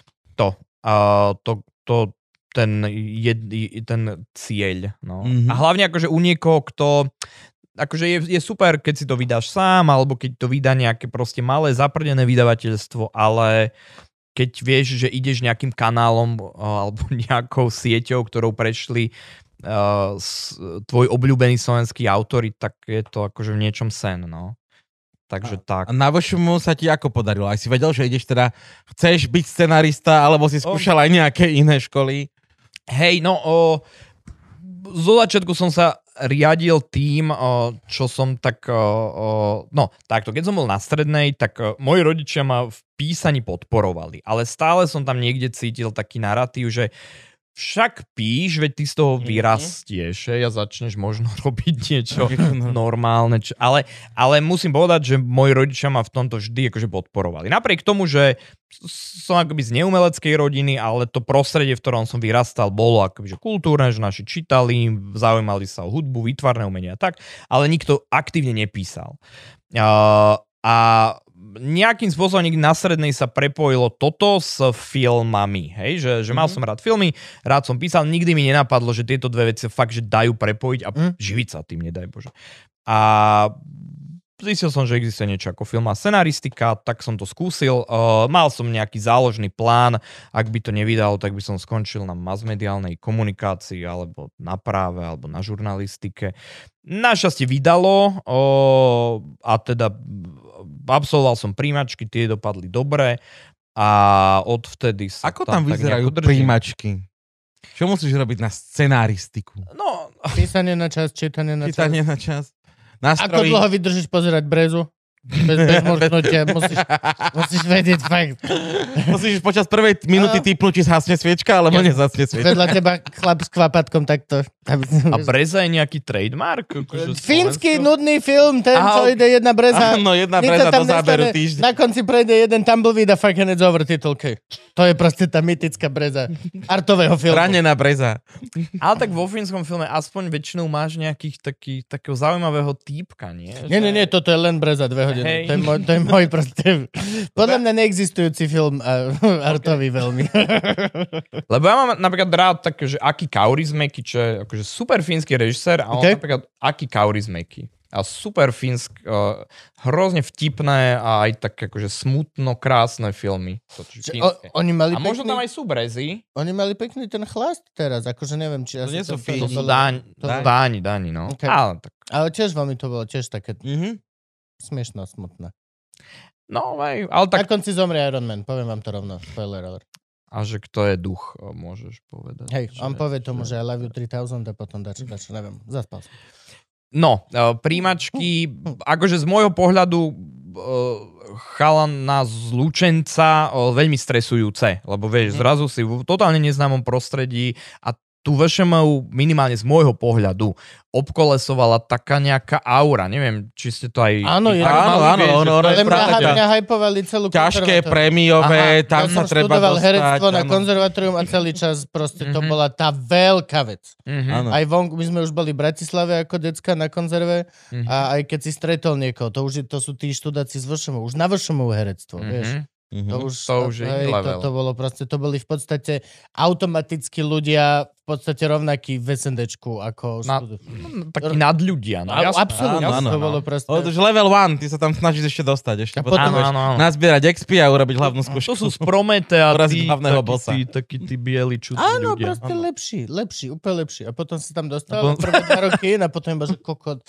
ten cieľ, no. A hlavne akože u niekoho, kto akože je super, keď si to vydáš sám, alebo keď to vydá nejaké proste malé zaprdené vydavateľstvo, ale keď vieš, že ideš nejakým kanálom alebo nejakou sieťou, ktorou prešli tvoj obľúbený slovenský autori, tak je to akože v niečom sen, no. Takže tak. A na VŠMU sa ti ako podarilo? Aj si vedel, že chceš byť scenarista, alebo si skúšal aj nejaké iné školy? Hej, no zo začiatku som sa riadil tým, čo som takto, keď som bol na strednej, tak moji rodičia ma v písaní podporovali, ale stále som tam niekde cítil taký narratív, že však píš, veď ty z toho vyrastieš, a začneš možno robiť niečo normálne. Ale musím povedať, že moji rodičia ma v tomto vždy akože podporovali. Napriek tomu, že som akoby z neumeleckej rodiny, ale to prostredie, v ktorom som vyrastal, bolo akoby že kultúrne, že naši čítali, zaujímali sa o hudbu, výtvarné umenie a tak, ale nikto aktívne nepísal. A nejakým spôsobom na strednej sa prepojilo toto s filmami, hej, že mal som rád filmy, rád som písal, nikdy mi nenapadlo, že tieto dve veci fakt, že dajú prepojiť a živiť sa tým, nedaj Bože. A zistil som, že existuje niečo ako film a scenaristika, tak som to skúsil. Mal som nejaký záložný plán, ak by to nevydalo, tak by som skončil na masmediálnej komunikácii, alebo na práve, alebo na žurnalistike. Našťastie vydalo a teda absolvoval som príjmačky, tie dopadli dobre a odvtedy sa... Ako tam vyzerajú príjmačky? Čo musíš robiť na scenaristiku? No, Písanie na čas, čítanie na čas. Čítanie na čas. Ako Nástroji. dlho vydržíš pozerať Brezu? Bez mrknutia. Musíš vedieť fakt. Musíš počas prvej minúty typnúť, či zhasne sviečka, alebo nezhasne sviečka. Vedľa teba chlap s kvapatkom takto. a Breza je nejaký trademark? Akože Fínsky Slovensko? nudný film, ten, čo ide jedna Breza. Áno, jedna Nič Breza sa tam do záberu nestane. týždeň. Na konci prejde jeden tumbleweed a fucking it's over titulky. To je proste tá mytická Breza artového filmu. Ranená Breza. Ale tak vo fínskom filme aspoň väčšinou máš nejakých takého zaujímavého týpka, nie? Nie, toto je len Breza 2 hodiny. Hej. To je môj proste... Podľa mňa neexistujúci film artový veľmi. Lebo ja mám napríklad rád také, že Aki Kaurismäki, čo je akože super fínsky režisér a on napríklad Aki Kaurismäki. A super fínsk, hrozne vtipné a aj tak akože smutno krásne filmy. Oni mali a možno tam aj sú Brezy. Oni mali pekný ten chlast teraz, akože neviem, či... To nie sú To Fíni. sú Dáni, no. Okay. Ale tiež veľmi to bolo tiež také smiešno, smutné. No, ale tak... Na konci zomrie Iron Man, poviem vám to rovno. Spoiler alert. A že kto je duch, môžeš povedať. Hej, on povie tomu, že I love you 3000 a potom dačo, neviem, zaspal som. No, príjmačky, akože z môjho pohľadu chalan na zlučenca veľmi stresujúce, lebo vieš, zrazu si v totálne neznámom prostredí a tú VŠMU minimálne z môjho pohľadu obkolesovala taká nejaká aura. Neviem, či ste to aj... Áno, mňa hypovali celú ťažké, prémiové, tam sa treba študoval dostať. herectvo na konzervatórium a celý čas proste to bola tá veľká vec. Aj vonku, my sme už boli v Bratislave ako decka na konzerve a aj keď si stretol niekoho, to sú tí študáci z VŠMU, už na VŠMU herectvo, vieš. To už je level. To bolo proste, to boli v podstate automaticky ľudia v podstate rovnakí v SNDčku ako... Takí nadľudia, no jasné. Absolútne, to bolo proste... To už level 1, ty sa tam snažíš ešte dostať. Ešte potom nazbierať XP a urobiť hlavnú skúšku. To sú z Prometea, takí tí bieli čudní áno, ľudia. proste lepší, úplne lepší. A potom si tam dostal prvé 2 roky a potom iba, že kokot.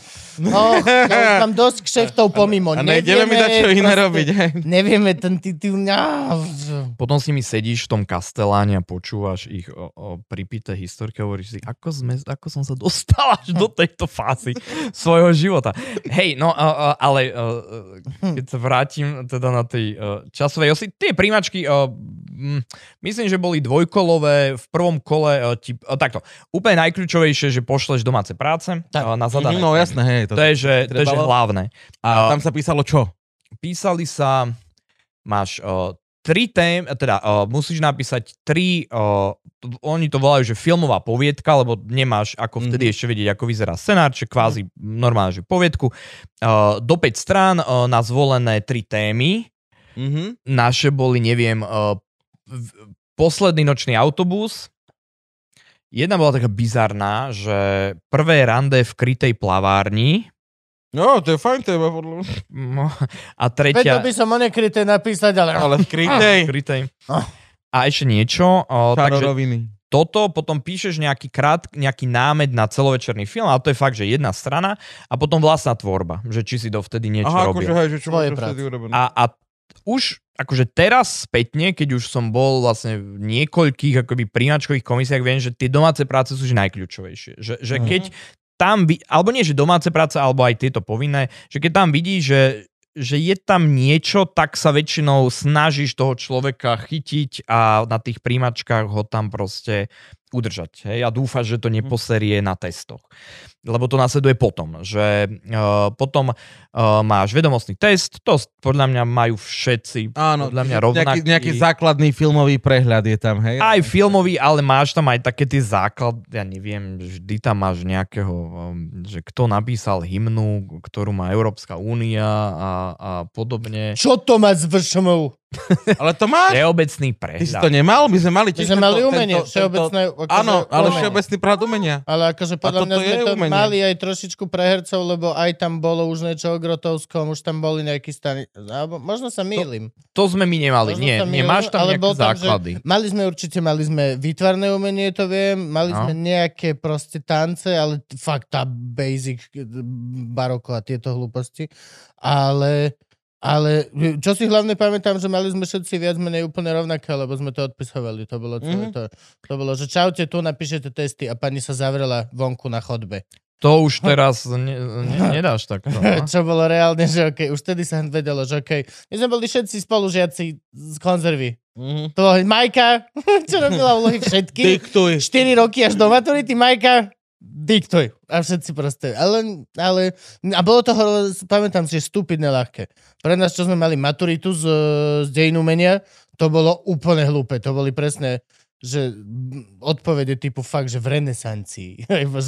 Tam dosť kšeftov pomimo. A nejdeme mi dať čo iné robiť. Nevieme, ten Potom si mi sedíš v tom kasteláne a počúvaš ich pripité historky a hovoríš si, ako som sa dostal až do tejto fázy svojho života. Hej, no ale keď sa vrátim teda na tej časovej osi, tie príjmačky myslím, že boli dvojkolové, v prvom kole takto, úplne najkľúčovejšie, že pošleš domáce práce na zadané. No jasné, hej. To je, že hlavné. A tam sa písalo čo? Písali sa, máš 3 tém, teda musíš napísať 3, oni to volajú, že filmová poviedka, lebo nemáš ako vtedy ešte vedieť, ako vyzerá scenár, čiže kvázi normálne, že poviedku. Do 5 strán na zvolené 3 témy. Naše boli, neviem, Posledný nočný autobus. Jedna bola taká bizarná, že prvé rande v krytej plavárni. No, to je fajn téma. A tretia... Veď to by som nekryté napísať, ale v krytej. Krytej. A ešte niečo. Takže roviny. toto, potom píšeš nejaký námed na celovečerný film, ale to je fakt, že jedna strana a potom vlastná tvorba, že či si dovtedy niečo robil. Akože, hej, že čo máš vtedy urobené. A už akože teraz spätne, keď už som bol vlastne v niekoľkých akoby príjmačkových komisiách, viem, že tie domáce práce sú najkľúčovejšie. Že keď tam, alebo nie, že domáce práce, alebo aj tieto povinné, že keď tam vidíš, že je tam niečo, tak sa väčšinou snažíš toho človeka chytiť a na tých príjmačkách ho tam proste udržať. Hej? A dúfaš, že to neposerie na testoch. Lebo to nasleduje potom, že potom máš vedomostný test, to podľa mňa majú všetci, áno, podľa mňa rovnaký. Nejaký základný filmový prehľad je tam, hej? Aj filmový, ale máš tam aj také tie základ, ja neviem, vždy tam máš nejakého, že kto napísal hymnu, ktorú má Európska únia a podobne. Čo to má z VŠMU? Ale to máš? Všeobecný prehľad. Ty si to nemal? My sme mali tiež umenie, všeobecné. Áno, ale všeobecný prehľad umenia. Ale akože podľa mňa sme to mali aj trošičku pre hercov, lebo aj tam bolo už niečo o Grotovskom, už tam boli nejakí stani... Možno sa mýlim. To sme my nemali, nie. Nemáš tam nejaké základy. Mali sme výtvarné umenie, to viem, mali sme nejaké proste tance, ale fakt tá basic baroko a tieto hlúposti. Ale Ale čo si hlavne pamätám, že mali sme všetci viac menej úplne rovnaké, lebo sme to odpisovali. To bolo celé to bolo, že čaute, tu napíšete testy a pani sa zavrela vonku na chodbe. To už teraz nedáš takto. No? Čo bolo reálne, že okej, už vtedy sa vedelo, že okej. My sme boli všetci spolužiaci z konzervy. To bolo Majka, čo robila úlohy všetky. Diktuj. 4 roky až do maturity, Majka, diktuj. A všetci proste. Ale a bolo to, pamätám si, že stupidne ľahké. Pre nás, čo sme mali maturitu z dejín umenia, to bolo úplne hlúpe. To boli presne, že odpovede typu fakt, že v renesancii.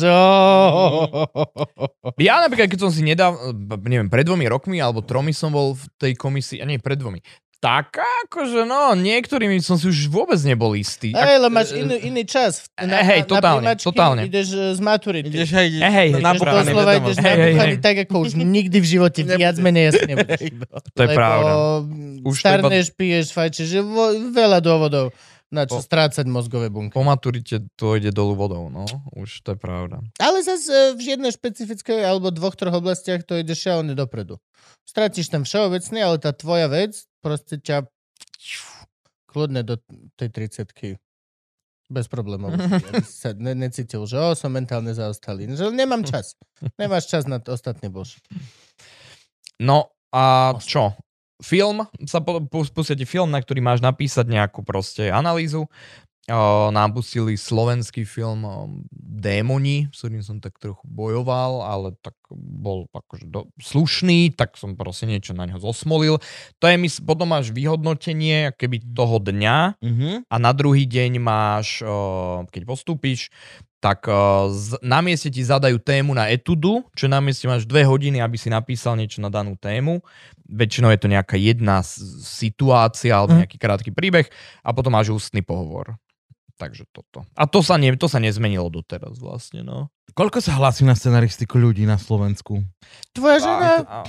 Ja napríklad, keď som si neviem, pred 2 rokmi alebo 3 som bol v tej komisii, a nie pred 2. Tak akože niektorými som si už vôbec nebol istý. Ale máš iný čas. Totálne. Ideš z maturity. Ideš nabuchaný, tak ako už nikdy v živote viac menej jasne nebudeš. To je pravda. Už starneš, piješ, fajčeš, veľa dôvodov, na čo strácať mozgové bunky. Po maturite to ide dolu vodou, no. Už to je pravda. Ale zase v jednej špecifickej alebo 2-3 oblastiach to ide šialené dopredu. Stratíš tam všeobecne, ale tá tvoja vec proste ťa kľudne do tej 30-ky bez problémov. Ja sa necítil, že som mentálne zaostalý. Že nemám čas. Nemáš čas na ostatné bož. No a čo? Film, spustíte film, na ktorý máš napísať nejakú proste analýzu. Nám pustili slovenský film Démoni, s ktorým som tak trochu bojoval, ale tak bol akože slušný, tak som proste niečo na ňo zosmolil. To je, potom máš vyhodnotenie keby toho dňa a na druhý deň máš, keď postúpiš, tak na mieste ti zadajú tému na etudu, čo na mieste máš 2 hodiny, aby si napísal niečo na danú tému. Väčšinou je to nejaká jedna situácia alebo nejaký krátky príbeh a potom máš ústny pohovor. Takže toto. A to sa nezmenilo doteraz vlastne, no. Koľko sa hlasí na scenaristiku ľudí na Slovensku? Tvoja žena?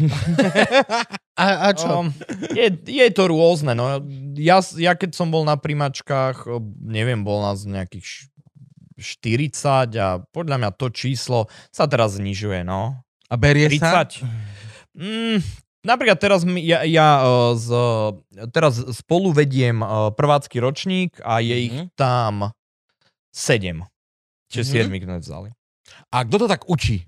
A čo? Je to rôzne, no. Ja keď som bol na primačkách, neviem, bol nás nejakých 40 a podľa mňa to číslo sa teraz znižuje, no. A berie 30. sa? Napríklad teraz teraz spolu vediem prvácky ročník a je ich tam 7. Čiže 7 sme vzali. A kto to tak učí?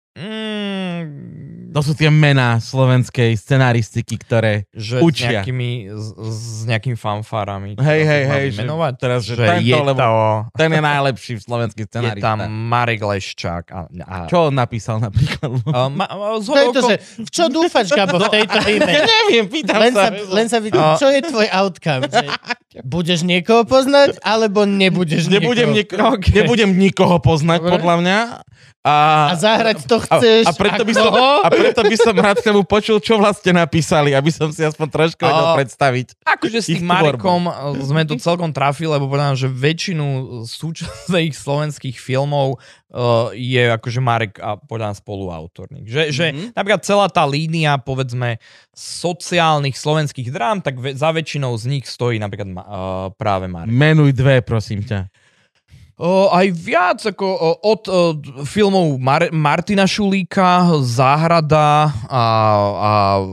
To sú tie mená slovenskej scenaristiky, ktoré učia. S nejakými fanfárami. Hej, menovať. Teraz, že ten je najlepší slovenský scenarista. Je tam Marek Leščák. Čo on napísal napríklad? V čo dúfaš, Gabo, v tejto ime? Ja neviem, pýtam sa. Len sa vidím, čo je tvoj outcome? Budeš niekoho poznať, alebo nebudeš Nebudem nikoho poznať, podľa mňa. A zahrať to chceš. A preto by som rád k tomu počul, čo vlastne napísali, aby som si aspoň trošku vedel predstaviť. Akože s tým Marekom sme to celkom trafili, lebo povedám, že väčšinu súčasných slovenských filmov je akože Marek a podľa spoluautorník. Že napríklad celá tá línia, povedzme, sociálnych slovenských drám, tak za väčšinou z nich stojí napríklad práve Marek. Menuj 2, prosím ťa. Aj viac, ako od filmov Martina Šulíka, Záhrada a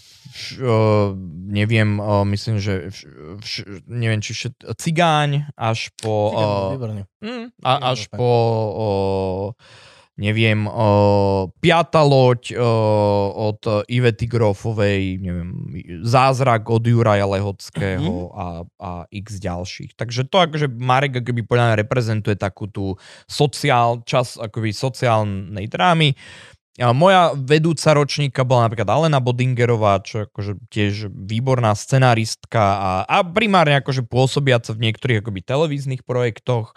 neviem, myslím, že neviem, či Cigáň až po až po neviem, Piata loď od Ivety Grofovej, neviem, Zázrak od Juraja Lehockého a x ďalších. Takže to akože Marek akoby podľa mňa reprezentuje takú tú akoby sociálnej drámy. Moja vedúca ročníka bola napríklad Alena Bodingerová, čo akože tiež výborná scenaristka a primárne akože pôsobiaca v niektorých akoby televíznych projektoch.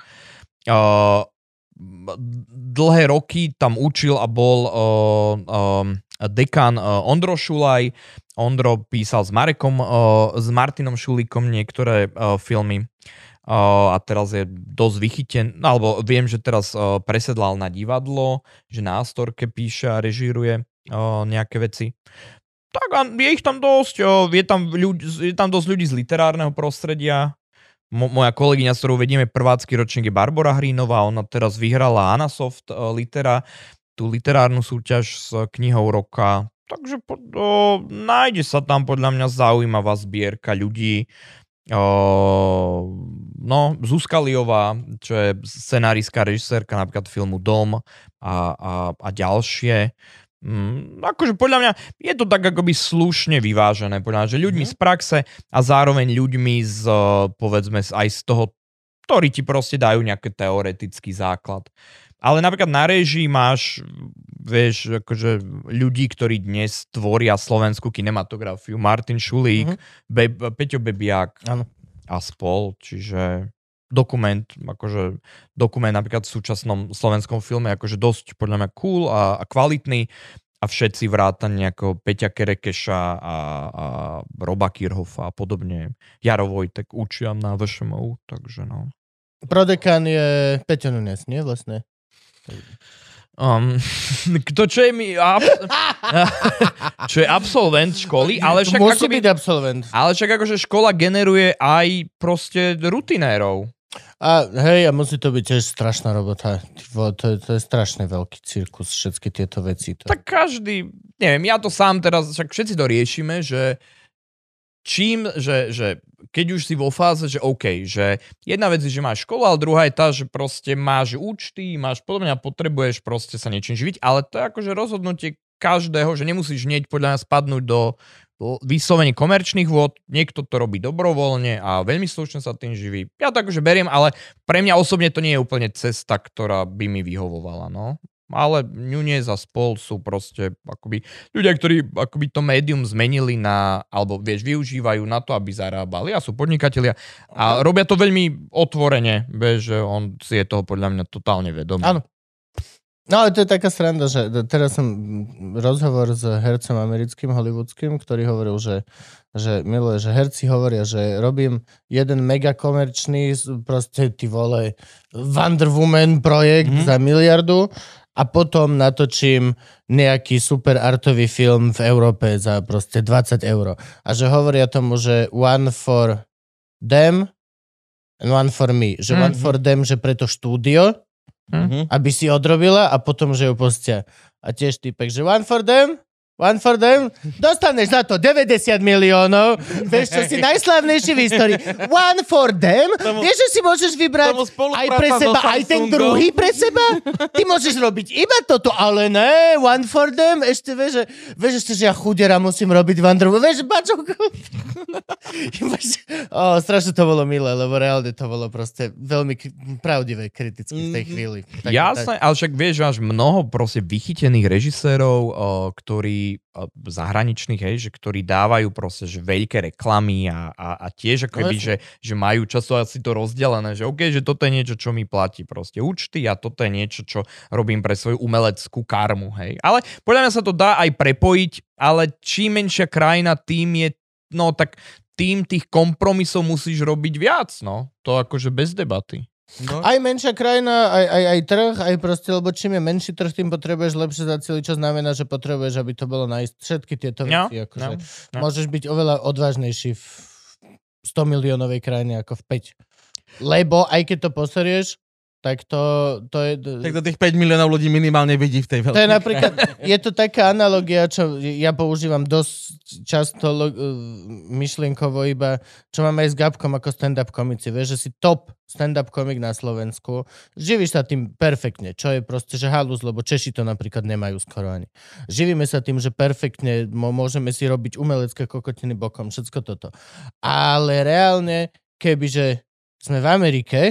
Dlhé roky tam učil a bol dekan Ondro Šulaj. Ondro písal s Martinom Šulíkom niektoré filmy a teraz je dosť vychytený, alebo viem, že teraz presedlal na divadlo, že na Astorke píše a režíruje nejaké veci. Tak a je ich tam dosť, je tam dosť ľudí z literárneho prostredia. Moja kolegyňa, s ktorou vedieme prvácky ročník, je Barbora Hrínová. Ona teraz vyhrala Anasoft Litera, tú literárnu súťaž s knihou roka. Takže nájde sa tam podľa mňa zaujímavá zbierka ľudí. Zuzka Liová, čo je scenáristka, režisérka napríklad filmu Dom a ďalšie. Akože podľa mňa je to tak akoby slušne vyvážené, podľa mňa, že ľuďmi z praxe a zároveň ľuďmi povedzme aj z toho, ktorí ti proste dajú nejaký teoretický základ. Ale napríklad na réžii máš, vieš, akože ľudí, ktorí dnes tvoria slovenskú kinematografiu. Martin Šulík, Peťo Bebiak a spol, čiže dokument napríklad v súčasnom slovenskom filme akože dosť podľa mňa cool a kvalitný a všetci vrátane ako Peťa Kerekeša a Roba Kirchhoffa a podobne. Jaro Vojtek učia na VŠMU, takže no. Prodekán je Peťo Nunes, nie vlastne? Čo je absolvent školy, ale však musí byť absolvent. Ale však akože škola generuje aj proste rutinérov. A musí to byť tiež strašná robota. To je strašne veľký cirkus, všetky tieto veci. Tak každý, neviem, ja to sám teraz, však všetci to riešime, že že keď už si vo fáze, že OK, že jedna vec je, že máš školu, ale druhá je tá, že proste máš účty, máš podobne a potrebuješ proste sa niečím živiť, ale to je akože rozhodnutie každého, že nemusíš hneď podľa mňa spadnúť do vyslovene komerčných vôd, niekto to robí dobrovoľne a veľmi slušne sa tým živí. Ja to akože beriem, ale pre mňa osobne to nie je úplne cesta, ktorá by mi vyhovovala, no. Ale Nunez a spol sú proste akoby ľudia, ktorí akoby to médium zmenili alebo vieš, využívajú na to, aby zarábali a sú podnikatelia a robia to veľmi otvorene, vieš, že on si je toho podľa mňa totálne vedomý. Áno. No ale to je taká sranda, že teraz som rozhovor s hercom americkým, hollywoodským, ktorý hovoril, že miluje, že herci hovoria, že robím jeden mega komerčný, proste ty vole Wonder Woman projekt za miliardu a potom natočím nejaký super artový film v Európe za proste 20 €. A že hovoria tomu, že one for them and one for me. Že one for them, že pre to štúdio, aby si odrobila a potom, že ju postia. A tiež typek, že one for them, dostaneš za to 90 miliónov, vieš, čo si najslavnejší v histórii. One for them, vieš, že si môžeš vybrať aj pre seba, aj ten druhý pre seba. Ty môžeš robiť iba toto, ale ne, one for them, ešte vieš, že ja chudera musím robiť Wonder Woman, vieš, bačovku. Strašne to bolo milé, lebo reálne to bolo proste veľmi pravdivé, kritické v tej chvíli. Jasné, ale však vieš, máš mnoho proste vychytených režisérov, ktorí zahraničných, že ktorí dávajú proste že veľké reklamy a tiež ako keby, že majú často asi to rozdelené, že OK, že toto je niečo, čo mi platí proste účty a toto je niečo, čo robím pre svoju umeleckú karmu, hej. Ale podľa mňa sa to dá aj prepojiť, ale čím menšia krajina, tým je, no tak tým tých kompromisov musíš robiť viac, no. To akože bez debaty. No. Aj menšia krajina, aj trh, aj proste, lebo čím je menší trh, tým potrebuješ lepšie zacieliť, čo znamená, že potrebuješ, aby to bolo nájsť všetky tieto veci. No. Môžeš byť oveľa odvážnejší v 100 miliónovej krajine ako v 5. Lebo aj keď to poserieš, tak to je... Tak to tých 5 miliónov ľudí minimálne vidí v tej veľkej. To je napríklad, je to taká analogia, čo ja používam dosť často myšlienkovo iba, čo mám aj s Gabkom ako stand-up komici. Vieš, že si top stand-up komik na Slovensku. Živíš sa tým perfektne, čo je proste, že halus, lebo Češi to napríklad nemajú skoro ani. Živíme sa tým, že perfektne môžeme si robiť umelecké kokotiny bokom, všetko toto. Ale reálne, kebyže sme v Amerike,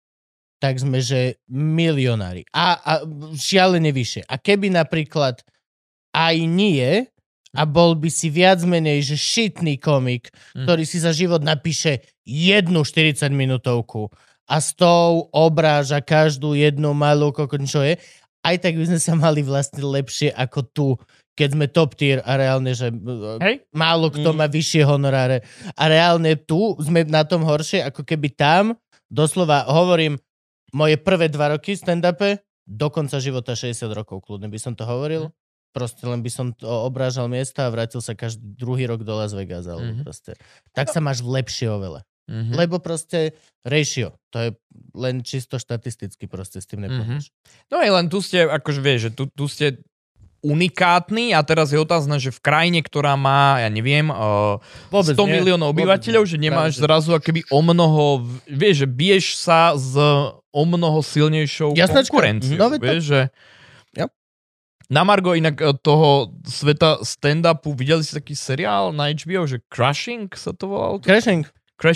tak sme, že milionári. A šialene vyššie. A keby napríklad aj nie, a bol by si viac menej, že šitný komik, ktorý si za život napíše jednu 40-minútovku a s tou obráža každú jednu malú kokotinu, čo je, aj tak by sme sa mali vlastne lepšie ako tu, keď sme top tier a reálne, že málo kto má vyššie honoráre. A reálne tu sme na tom horšie, ako keby tam, doslova hovorím, moje prvé 2 roky stand-upe, do konca života 60 rokov, kľudne by som to hovoril. Proste len by som to obrážal miesta a vrátil sa každý druhý rok do Las Vegas. Proste. Tak sa máš lepšie oveľa. Lebo proste ratio, to je len čisto štatisticky proste s tým nepomôžeš. No aj len tu ste, akože vieš, že tu ste unikátny a teraz je otázne, že v krajine, ktorá má, ja neviem, 100 miliónov obyvateľov, že nemáš zrazu akoby o mnoho, vieš, že biješ sa s o mnoho silnejšou konkurenciou. Vieš, že... Na margo inak toho sveta stand-upu, videli si taký seriál na HBO, že Crushing sa to volalo? Crashing.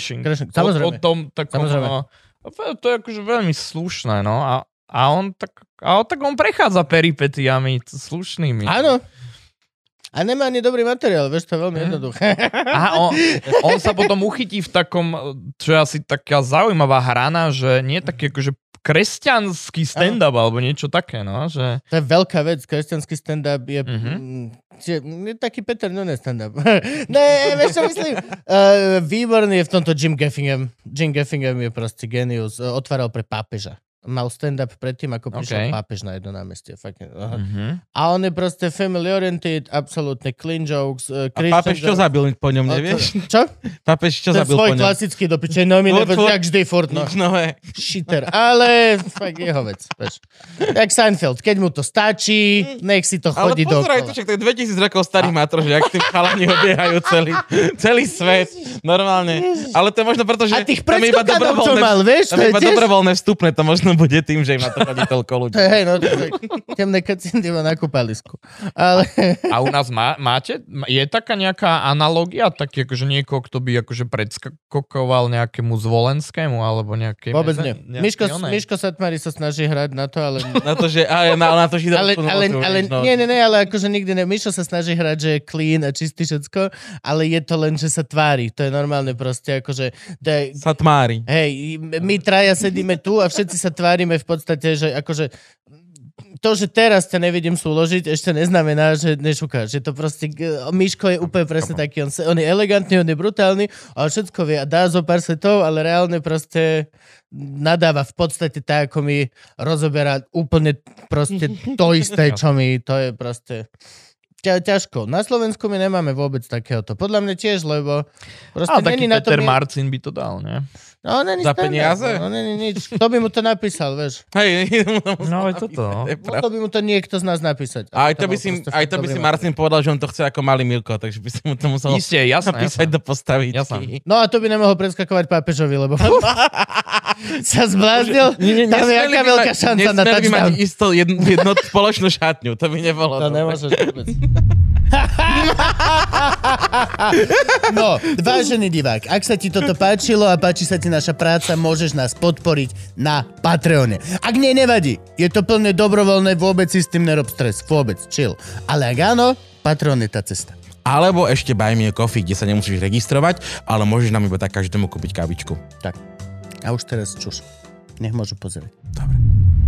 O Samozrejme. tom takom, to je akože veľmi slušné, no. A on prechádza peripetiami slušnými. Áno. A nemá ani dobrý materiál, vieš, to je veľmi jednoduché. Aha, on sa potom uchytí v takom, čo je asi taká zaujímavá hrana, že nie je taký akože kresťanský stand-up, alebo niečo také, no, že... To je veľká vec, kresťanský stand-up je... je taký Peter Nunes stand-up. Ne, vieš čo myslím? Výborný je v tomto Jim Gaffigan. Jim Gaffigan je proste genius. Otváral pre pápeža. Mal stand-up predtým, ako prišiel pápež na jedno námestie. A on je proste family oriented, absolútne clean jokes. A pápež čo zabil po ňom, nevieš? Čo? Pápež čo zabil po ňom? Svoj klasický dopičej nomine, jak vždy furt, no. Shitter, ale fakt jeho vec. Jak Seinfeld, keď mu to stačí, nech si to chodí dokola. Ale pozeraj, to však tak 2000 rokov starý matro, že jak tí chalani obiehajú celý svet. Normálne. Ale to je možno preto, že... A tých predskokadov, čo mal, vieš? To je iba dobrovoľné vstupné, to možno bude tým, že im na to chodí toľko ľudí. Hej, no, temné kacindy na kúpalisku. Ale... A u nás máte? Je taká nejaká analogia? Taký akože niekoho, kto by akože predskakoval nejakému Zvolenskému, alebo nejaké... Vôbec nie. Miško Satmári sa snaží hrať na to, ale... Na to, že... na to židovskú nie, ale akože nikdy ne. Mišo sa snaží hrať, že je clean a čistý všetko, ale je to len, že sa tvári. To je normálne proste, akože... Sa tmári. Hej, my traja sedíme tu a všetci sa tvárime v podstate, že akože to, že teraz ťa nevidím súložiť, ešte neznamená, že nešukáš. Že to proste, Miško je úplne presne taký, on je elegantný, on je brutálny, ale všetko vie a dá zo pár svetov, ale reálne proste nadáva v podstate tak, ako mi rozoberá úplne proste to isté, čo mi, to je proste... ťažko. Na Slovensku my nemáme vôbec takéhoto. Podľa mňa tiež, lebo proste ale taký na Peter Marcin by to dal, ne? No, není za peniaze? No, není nič. Kto by mu to napísal, vieš? Hej, no je toto. Mohol by mu to niekto z nás napísať. Aj to by si Marcin povedal, že on to chce ako malý Milko, takže by si mu to musel napísať do postavičky. No a to by nemohol preskakovať pápežovi, lebo sa zbláznil. Tam je aká veľká šanca na touchdown. Nesmieli by mať jednu spoločnú šatňu, to by nebolo. To nemôžeš vôbec. No, vážený divák, ak sa ti toto páčilo a páči sa ti naša práca, môžeš nás podporiť na Patreone. Ak nie, nevadí. Je to plne dobrovoľné, vôbec si s tým nerob stres. Vôbec, chill. Ale ak áno, Patreon je tá cesta. Alebo ešte Buy Me a Coffee, kde sa nemusíš registrovať, ale môžeš nám iba tak každému kúpiť kávičku. Tak. A už teraz čuš. Nech môžu pozerať. Dobre.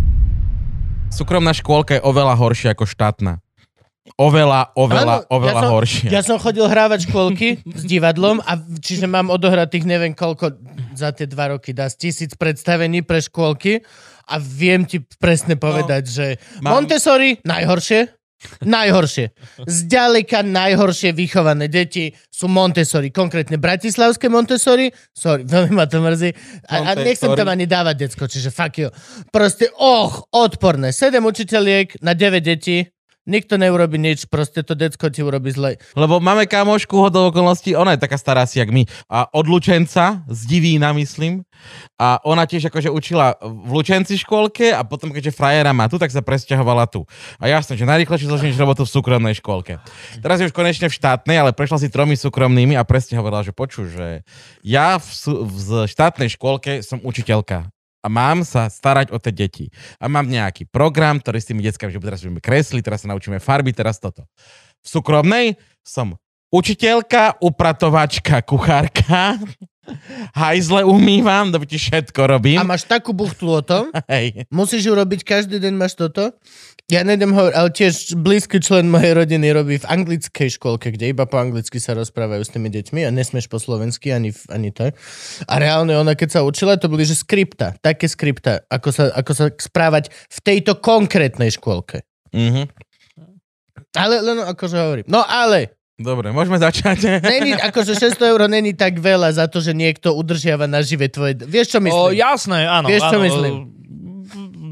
Súkromná škôlka je oveľa horšia ako štátna. Oveľa horšie. Ja som chodil hrávať škôlky s divadlom a čiže mám odohratých neviem koľko za tie 2 roky dá 1000 predstavení pre škôlky a viem ti presne povedať, že Montessori najhoršie. Zďaleka najhoršie vychované deti sú Montessori. Konkrétne bratislavské Montessori. Sorry, veľmi ma to mrzí. A nechcem tam ani dávať decko, čiže fuck you. Proste, odporné. 7 učiteľiek na 9 detí. Nikto neurobi nič, proste to decko ti urobí zle. Lebo máme kamošku hodou okolností, ona je taká stará si jak my. A od Lučenca, z Divína myslím. A ona tiež akože učila v Lučenci škôlke a potom keďže frajera má tu, tak sa presťahovala tu. A jasné, že najrýchlejšie zložíš robotu v súkromnej škôlke. Teraz je už konečne v štátnej, ale prešla si 3 súkromnými a presťahovala, že že ja v štátnej škôlke som učiteľka. A mám sa starať o tie deti. A mám nejaký program, ktorý s tými deckami, že teraz budeme kresliť, teraz sa naučíme farby, teraz toto. V súkromnej som učiteľka, upratovačka, kuchárka, hajzle umývam, ti všetko robím. A máš takú buchtu o tom? Hej. Musíš ju robiť, každý deň máš toto? Ja nejdem hovoriť, ale tiež blízky člen mojej rodiny robí v anglickej škôlke, kde iba po anglicky sa rozprávajú s tými deťmi a nesmieš po slovensky ani to. A reálne ona, keď sa učila, to boli, že skripta, také skripta, ako sa správať v tejto konkrétnej škôlke. Mhm. Ale len akože hovorím. No ale... Dobre, môžeme začať. Není, akože 600 € není tak veľa za to, že niekto udržiava nažive tvoje... Vieš, čo myslím? Jasné, áno. Vieš, čo myslím?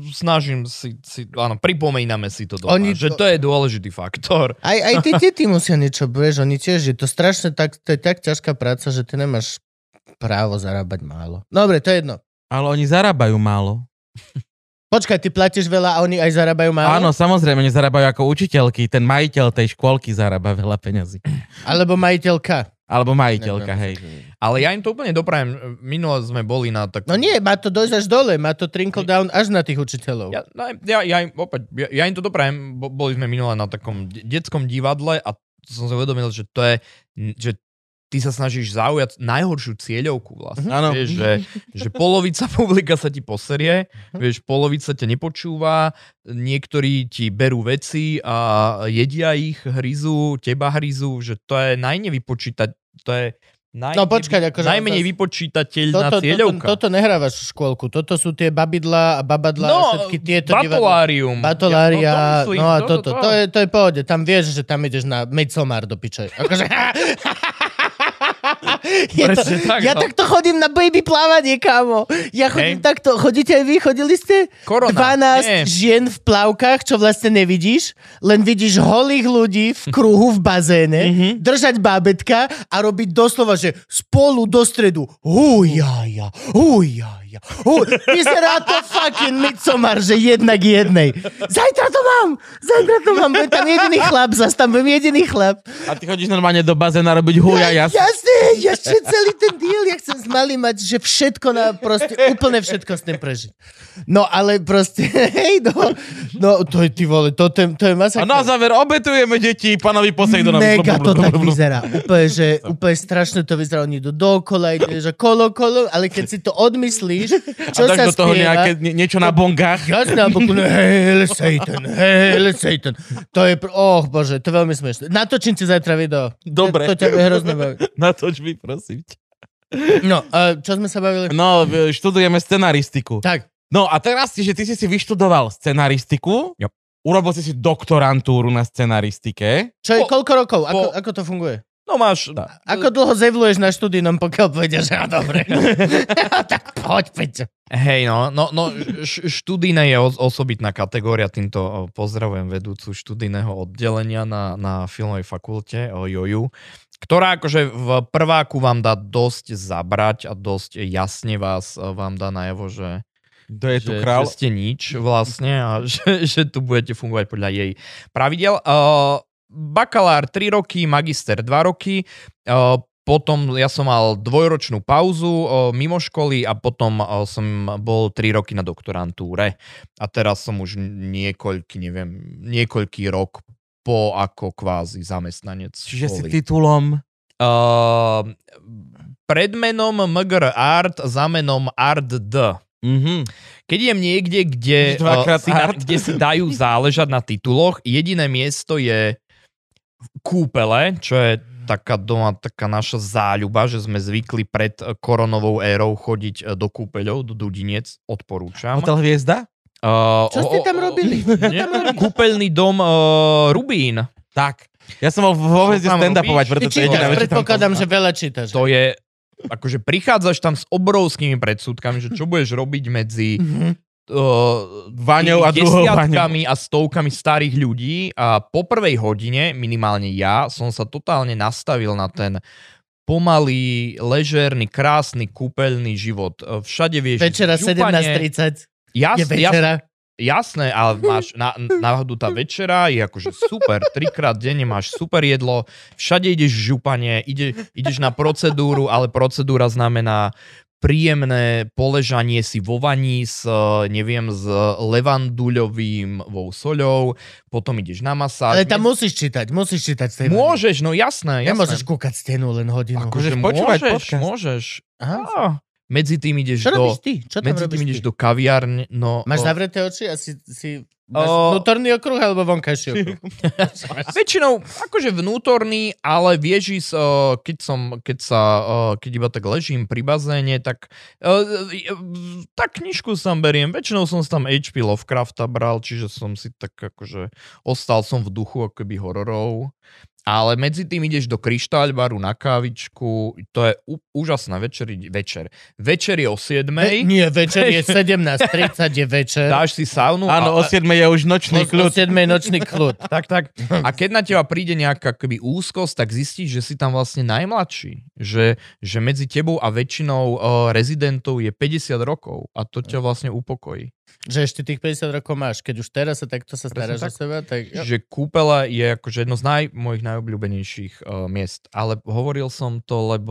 snažím áno, pripomíname si to doma, že to je dôležitý faktor. Aj tí musia niečo, vieš, oni tiež, je to strašne to je tak ťažká práca, že ty nemáš právo zarábať málo. Dobre, to je jedno. Ale oni zarábajú málo. Počkaj, ty platíš veľa a oni aj zarábajú málo? Áno, samozrejme, oni zarábajú ako učiteľky. Ten majiteľ tej škôlky zarába veľa peňazí. Alebo majiteľka. Alebo majiteľka, hej. Ale ja im to úplne doprajem. Minule sme boli na tak... No nie, má to dojsť až dole, má to trickle down až na tých učiteľov. Ja im to doprajem. Boli sme minule na takom detskom divadle a som sa uvedomil, že to je... Že ty sa snažíš zaujať najhoršiu cieľovku vlastne. Áno. Vieš, že polovica publika sa ti poserie, vieš, polovica ťa nepočúva, niektorí ti berú veci a jedia ich, hryzú, teba hryzú, že to je najnevypočítať, to je najmenej vypočítateľná cieľovka. Toto nehrávaš v škôlku, toto sú tie babidla a babadla a všetky tieto batolárium. Batolária, no a toto. To je pohode, tam vieš, že tam ideš na Midsommar do piče. Akože... takto chodím na baby plávanie, kámo. Ja chodím takto. Chodíte aj vy? Chodili ste? Korona. 12 žien v plavkách, čo vlastne nevidíš. Len vidíš holých ľudí v kruhu v bazéne, držať bábetka a robiť doslova, že spolu do stredu. Hujaja. Vyzerá to fucking Midsommar, že jednak jednej. Zajtra to mám. Budem tam jediný chlap, tam budem jediný chlap. A ty chodíš normálne do bazéna robiť hujaja. Jasne, ja celý ten deal, ja chcem s malým mať, že všetko proste, úplne všetko s tým prežiť. No, ale proste, hej, no, to je, ty vole, to je masakrát. A na záver obetujeme deti pánovi Posejdonovi. Mega to tak vyzerá. Úplne strašne to vyzerá. Oni idú dookola, ideš kolo, ale keď si to odmyslíš, čo sa spieva. A dáš do toho niečo na bongách. Jasne, a boku, Hail Satan. To je, bože, to je veľmi smiešné. Natočím ti zajtra video. Dobre. To ťa bude hrozne baviť. Natoč mi, prosím ťa. No, čo sme sa bavili? No, študujeme scenaristiku. Tak. No a teraz, že ty si vyštudoval scenaristiku, yep. Urobil si doktorantúru na scenaristike. Čo je koľko rokov? Ako to funguje? No máš... Ako dlho zevluješ na študijnom, pokiaľ povedia, že dobre. Tak poď, Peťo. Hej, študijné je osobitná kategória, týmto pozdravujem vedúcu študijného oddelenia na filmovej fakulte JOJU, ktorá akože v prváku vám dá dosť zabrať a dosť jasne vám dá najavo, že je tu král? Že ste nič vlastne a že tu budete fungovať podľa jej pravidel. Bakalár 3 roky, magister 2 roky, potom ja som mal 2-ročnú pauzu mimo školy a potom som bol 3 roky na doktorantúre. A teraz som už niekoľký rok po ako kvázi zamestnanec. Čiže si titulom? Pred menom MGR Art, za menom Art D. Mm-hmm. Keď idem niekde, kde si dajú záležať na tituloch, jediné miesto je kúpele, čo je taká naša záľuba, že sme zvykli pred koronovou érou chodiť do kúpeľov, do Dudinec, odporúčam. Hotel Hviezda? Čo ste tam robili? Kúpeľný dom Rubín. Tak. Ja som mal vo Hviezde stand-upovať, preto to je jediná vec. Predpokladám, že veľa čítaš. To je akože prichádzaš tam s obrovskými predsudkami, že čo budeš robiť medzi vaňou a druhou desiatkami a stovkami starých ľudí a po prvej hodine, minimálne ja, som sa totálne nastavil na ten pomalý, ležérny, krásny, kúpeľný život. Všade vieš... Večera 17:30 je večera. Jasné, ale máš náhodu tá večera, je akože super, 3-krát denne máš super jedlo, všade ideš županie, ideš na procedúru, ale procedúra znamená príjemné poležanie si vo vani s levanduľovým soľou, potom ideš na masáž. Ale tam musíš čítať z tej Môžeš, no jasné. Nemôžeš kúkať stenu len hodinu. Akože môžeš. Aha. Medzi tým ideš do kaviárne. No, máš zavreté oči a si máš vnútorný okruh alebo vonkajší okruh? Väčšinou akože vnútorný, ale vieš ísť, keď iba tak ležím pri bazéne, tak knižku sam beriem. Väčšinou som tam H.P. Lovecrafta bral, čiže som si tak akože ostal som v duchu akoby hororov. Ale medzi tým ideš do kryštáľbaru na kávičku, to je úžasná večer. Večer je o 7. Nie, večer je 17:30 je večer. Dáš si saunu. Áno, o 7 je už nočný kľud. O 7 nočný kľud. Tak. A keď na teba príde nejaká keby úzkosť, tak zistíš, že si tam vlastne najmladší. Že medzi tebou a väčšinou rezidentov je 50 rokov a to ťa vlastne upokojí. Že ešte tých 50 rokov máš, keď už teraz sa takto sa staráš o seba, tak... Že kúpele je akože jedno z mojich najobľúbenejších miest, ale hovoril som to, lebo...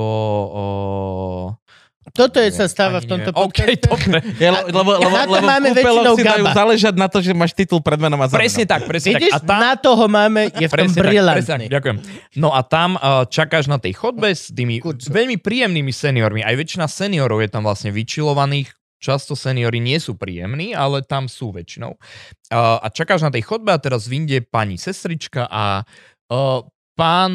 Toto sa stáva v tomto podcaste. OK, dobre. Lebo v kúpeloch si dajú záležať na to, že máš titul pred menom a za Presne tak. Vidíš, A tam... na toho máme, je v tom brilantný. Ďakujem. No a tam čakáš na tej chodbe s tými veľmi príjemnými seniormi. Aj väčšina seniorov je tam vlastne vyčilovaných. Často seniori nie sú príjemní, ale tam sú väčšinou. A čakáš na tej chodbe a teraz vyjde pani sestrička a pán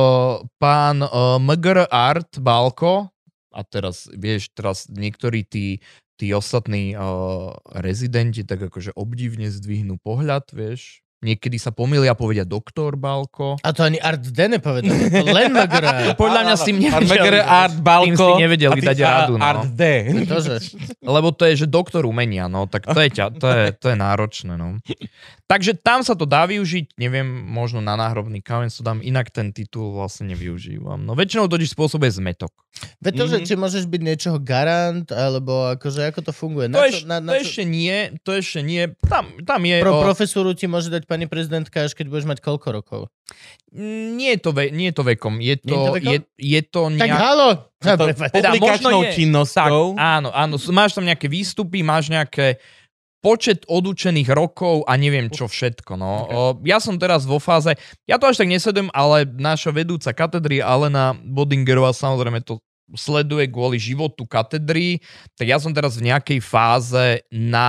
Mgr Art Balko. A teraz, vieš, niektorí tí ostatní rezidenti tak akože obdivne zdvihnú pohľad, vieš. Niekedy sa pomýlia a povedia doktor Balko. A to ani Art D nepovedal, to len Mgr. Podľa mňa s tým nevedeli. Art Balko. Tým si nevedeli dať radu. Art D. Lebo to je, že doktor umenia, no, tak to je náročné, no. Takže tam sa to dá využiť, neviem, možno na náhrobný kameň to dám, inak ten titul vlastne nevyužívam. No väčšinou totiž spôsobuje zmetok. Veď to, že či môžeš byť niečoho garant, alebo akože ako to funguje? Ešte nie. Tam je... Profesoru ti môže dať pani prezidentka, až keď budeš mať koľko rokov? Nie je to vekom. Je to nejak... Tak halo! Publikačnou činnosťou. Tak, áno. Máš tam nejaké výstupy, máš nejaké počet odučených rokov a neviem čo všetko. No. Okay. Ja som teraz vo fáze, ja to až tak nesledujem, ale naša vedúca katedry Alena Bodingerová samozrejme to sleduje kvôli životu katedry, tak ja som teraz v nejakej fáze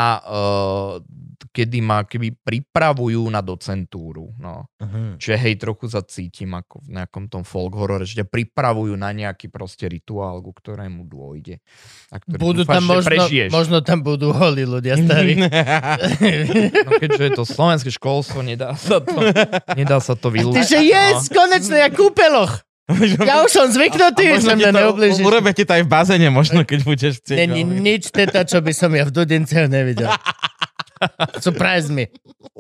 kedy ma pripravujú na docentúru. No. Čiže hej, trochu sa cítim ako v nejakom tom folk horore, že ťa pripravujú na nejaký proste rituál, ku ktorému dôjde. Budú tam možno tam budú holí ľudia starí. No keďže je to slovenské školstvo, nedá sa to vylúčiť. Tyže konečne ja kúpeloch! Ja už som zvyknutý, že mňa neublížiš. Urobia ti to aj v bazéne možno, keď budeš chcieť. Není nič teta, čo by som ja v Dudinceho nevidel. Surprise me.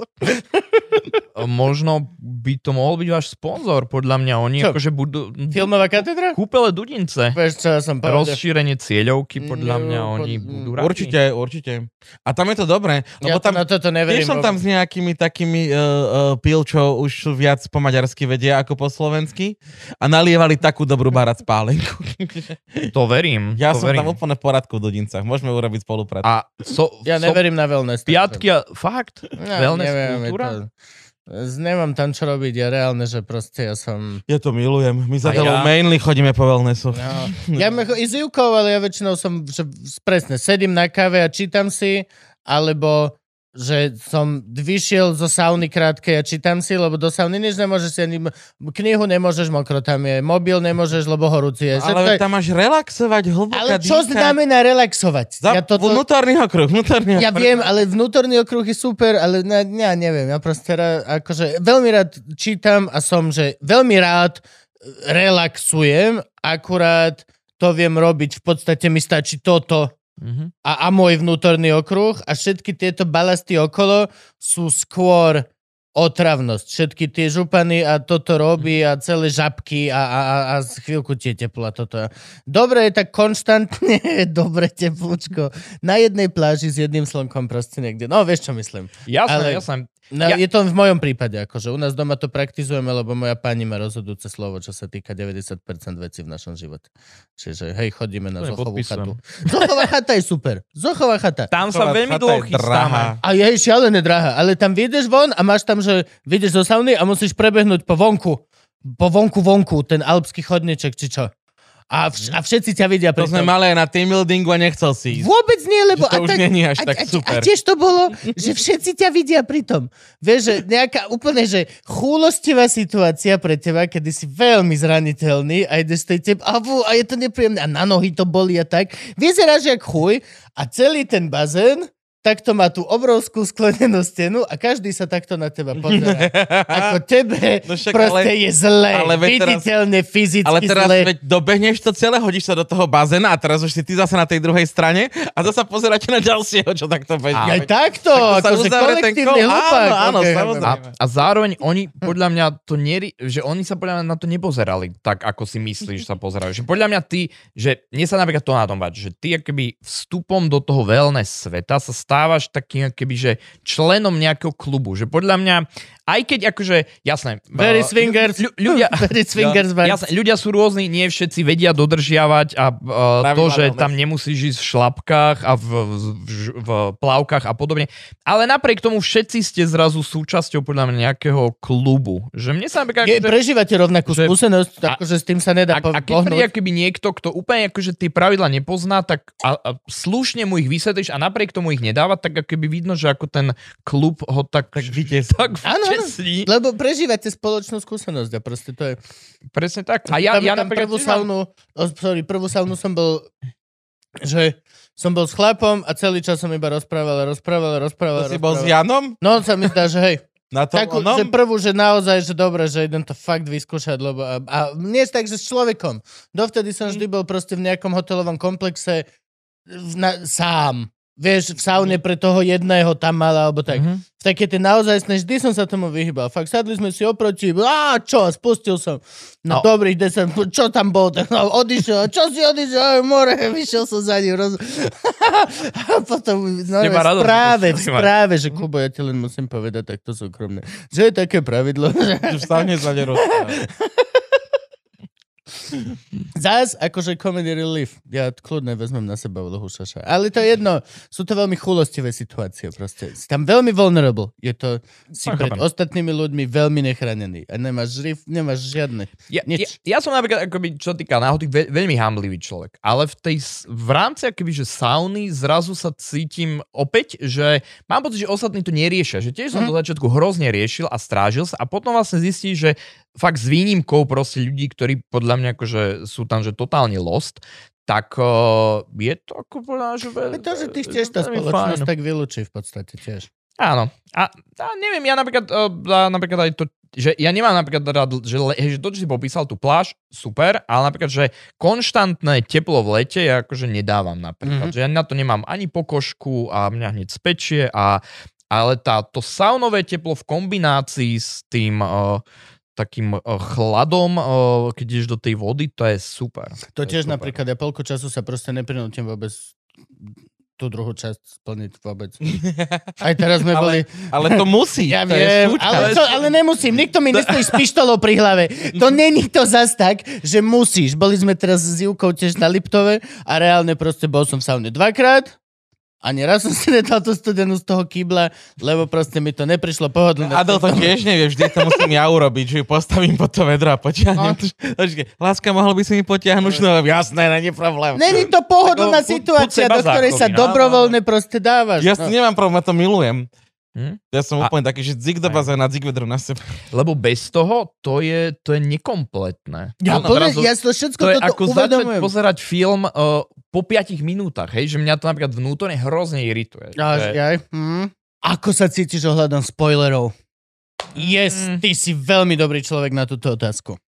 Možno by to mohol byť váš sponzor, podľa mňa. Oni čo? Akože budú... Filmová katedra? Kúpele Dudince. Vieš, čo ja som povedal? Rozšírenie cieľovky, podľa mňa oni budú radi. Určite. A tam je to dobré. Ja tam, na toto neverím. Tiež som tam s nejakými takými pil, čo už viac po maďarsky vedia ako po slovensky a nalievali takú dobrú barac pálenku. To verím. Ja som tam úplne v poradku v Dudincach. Môžeme urobiť spoluprácu. Ja neverím na wellness. Piatky a fakt? Wellness kultúra? Nemám tam čo robiť, ja reálne, že proste ja som... Ja to milujem. My za telou mainly chodíme po wellnessu. No. Ja i s Jukou, ale ja väčšinou som, že presne, sedím na káve a čítam si, alebo že som vyšiel zo sauny krátkej a čítam si, lebo do sauny nič nemôžeš si ani... Knihu nemôžeš, mokro tam je, mobil nemôžeš, lebo horúci je. Ale tam máš relaxovať, hlboká ale čo znamená relaxovať? Vnútorný okruh. Ja viem, ale vnútorný okruh je super, ale ja neviem, ja proste akože veľmi rád čítam a som, že veľmi rád relaxujem, akurát to viem robiť, v podstate mi stačí toto a môj vnútorný okruh a všetky tieto balasty okolo sú skôr otravnosť. Všetky tie župany a toto robí a celé žabky a chvíľku tie teplo a toto. Dobre je tak konštantne, dobre teplúčko. Na jednej pláži s jedným slnkom proste niekde. No vieš, čo myslím. Jasné. Je to v mojom prípade, akože u nás doma to praktizujeme, lebo moja pani má rozhodujúce slovo, čo sa týka 90% vecí v našom živote. Čiže hej, chodíme na Zochovú chatu. Zochová chata je super. Zochová chata. Tam sa veľmi dlho chystáme. A je šialené drahá, ale tam vyjdeš von a máš tam, že vyjdeš zo sauny a musíš prebehnúť po vonku, ten alpský chodníček, či čo. A všetci ťa vidia. To sme mali aj na team buildingu a nechcel si ísť. Vôbec nie, lebo... To už není až tak super. A tiež to bolo, že všetci ťa vidia pri tom. Vieš, že nejaká úplne, že chúlostivá situácia pre teba, kedy si veľmi zraniteľný a ideš z tej a je to nepríjemné a na nohy to bolí a tak. Vyzeráš jak chuj a celý ten bazén takto má tú obrovskú sklenenú stenu a každý sa takto na teba pozerá. Ako tebe proste je zle. Viditeľne, fyzicky ale teraz zle. veď dobehneš to celé, hodíš sa do toho bazéna a teraz už si ty zase na tej druhej strane a zase pozeráte na ďalšieho, čo takto beží. Aj takto, akože kolektívny hlupák. Áno, samozrejme. A zároveň oni podľa mňa že oni sa podľa mňa na to nepozerali tak, ako si myslíš, že sa pozerajú. Že podľa mňa ty, že mne sa napríklad to na tom že ty akoby vstupom do toho wellness sveta sa stávaš takým akoby, že členom nejakého klubu. Že podľa mňa, aj keď akože, jasné. Very swingers. Ľudia sú rôzni, nie všetci vedia dodržiavať a to, že tam nemusíš ísť v šlapkách a v plavkách a podobne. Ale napriek tomu všetci ste zrazu súčasťou podľa mňa nejakého klubu. Že mne sa napríklad... Prežívate rovnakú skúsenosť, akože s tým sa nedá pohnúť. A keď príde akoby niekto, kto úplne akože tie pravidlá nepozná, tak a slušne mu ich vysvetlíš a napriek tomu ich nedáva, tak akoby vidno, že ako ten klub ho tak vteslí. Lebo prežívate spoločnú skúsenosť a proste to je... Presne tak. A ja napríklad... Prvú saunu som bol, že som bol s chlapom a celý čas som iba rozprával. To si bol s Janom? No, sa mi zdá, že hej. Na tom takú, že prvú, že naozaj, že dobre, že idem to fakt vyskúšať, lebo a nie je tak, že s človekom. Dovtedy som vždy bol proste v nejakom hotelovom komplexe sám. Vieš, v saune pre toho jedného tam mal, alebo tak. V také tie naozaj vždy som sa tomu vyhýbal. Fakt, sadli sme si oproti, spustil som. No dobrý, čo tam bol? Tak odišiel, čo si odišiel? More, vyšiel som za ním. A potom v správe, že Kubo, ja ti len musím povedať takto súkromne, že je také pravidlo. Že vstavne sa nerozpráva. Zás, akože comedy relief. Ja kľudne vezmem na seba úlohu šaša. Ale to je jedno. Sú to veľmi chulostivé situácie proste. Si tam veľmi vulnerable. Je to si pred ostatnými ľuďmi veľmi nechránený. A nemáš žiadne. Ja som napríklad, akoby, čo týka náhody, veľmi hamblivý človek. Ale v rámci akoby, že sauny zrazu sa cítim opäť, že mám pocit, že ostatní to neriešia. Že tiež som do začiatku hrozne riešil a strážil sa a potom vlastne zistíš, že fakt s výnimkou proste ľudí, ktorí podľa mňa akože sú tam, že totálne lost, tak je to ako povedať, že to, že ty chceš tá spoločnosť, tak vylúči v podstate tiež. Áno. A neviem, ja napríklad aj to, že ja nemám napríklad rád, že to, čo si popísal tú pláž, super, ale napríklad, že konštantné teplo v lete ja akože nedávam napríklad. Že ja na to nemám ani pokožku a mňa hneď spečie, ale to saunové teplo v kombinácii s tým takým chladom, keď ideš do tej vody, to je super. To tiež super. Napríklad, ja polku času sa proste neprinútim vôbec tú druhú časť splniť vôbec. Aj teraz sme boli... Ale to musí. Ja viem, ale nemusím. Nikto mi nestojí s pištolou pri hlave. To není to zas tak, že musíš. Boli sme teraz s Ivkou tiež na Liptove a reálne proste bol som v saune 2-krát. Ani raz som si nedal tú studenú z toho kýbla, lebo proste mi to neprišlo pohodlné. Adel to tiež nevie, vždy to musím ja urobiť, že ju postavím pod to vedro a potiahnem. Láska, mohol by si mi potiahnuť? No jasné, není problém. Není to pohodlná situácia, do ktorej sa dobrovoľne proste dávaš. Ja si nemám problém, ja to milujem. Ja som úplne taký, že dzik do bazéna, dzik vedro na seba. Lebo bez toho to je nekompletné. Ja to všetko toto uvedomujem. To je ako začať pozerať film po 5 minútach, hej, že mňa to napríklad vnútorne hrozne irituje. Ako sa cítiš ohľadom spoilerov? Ty si veľmi dobrý človek na túto otázku.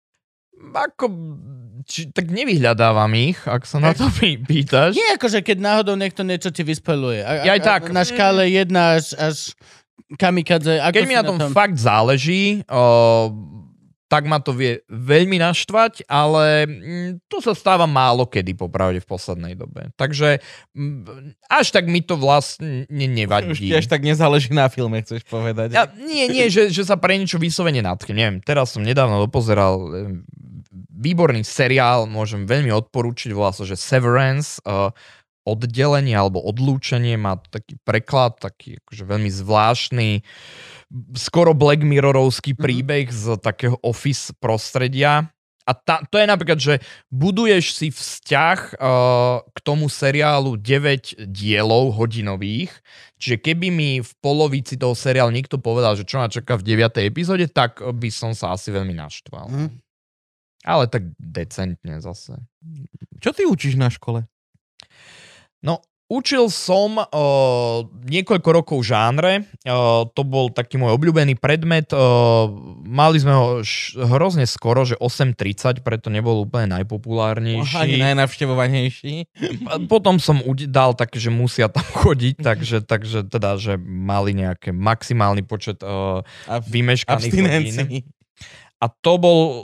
Tak nevyhľadávam ich, ak sa na to pýtaš. Nie, akože keď náhodou niekto niečo ti vyspoiluje. Tak. Na škále 1 až kamikadze. Keď mi na tom fakt záleží, tak ma to vie veľmi naštvať, ale to sa stáva málo kedy, popravde, v poslednej dobe. Takže až tak mi to vlastne nevadí. Už ti až tak nezáleží na filme, chceš povedať. Nie, že sa pre niečo vyslovene natchne. Neviem, teraz som nedávno dopozeral výborný seriál, môžem veľmi odporúčiť, volá sa, že Severance, oddelenie alebo odlúčenie, má taký preklad, taký akože veľmi zvláštny, skoro Black Mirrorovský príbeh z takého office prostredia. A to je napríklad, že buduješ si vzťah k tomu seriálu 9 dielov hodinových, čiže keby mi v polovici toho seriálu niekto povedal, že čo ma čaká v 9. epizóde, tak by som sa asi veľmi naštval. Ale tak decentne zase. Čo ty učíš na škole? No, Učil som niekoľko rokov žánre, to bol taký môj obľúbený predmet, mali sme ho hrozne skoro, že 8:30, preto nebol úplne najpopulárnejší. Ani najnavštevovanejší. Potom som dal také, že musia tam chodiť, takže teda, že mali nejaký maximálny počet vymeškaných hodín. A to bol,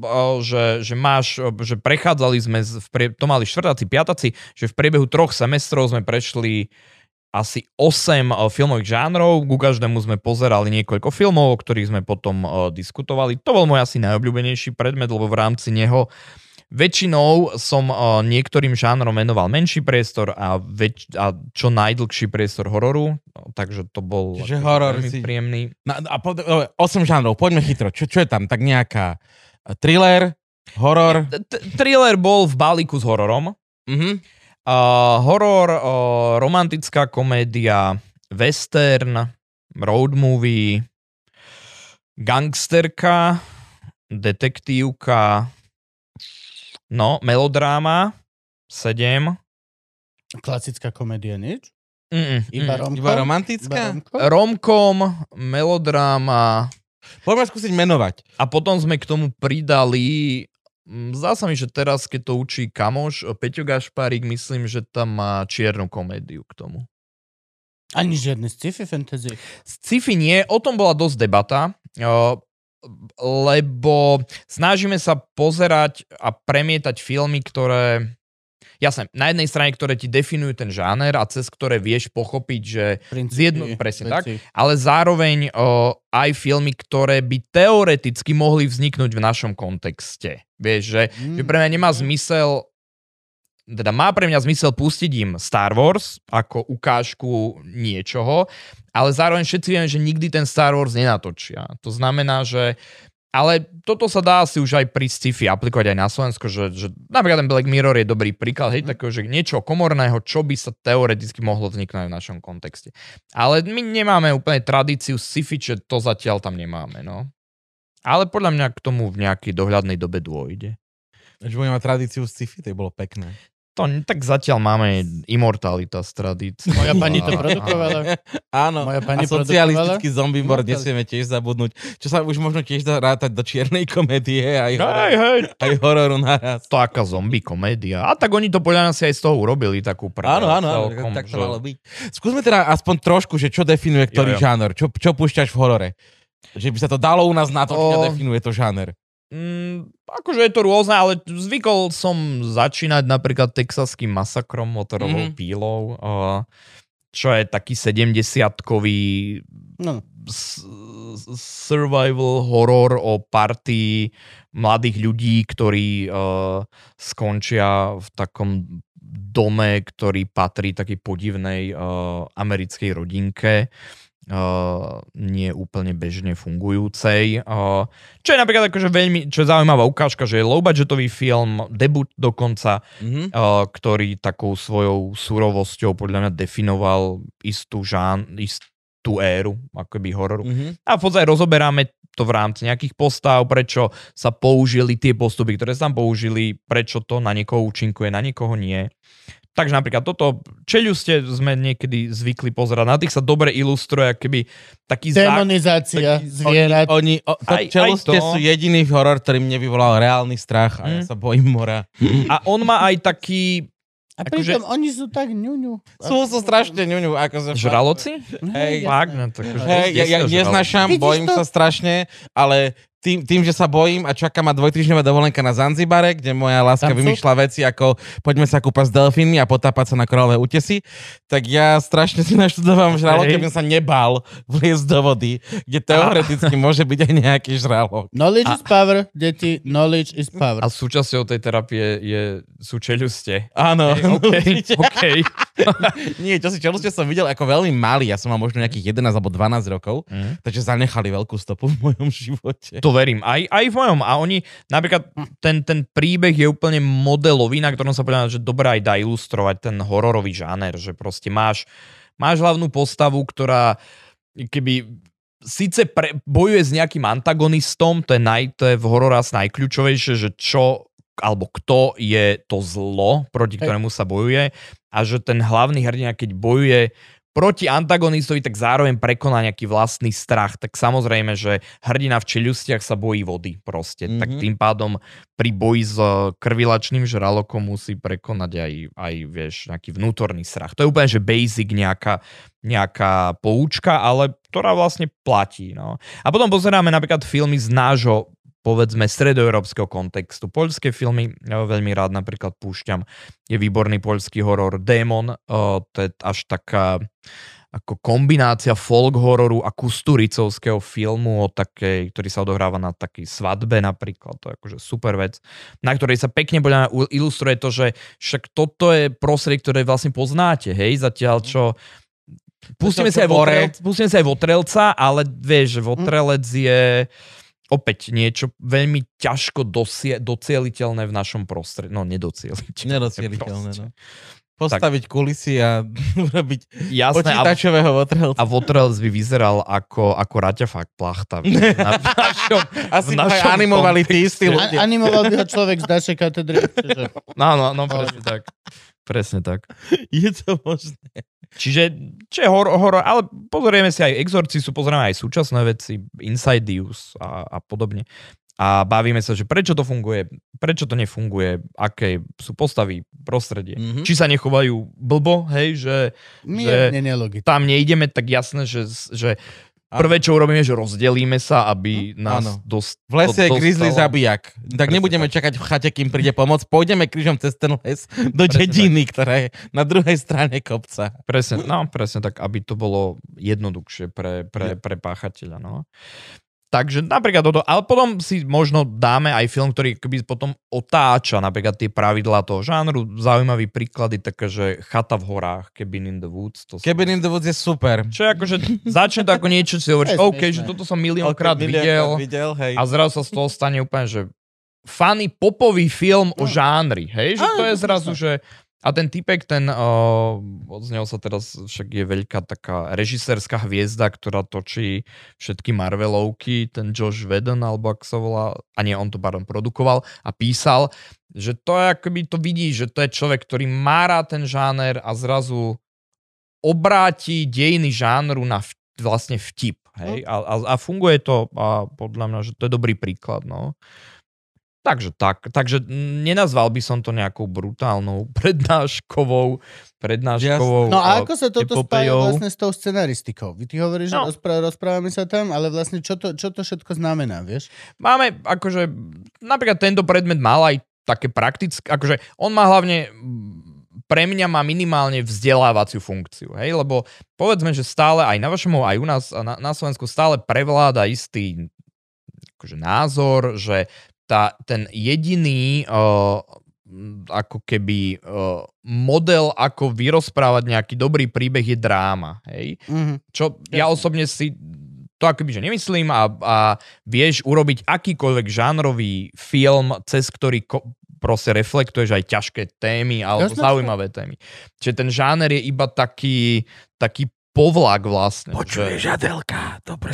že prechádzali sme, to mali štvrtáci, piataci, že v priebehu 3 semestrov sme prešli asi 8 filmových žánrov, ku každému sme pozerali niekoľko filmov, o ktorých sme potom diskutovali. To bol môj asi najobľúbenejší predmet, lebo v rámci neho väčšinou som niektorým žánrom venoval menší priestor a čo najdlhší priestor hororu, takže to bol veľmi príjemný. A 8 žánrov, poďme chytro. Čo je tam? Tak nejaká thriller, horor? Thriller bol v balíku s hororom. Horor, romantická komédia, western, road movie, gangsterka, detektívka, melodráma, 7. Klasická komédia, nič? Iba romantická? Romkom, melodráma. Poďme skúsiť menovať. A potom sme k tomu pridali, zdá sa mi, že teraz, keď to učí kamoš, Peťo Gašparík, myslím, že tam má čiernu komédiu k tomu. Ani žiadne sci-fi fantasy? Sci-fi nie, o tom bola dosť debata, lebo snažíme sa pozerať a premietať filmy, ktoré, jasné, na jednej strane, ktoré ti definujú ten žáner a cez ktoré vieš pochopiť, že presne tak, ale zároveň aj filmy, ktoré by teoreticky mohli vzniknúť v našom kontexte. Vieš, že pre mňa nemá zmysel, teda má pre mňa zmysel pustiť im Star Wars ako ukážku niečoho, ale zároveň všetci vieme, že nikdy ten Star Wars nenatočia. To znamená, že ale toto sa dá si už aj pri sci-fi aplikovať aj na Slovensku, že napríklad ten Black Mirror je dobrý príklad, takého, že niečo komorného, čo by sa teoreticky mohlo vzniknúť v našom kontexte. Ale my nemáme úplne tradíciu sci-fi, že to zatiaľ tam nemáme, no. Ale podľa mňa k tomu v nejakej dohľadnej dobe dôjde. Že budeme mať tradíciu sci-fi, to bolo pekné. Tak zatiaľ máme Immortalita z tradície. Moja pani to produkovala. Áno, moja pani a socialistický zombie board nesmieme tiež zabudnúť. Čo sa už možno tiež dá rátať do čiernej komédie aj hororu naraz. To aká zombie komédia. A tak oni to podľa nás aj z toho urobili takú pravdu. Áno, tak to malo byť. Skúsme teda aspoň trošku, že čo definuje ktorý žáner. Čo púšťaš v horore? Že by sa to dalo u nás na to, čo definuje to žáner. Akože je to rôzne, ale zvykol som začínať napríklad Texaským masakrom motorovou pílou, čo je taký 70-kový survival horor o partii mladých ľudí, ktorí skončia v takom dome, ktorý patrí takej podivnej americkej rodinke. Nie úplne bežne fungujúcej. Čo je napríklad akože čo je zaujímavá ukážka, že je low-budgetový film, debut dokonca, ktorý takou svojou surovosťou podľa mňa definoval istú éru, akoby hororu. A v podstate rozoberáme to v rámci nejakých postav, prečo sa použili tie postupy, ktoré sa tam použili, prečo to na niekoho účinkuje, na niekoho nie. Takže napríklad toto Čeľuste sme niekedy zvykli pozerať. Na tých sa dobre ilustruje, keby taký demonizácia zvierat. Čeľuste sú jediný horor, ktorý mne vyvolal reálny strach a ja sa bojím mora. A on má aj taký... A pritom oni sú tak ňuňu. Sú strašne ňuňu. Žraloci? Hej, ja neznášam, bojím sa strašne, ale tým, že sa bojím a čaká ma 2-týždňová dovolenka na Zanzibare, kde moja láska vymýšľa veci ako poďme sa kúpať s delfínmi a potápať sa na korálové útesy, tak ja strašne si naštudovávam žralok, keby som sa nebal vliesť do vody, kde teoreticky môže byť aj nejaký žralok. Knowledge is power, deti, knowledge is power. A súčasťou tej terapie sú čeľuste. Áno. Okay. Nie, čo si čeľuste som videl ako veľmi malý, ja som mal možno nejakých 11 alebo 12 rokov, takže zanechali veľkú stopu v mojom živote. To verím. Aj v mojom. A oni, napríklad, ten príbeh je úplne modelový, na ktorom sa povedal, že dobre aj dá ilustrovať ten hororový žáner, že proste máš hlavnú postavu, ktorá keby síce bojuje s nejakým antagonistom, to je v horore najkľúčovejšie, že alebo kto je to zlo, proti ktorému sa bojuje a že ten hlavný hrdina, keď bojuje proti antagonistovi, tak zároveň prekoná nejaký vlastný strach. Tak samozrejme, že hrdina v Čeľustiach sa bojí vody proste. Tak tým pádom pri boji s krvilačným žralokom musí prekonať aj vieš, nejaký vnútorný strach. To je úplne, že basic nejaká poučka, ale ktorá vlastne platí. No. A potom pozeráme napríklad filmy z nášho povedzme stredoeurópskeho kontextu. Poľské filmy, ja veľmi rád napríklad púšťam, je výborný poľský horor Démon, to je až taká ako kombinácia folk hororu a kusturicovského filmu, ktorý sa odohráva na takej svadbe napríklad, to je akože super vec, na ktorej sa pekne podľa mňa ilustruje to, že však toto je prostredie, ktoré vlastne poznáte, hej, zatiaľ čo pustíme sa aj Votrelca, ale vieš, že Votrelec je opäť niečo veľmi ťažko docieliteľné v našom prostredí. No, nedocieliteľné, no. Postaviť kulisy a urobiť počítačového Votrelca. A Votrelc by vyzeral ako Raťa fakt plachta. Asi aj animovali tí istí ľudia. Animoval by ho človek z našej katedry. No, presne tak. Presne tak. Je to možné. Čiže čo je horor, ale pozrieme si aj Exorcistu, pozrieme aj súčasné veci, Insidious a podobne. A bavíme sa, že prečo to funguje, prečo to nefunguje, aké sú postavy, prostredie. Či sa nechovajú blbo, hej, že tam nejdeme, tak jasné, že prvé, čo urobíme, že rozdelíme sa, aby nás V lese je grizzly zabijak. Tak nebudeme čakať v chate, kým príde pomoc. Pôjdeme krížom cez ten les do dediny, ktorá je na druhej strane kopca. Presne tak, aby to bolo jednoduchšie pre páchateľa. No. Takže napríklad toto, ale potom si možno dáme aj film, ktorý potom otáča napríklad tie pravidlá toho žánru. Zaujímavý príklady, také, že Chata v horách, Cabin in the Woods. Cabin in the Woods je super. Čo je akože, začne to ako niečo, si hovoríš, OK, že toto som miliónkrát videl hej. A zrazu sa z toho stane úplne, že funny popový film o žánri, hej, že to je zrazu, že a ten typek, od neho sa teraz však je veľká taká režisérska hviezda, ktorá točí všetky Marvelovky, ten Josh Whedon, alebo ak sa volá, a nie, on to produkoval a písal, že to je akoby to vidí, že to je človek, ktorý má rád ten žáner a zrazu obráti dejiny žánru na vlastne vtip, hej, a funguje to a podľa mňa, že to je dobrý príklad, no. Takže nenazval by som to nejakou brutálnou prednáškovou. No a ako sa toto spája vlastne s tou scenaristikou? Ty hovoríš, že rozprávame sa tam, ale vlastne čo to všetko znamená, vieš? Máme, akože, napríklad tento predmet mal aj také praktické, akože on má hlavne, pre mňa má minimálne vzdelávaciu funkciu, hej, lebo povedzme, že stále aj na vašom, aj u nás na Slovensku stále prevláda istý akože názor, že ten jediný ako keby model, ako vyrozprávať nejaký dobrý príbeh je dráma. Hej? Čo ja osobne si to akoby, že nemyslím a vieš urobiť akýkoľvek žánrový film, cez ktorý proste reflektuješ aj ťažké témy alebo zaujímavé témy. Čiže ten žáner je iba taký povlak vlastne. Počuješ, Adelka, dobre.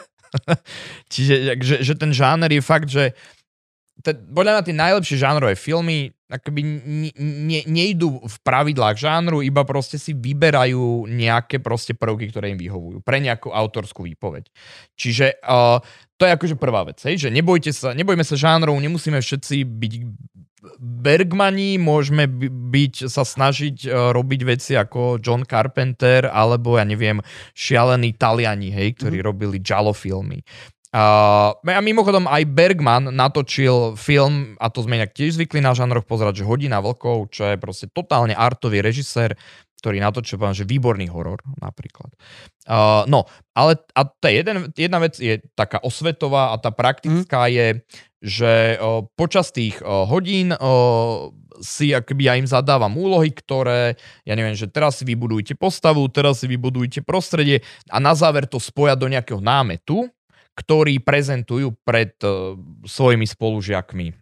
Čiže že ten žáner je fakt, že podľa mňa tie najlepšie žánrové filmy akoby nejdú v pravidlách žánru, iba proste si vyberajú nejaké proste prvky, ktoré im vyhovujú pre nejakú autorskú výpoveď. Čiže to je akože prvá vec, hej? Že nebojme sa žánrov, nemusíme všetci byť Bergmani, môžeme sa snažiť robiť veci ako John Carpenter alebo ja neviem, šialení Taliani, hej, ktorí robili giallo filmy. A mimochodom aj Bergman natočil film, a to sme inak tiež zvykli na žánroch pozerať, že Hodina vlkov, čo je proste totálne artový režisér, ktorý natočil, že výborný horor napríklad. No, ale a jedna vec je taká osvetová a tá praktická je, že počas tých hodín si akoby ja im zadávam úlohy, ktoré, ja neviem, že teraz si vybudujte postavu, teraz si vybudujte prostredie a na záver to spoja do nejakého námetu, ktorí prezentujú pred svojimi spolužiakmi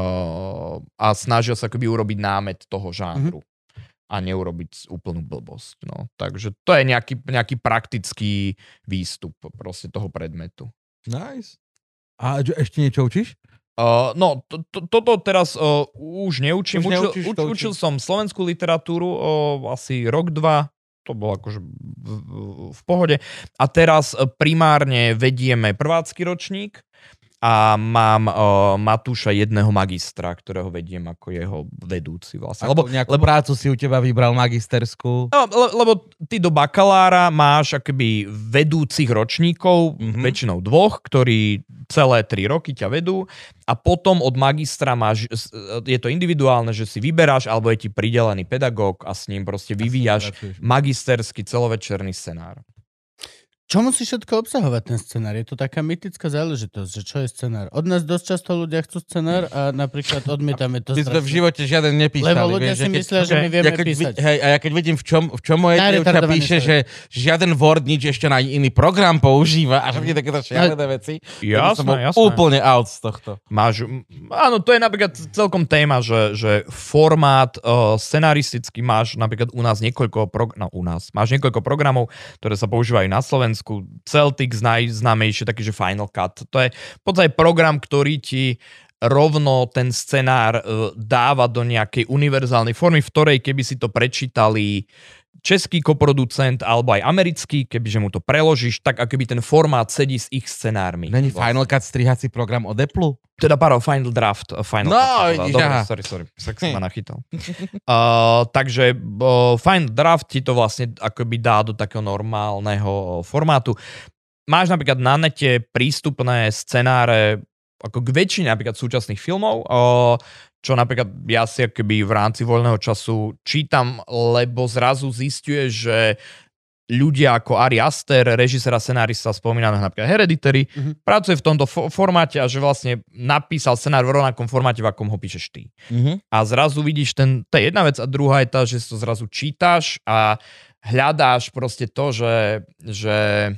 a snažia sa akoby urobiť námet toho žánru a neurobiť úplnú blbosť. No. Takže to je nejaký praktický výstup proste toho predmetu. Nice. A ešte niečo učíš? Toto teraz už neučím. Učil som slovenskú literatúru asi rok, 2. To bolo akože v pohode. A teraz primárne vedieme prvácky ročník a mám Matúša jedného magistra, ktorého vediem ako jeho vedúci vlastne. Lebo prácu si u teba vybral magisterskú? Lebo ty do bakalára máš akoby vedúcich ročníkov, väčšinou 2, ktorí celé 3 roky ťa vedú a potom od magistra máš, je to individuálne, že si vyberáš alebo je ti pridelený pedagóg a s ním proste vyvíjaš magisterský celovečerný scenár. Čo musí všetko obsahovať ten scenár? Je to taká mytická záležitosť, že čo je scenár? Od nás dosť často ľudia chcú scenár a napríklad odmietame to. My sme v živote žiaden nepísali. Lebo ľudia si myslia, že my vieme písať. A ja keď vidím, v čom moje dievča píše, že žiaden Word nič ešte na iný program používa a všetky takéto šialené veci. Jasné. Úplne out z tohto. Áno, to je napríklad celkom téma, že formát scenaristický máš napríklad u nás niekoľko programov, ktoré sa používajú na Slovensku. Celtics najznámejšie, taký, že Final Cut. To je v podstate program, ktorý ti rovno ten scenár dáva do nejakej univerzálnej formy, v ktorej keby si to prečítali český koproducent alebo aj americký, kebyže mu to preložíš, tak akoby ten formát sedí s ich scenármi. Není Final Cut strihací program od Apple? Teda Final Draft. Dobre, sorry, sa ma nachytal. Takže Final Draft ti to vlastne akoby dá do takého normálneho formátu. Máš napríklad na nete prístupné scenáre ako k väčšine napríklad súčasných filmov, čo napríklad ja si akoby v rámci voľného času čítam, lebo zrazu zisťuješ, že ľudia ako Ari Aster, režisér a scenárista spomínaného napríklad Hereditary, pracuje v tomto formáte a že vlastne napísal scenár v rovnakom formáte, v akom ho píšeš ty. A zrazu vidíš, to je jedna vec a druhá je tá, že si to zrazu čítaš a hľadáš proste to, že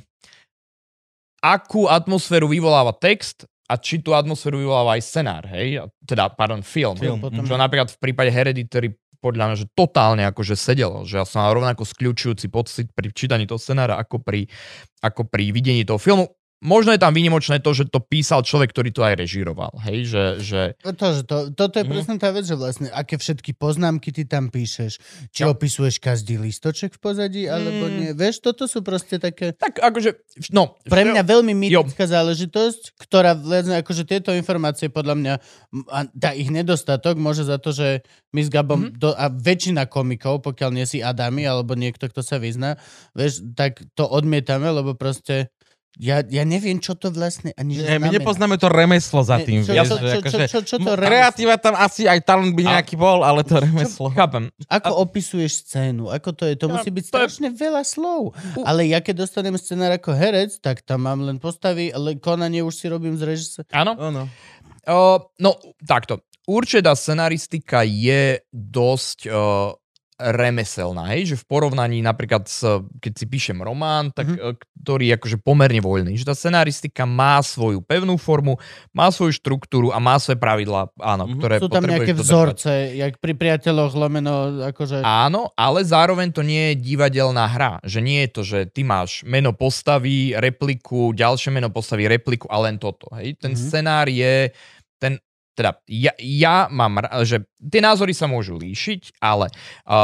akú atmosféru vyvoláva text a či tú atmosféru vyvoláva aj scenár, hej? Film. Čo napríklad v prípade Hereditary podľa mňa, že totálne akože sedelo, že ja som mal rovnako skľučujúci pocit pri čítaní toho scenára ako pri videní toho filmu. Možno je tam výnimočné to, že to písal človek, ktorý to aj režíroval. Hej, že... Toto je presne tá vec, že vlastne aké všetky poznámky ty tam píšeš. Či opisuješ každý listoček v pozadí, alebo nie. Vieš, toto sú proste také... Tak akože... Pre mňa veľmi mytická záležitosť, ktorá vlastne akože tieto informácie podľa mňa tá ich nedostatok môže za to, že my s Gabom a väčšina komikov, pokiaľ nie si Adami alebo niekto, kto sa vyzná, vieš, tak to odmietame, lebo proste Ja neviem, čo to vlastne ani znamená. My nepoznáme to remeslo za tým. Čo to remeslo? Kreatíva tam asi aj talent by nejaký bol, ale to remeslo. Chápem. Ako opisuješ scénu? Ako to je? To musí byť strašne veľa slov. Ale ja keď dostanem scenár ako herec, tak tam mám len postavy, ale konanie už si robím z režiséra. Áno? No, takto. Určite scenaristika je dosť remeselná, hej? Že v porovnaní napríklad keď si píšem román, tak, ktorý je akože pomerne voľný, že tá scenaristika má svoju pevnú formu, má svoju štruktúru a má svoje pravidlá, áno, ktoré sú tam nejaké vzorce, jak pri priateľoch lomeno, akože... Áno, ale zároveň to nie je divadelná hra, že nie je to, že ty máš meno postavy, repliku, ďalšie meno postavy, repliku a len toto, hej? Ten scenár je teda ja mám, že tie názory sa môžu líšiť, ale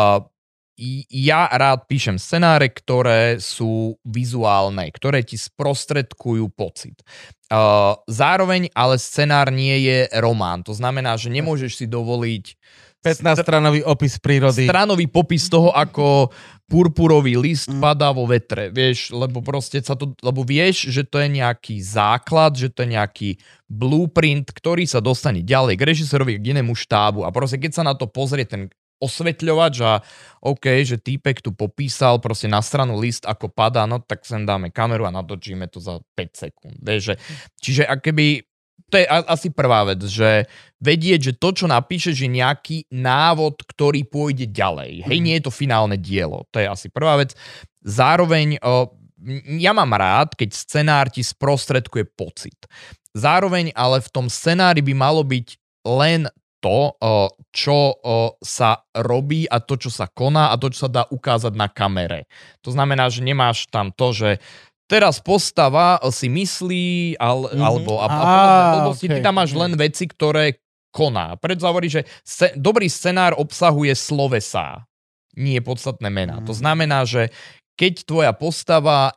ja rád píšem scenáre, ktoré sú vizuálne, ktoré ti sprostredkujú pocit. Zároveň ale scenár nie je román. To znamená, že nemôžeš si dovoliť 15-stranový opis prírody. Stranový popis toho, ako purpurový list padá vo vetre, vieš, lebo proste lebo vieš, že to je nejaký základ, že to je nejaký blueprint, ktorý sa dostane ďalej k režisérovi, k inému štábu a proste keď sa na to pozrie ten osvetľovač a OK, že týpek tu popísal proste na stranu list, ako padá, no tak sem dáme kameru a natočíme to za 5 sekúnd, vieš, čiže akoby to je asi prvá vec, že vedieť, že to, čo napíšeš, je nejaký návod, ktorý pôjde ďalej. Hej, nie je to finálne dielo. To je asi prvá vec. Zároveň ja mám rád, keď scenár ti sprostredkuje pocit. Zároveň ale v tom scenári by malo byť len to, čo sa robí a to, čo sa koná a to, čo sa dá ukázať na kamere. To znamená, že nemáš tam to, že teraz postava si myslí, alebo ty tam máš len veci, ktoré koná. Preto hovorí, že dobrý scenár obsahuje slovesá, nie podstatné mená. To znamená, že keď tvoja postava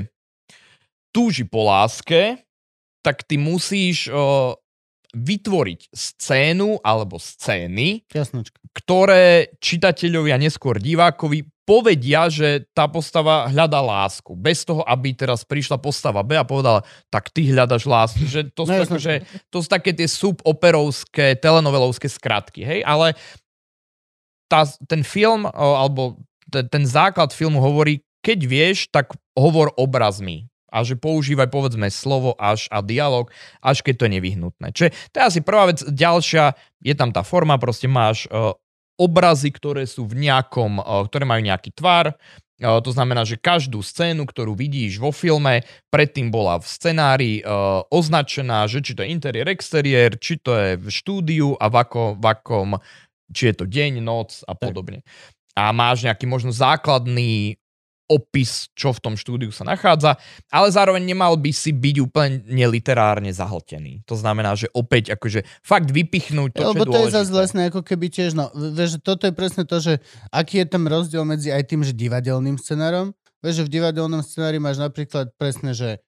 túži po láske, tak ty musíš vytvoriť scénu alebo scény, ktoré čitatelovia, neskôr divákovi, povedia, že tá postava hľadá lásku. Bez toho, aby teraz prišla postava B a povedala, tak ty hľadaš lásku. Že to sú také tie suboperovské, telenovelovské skratky. Hej? Ale ten film, alebo ten základ filmu hovorí, keď vieš, tak hovor obrazmi. A že používaj, povedzme, slovo až a dialog, až keď to je nevyhnutné. Čiže to je asi prvá vec. Ďalšia, je tam tá forma, proste máš obrazy, ktoré sú ktoré majú nejaký tvar. To znamená, že každú scénu, ktorú vidíš vo filme, predtým bola v scenári označená, že či to je interiér, exteriér, či to je v štúdiu a v akom, či je to deň, noc a podobne. A máš nejaký možno základný opis, čo v tom štúdiu sa nachádza, ale zároveň nemal by si byť úplne literárne zahltený. To znamená, že opäť akože fakt vypichnúť to, čo je dôležité. Lebo to je zase vlastne ako keby tiež, vieš, toto je presne to, že aký je tam rozdiel medzi aj tým, že divadelným scenárom. Vieš, že v divadelnom scenári máš napríklad presne, že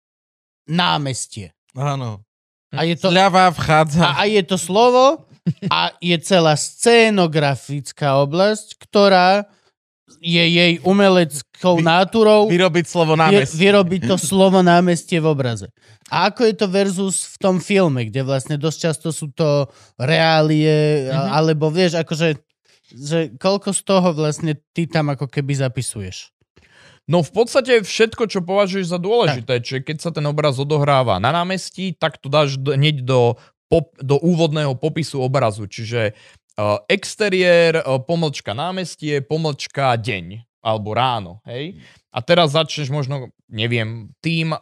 námestie. Áno. A je to, Zľava vchádza. A je to slovo a je celá scénografická oblasť, ktorá je jej umeleckou náturou vyrobiť slovo námestie. Vyrobiť to slovo námestie v obraze. A ako je to versus v tom filme, kde vlastne dosť často sú to reálie, alebo vieš, akože že koľko z toho vlastne ty tam ako keby zapisuješ? No v podstate všetko, čo považuješ za dôležité. Čiže keď sa ten obraz odohráva na námestí, tak to dáš hneď do úvodného popisu obrazu. Čiže exteriér, pomlčka námestie, pomlčka deň alebo ráno, hej? A teraz začneš možno, neviem, tým,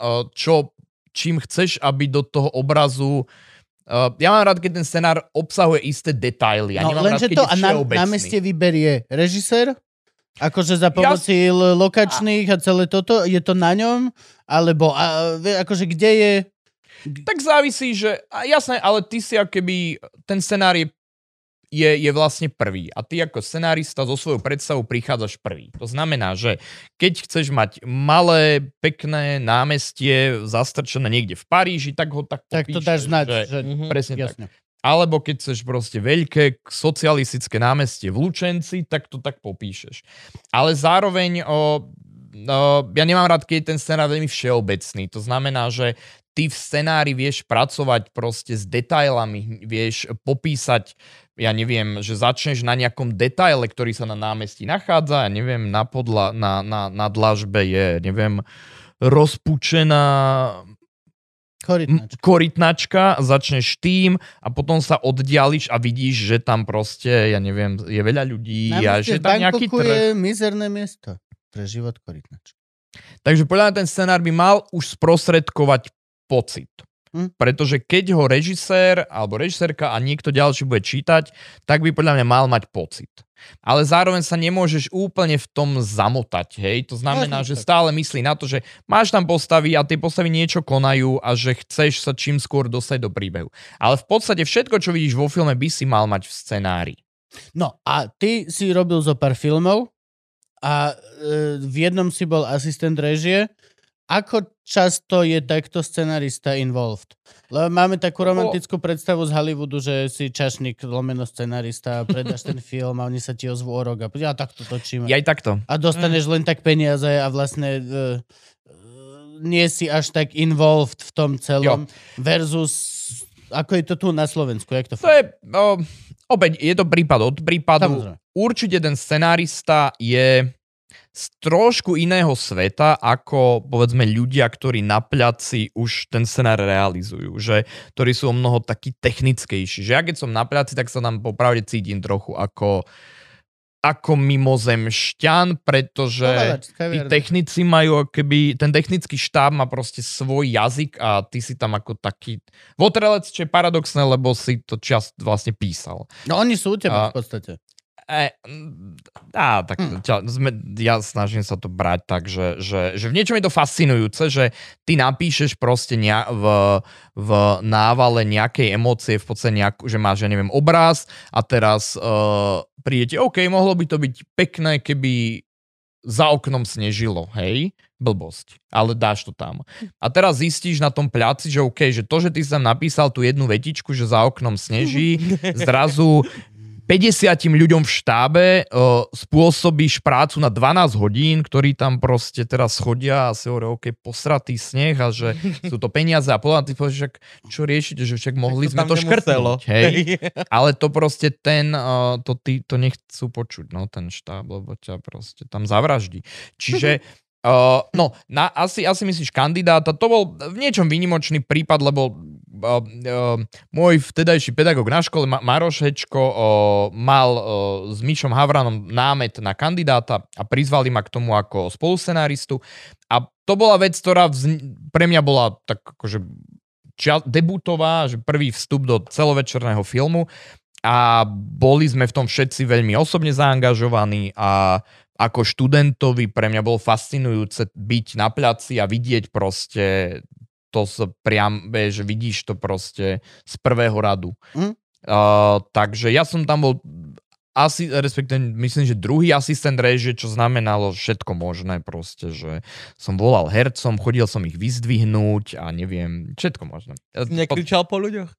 čím chceš, aby do toho obrazu... ja mám rád, keď ten scenár obsahuje isté detaily. Ja nemám rád, keď je všeobecný. Námestie vyberie režisér? Akože za pomoci lokačných a celé toto? Je to na ňom? Alebo akože kde je... Tak závisí, že... Jasné, ale ty si akoby... Ten scenár je vlastne prvý. A ty ako scenárista so svojou predstavou prichádzaš prvý. To znamená, že keď chceš mať malé, pekné námestie zastrčené niekde v Paríži, tak ho tak popíšeš. Tak to dáš znať. Presne jasne. Tak. Alebo keď chceš proste veľké socialistické námestie v Lučenci, tak to tak popíšeš. Ale zároveň ja nemám rád, keď je ten scenár veľmi všeobecný. To znamená, že ty v scenári vieš pracovať proste s detailami, vieš popísať, ja neviem, že začneš na nejakom detaile, ktorý sa na námestí nachádza, ja neviem, na dlažbe je, neviem, rozpučená korytnačka, začneš tým a potom sa oddiališ a vidíš, že tam proste, ja neviem, je veľa ľudí a že tam nejaký trh. Je mizerné miesto pre život korytnačky. Takže podľa mňa ten scenár by mal už sprostredkovať pocit. Pretože keď ho režisér alebo režisérka a niekto ďalší bude čítať, tak by podľa mňa mal mať pocit. Ale zároveň sa nemôžeš úplne v tom zamotať, hej? To znamená, že stále myslí na to, že máš tam postavy a tie postavy niečo konajú a že chceš sa čím skôr dostať do príbehu. Ale v podstate všetko, čo vidíš vo filme, by si mal mať v scenári. No a ty si robil zo pár filmov a v jednom si bol asistent režie. Ako často je takto scenarista involved? Lebo máme takú romantickú predstavu z Hollywoodu, že si čašník, lomeno scenarista, predáš ten film a oni sa ti ozvú o rok a ja takto točím. Ja aj takto. A dostaneš len tak peniaze a vlastne nie si až tak involved v tom celom. versus ako je to tu na Slovensku? Jak to je, opäť, je to prípad od prípadu. Samozrejme. Určite ten scenárista je z trošku iného sveta, ako povedzme ľudia, ktorí na pľaci už ten scenár realizujú, že ktorí sú o mnoho takí technickejší. Že ja keď som na pľaci, tak sa tam popravde cítim trochu ako mimozemšťan, pretože tí technici majú keby, ten technický štáb má proste svoj jazyk a ty si tam ako taký votrelec, čo je paradoxné, lebo si to čas vlastne písal. No oni sú u teba v podstate. Ja snažím sa to brať tak, že v niečom je to fascinujúce, že ty napíšeš proste v návale nejakej emócie, v podstate že máš, ja neviem, obraz a teraz prídete, OK, mohlo by to byť pekné, keby za oknom snežilo, hej? Blbosť, ale dáš to tam. A teraz zistíš na tom pľaci, že OK, že to, že ty si tam napísal tú jednu vetičku, že za oknom sneží, zrazu 50 ľuďom v štábe spôsobíš prácu na 12 hodín, ktorí tam proste teraz chodia a si hovoria, OK, posratý sneh a že sú to peniaze a podobne. Ty povieš, čo riešite, že však mohli sme to škrtnúť, hej? Ale to proste to nechcú počuť, no, ten štáb, lebo ťa proste tam zavraždí. Čiže asi myslíš kandidáta, to bol v niečom výnimočný prípad, lebo môj vtedajší pedagóg na škole, Maroš Hečko, mal s Mišom Havranom námet na kandidáta a prizvali ma k tomu ako spoluscenáristu. A to bola vec, ktorá pre mňa bola tak akože debutová, že prvý vstup do celovečerného filmu a boli sme v tom všetci veľmi osobne zaangažovaní a ako študentovi pre mňa bolo fascinujúce byť na pľaci a vidieť proste to že vidíš to proste z prvého radu. Takže ja som tam bol respektíve myslím, že druhý asistent réžie, čo znamenalo všetko možné proste, že som volal hercom, chodil som ich vyzdvihnúť a neviem, všetko možné. Nekričal po ľuďoch?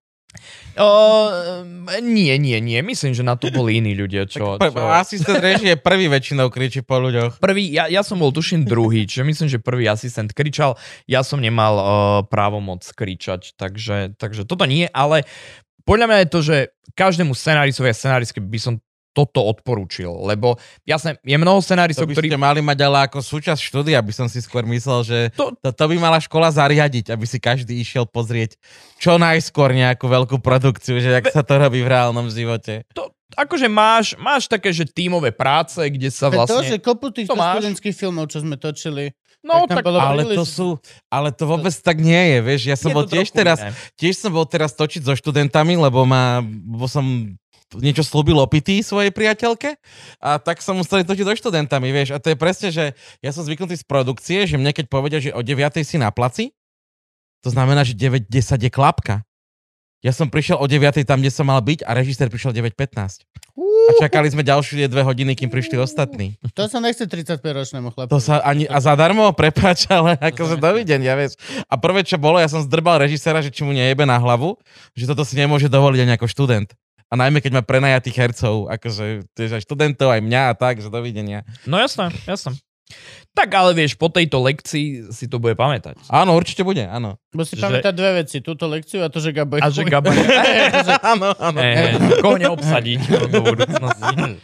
Nie. Myslím, že na to boli iní ľudia. Asistent réžie prvý väčšinou kričí po ľuďoch. Prvý, ja som bol tuším druhý, čiže myslím, že prvý asistent kričal. Ja som nemal právomoc kričať, takže toto nie, ale podľa mňa je to, že každému scenáristovi a scenáristke by som toto odporúčil, lebo jasne, je mnoho scenáristov, ktorí... To by ste mali mať ale ako súčasť štúdia, aby som si skôr myslel, že to by mala škola zariadiť, aby si každý išiel pozrieť čo najskôr nejakú veľkú produkciu, že jak sa to robí v reálnom živote. Akože máš také, že tímové práce, kde sa vlastne... To, že kopu týchto študentských filmov, čo sme točili, ale to vôbec tak nie je, vieš, ja som bol tiež som bol teraz točiť so študentami, lebo som niečo slúbil opitý svojej priateľke a tak som musel točiť so študentami, vieš, a to je presne, že ja som zvyknutý z produkcie, že mne keď povedia, že o 9:00 si na placi, to znamená, že 9:10 je klapka. Ja som prišiel o 9:00 tam, kde som mal byť a režisér prišiel 9:15. A čakali sme ďalšie 2 hodiny, kým prišli ostatní. To sa nechce 35-ročnému chlapu. To sa a zadarmo, prepáč, ale akože dovidenia, vieš. A prvé, čo bolo, ja som zdrbal režiséra, že či mu nejebe na hlavu, že toto si nemôže dovoliť ani ako študent. A najmä, keď má prenajatých hercov, akože tiež aj študentov, aj mňa a tak, že dovidenia. No jasné. Tak ale vieš, po tejto lekcii si to bude pamätať. Áno, určite bude, áno. Bo si pamätať dve veci, túto lekciu a to, že Gabo je... A že Gabo je... Áno. Koho neobsadiť do budúcnosti.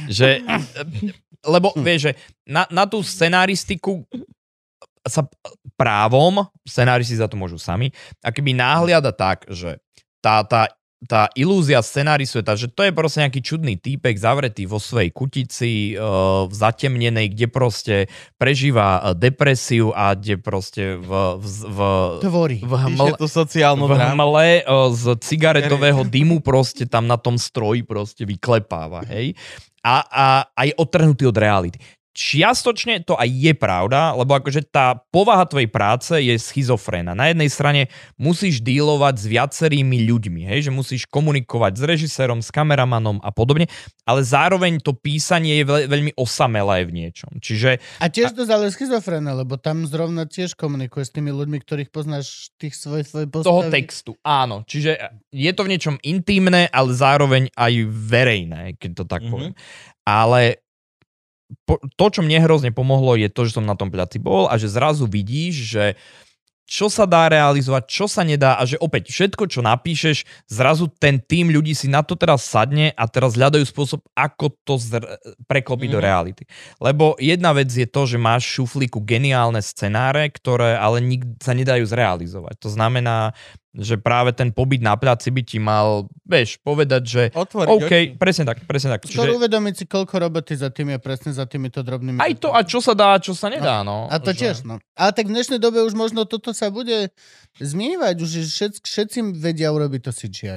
Lebo vieš, že na tú scenaristiku sa právom, scenaristi za to môžu sami, a keby náhliada tak, že tá ilúzia scenáristu je tá, že to je proste nejaký čudný týpek zavretý vo svojej kutici, v zatemnenej, kde proste prežíva depresiu a kde proste v hmle z cigaretového dymu proste tam na tom stroji proste vyklepáva, hej? A je odtrhnutý od reality. Čiastočne to aj je pravda, lebo akože tá povaha tvojej práce je schizofrénna. Na jednej strane musíš dílovať s viacerými ľuďmi, hej? Že musíš komunikovať s režisérom, s kameramanom a podobne, ale zároveň to písanie je veľmi osamelé v niečom. A tiež to ale schizofrénne, lebo tam zrovna tiež komunikuje s tými ľuďmi, ktorých poznáš tých svojich postavy. Toho textu, áno. Čiže je to v niečom intimné, ale zároveň aj verejné, keď to tak poviem. Ale to, čo mne hrozne pomohlo, je to, že som na tom pľaci bol a že zrazu vidíš, že čo sa dá realizovať, čo sa nedá a že opäť všetko, čo napíšeš, zrazu ten tým ľudí si na to teraz sadne a teraz hľadajú spôsob, ako to preklopiť do reality. Lebo jedna vec je to, že máš v šuflíku geniálne scenáre, ktoré ale sa nedajú zrealizovať. To znamená, že práve ten pobyt na pľaci by ti mal, vieš, povedať, že OK, presne tak. Skôr uvedomiť si, koľko roboty za tým je presne za týmito drobnými... Aj to, a čo sa dá, čo sa nedá, no. A to tiež, no. Ale tak v dnešnej dobe už možno toto sa bude zmievať, už všetci vedia urobiť to CGI.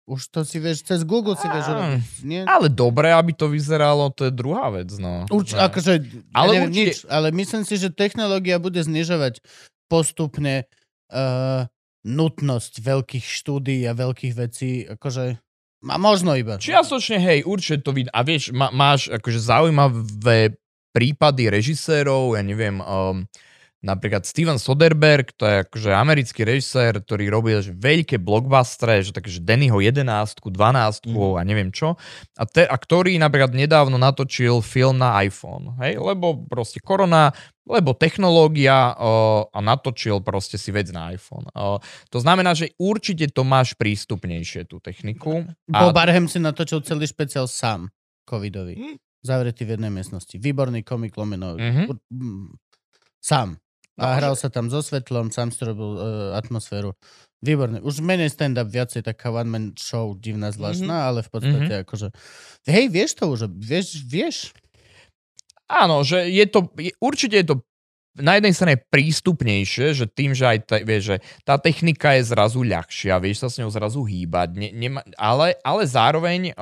Už to si vieš, cez Google si vieš urobiť, nie? Ale dobre, aby to vyzeralo, to je druhá vec, no. Akože, ale ja neviem nič, ale myslím si, že technológia bude znižovať postupne nutnosť veľkých štúdií a veľkých vecí, akože možno iba. Čiastočne, hej, určite to vidí. A vieš, máš akože zaujímavé prípady režisérov, ja neviem, napríklad Steven Soderbergh, to je akože americký režisér, ktorý robil veľké blockbustery, že takže Dannyho 11, 12 a neviem čo. A ktorý napríklad nedávno natočil film na iPhone, hej, lebo proste korona, lebo technológia a natočil proste si vec na iPhone. To znamená, že určite to máš prístupnejšie, tú techniku. Bob Barham si natočil celý špeciál sám, covidový. Zavretý v jednej miestnosti. Výborný komik lomeno. Sám. A hral sa tam so svetlom, sám si robil atmosféru. Výborné. Už menej stand-up, viacej taká one-man show, divná, zvláštna, ale v podstate akože... Hej, vieš to už? Vieš? Áno, že určite je to na jednej strane prístupnejšie, že tým, že aj vieš, že tá technika je zrazu ľahšia, vieš sa s ňou zrazu hýbať, ale zároveň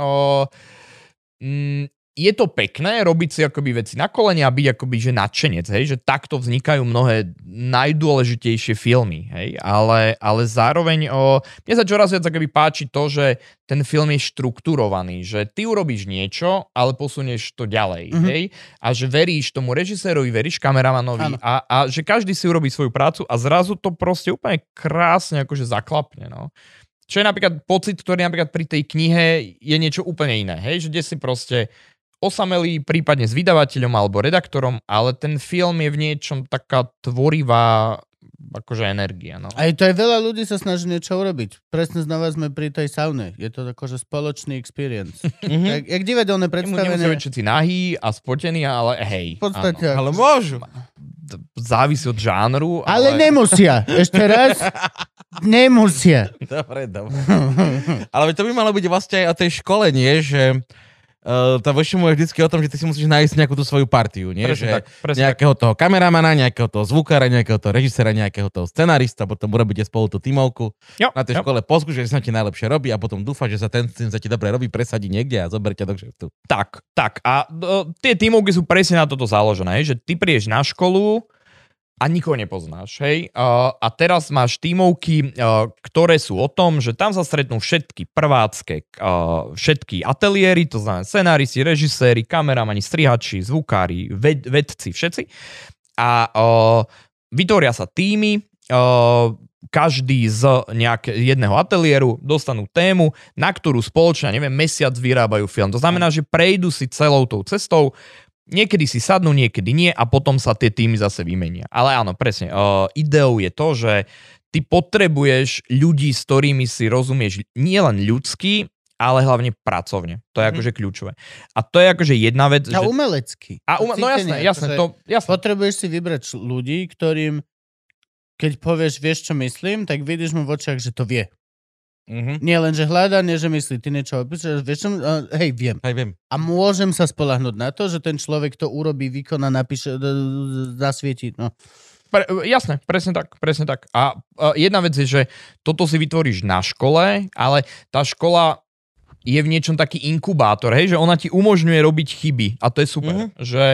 je to pekné robiť si akoby veci na kolene a byť akoby že nadšenec, hej, že takto vznikajú mnohé najdôležitejšie filmy, hej, ale zároveň mne sa čoraz viac akoby páči to, že ten film je štrukturovaný, že ty urobíš niečo, ale posunieš to ďalej, hej, a že veríš tomu režisérovi, veríš kameramanovi a že každý si urobí svoju prácu a zrazu to proste úplne krásne akože zaklapne, no. Čo je napríklad pocit, ktorý napríklad pri tej knihe je niečo úplne iné, hej, že kde si proste osamelý, prípadne s vydavateľom alebo redaktorom, ale ten film je v niečom taká tvorivá akože energia. No. Aj to aj veľa ľudí sa snaží niečo urobiť. Presne znova sme pri tej saune. Je to akože spoločný experience. Jak divadelné predstavenie. Nemusí byť všetci nahý a spotení, ale hej. V podstate. Ale môžu. Závisí od žánru. Ale nemusia. Ešte raz. Nemusia. Dobre. Ale to by malo byť vlastne aj o tej škole, nie? Že tá vošemu je vždycky o tom, že ty si musíš nájsť nejakú tú svoju partiu, nie? Presne že nejakého toho kameramana, nejakého toho zvukára, nejakého toho režisera, nejakého toho scenarista, potom urobíte spolu tú tímovku. Na tej škole poskúšaj, že sa ti najlepšie robí a potom dúfať, že sa ten sa ti dobre robí, presadí niekde a zober ťa do kšeftu. Tak. A tie tímovky sú presne na toto založené, že ty prídeš na školu a nikoho nepoznáš, hej. A teraz máš tímovky, ktoré sú o tom, že tam sa stretnú všetky prvácké, všetky ateliéry, to znamená scenáristi, režiséri, kameramani, strihači, zvukári, vedci, všetci. A vytvoria sa tímy, každý z jedného ateliéru dostanú tému, na ktorú spoločne, neviem, mesiac vyrábajú film. To znamená, že prejdú si celou tou cestou. Niekedy si sadnú, niekedy nie a potom sa tie týmy zase vymenia. Ale áno, presne. Ideou je to, že ty potrebuješ ľudí, s ktorými si rozumieš nielen ľudský, ale hlavne pracovne. To je akože kľúčové. A to je akože jedna vec. A umelecký. No jasné. Potrebuješ si vybrať ľudí, ktorým, keď povieš, vieš, čo myslím, tak vidíš mu v očiach, že to vie. Nie len, že hľadá, nie, že myslí. Ty niečo opíšeš, vieš, hej, viem. A môžem sa spoľahnúť na to, že ten človek to urobí, vykoná, napíše, zasvietí. No. Jasné, presne tak. A jedna vec je, že toto si vytvoríš na škole, ale tá škola je v niečom taký inkubátor, hej, že ona ti umožňuje robiť chyby. A to je super.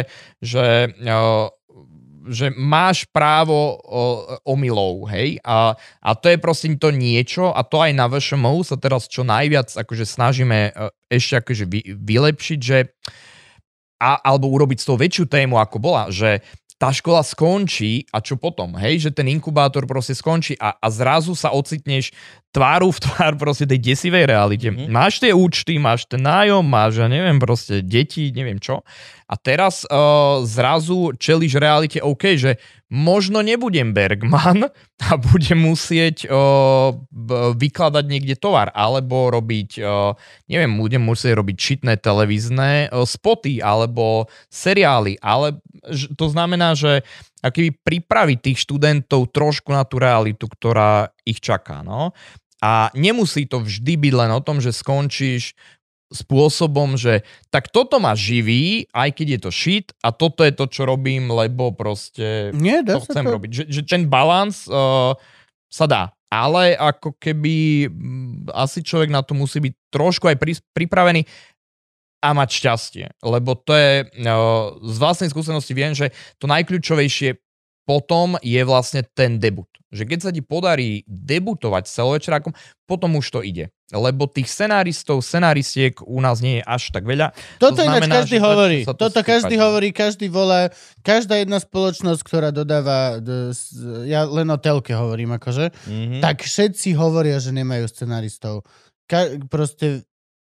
Že máš právo omylov, hej? A to je proste to niečo a to aj na VŠMU sa teraz čo najviac akože snažíme ešte akože vylepšiť, že alebo urobiť z toho väčšiu tému, ako bola, že tá škola skončí a čo potom, hej? Že ten inkubátor proste skončí a zrazu sa ocitneš tváru v tvár proste tej desivej realite. Máš tie účty, máš ten nájom, máš, ja neviem, proste deti, neviem čo. A teraz zrazu čelíš realite, OK, že možno nebudem Bergman a budem musieť vykladať niekde tovar, alebo robiť, neviem, budem musieť robiť šitné televízne spoty, alebo seriály, ale to znamená, že akýby pripraviť tých študentov trošku na tú realitu, ktorá ich čaká, no. A nemusí to vždy byť len o tom, že skončíš spôsobom, že tak toto ma živí, aj keď je to shit a toto je to, čo robím, lebo proste to chcem robiť. Že ten balans sa dá. ale ako keby asi človek na to musí byť trošku aj pripravený a mať šťastie, lebo to je, z vlastnej skúsenosti viem, že to najkľúčovejšie potom je vlastne ten debut. Že keď sa ti podarí debutovať s celovečerákom, potom už to ide. Lebo tých scenáristiek u nás nie je až tak veľa. Toto ináč každý hovorí. Toto každý hovorí, každý volá. Každá jedna spoločnosť, ktorá dodáva, ja len o telke hovorím akože, tak všetci hovoria, že nemajú scenaristov. Proste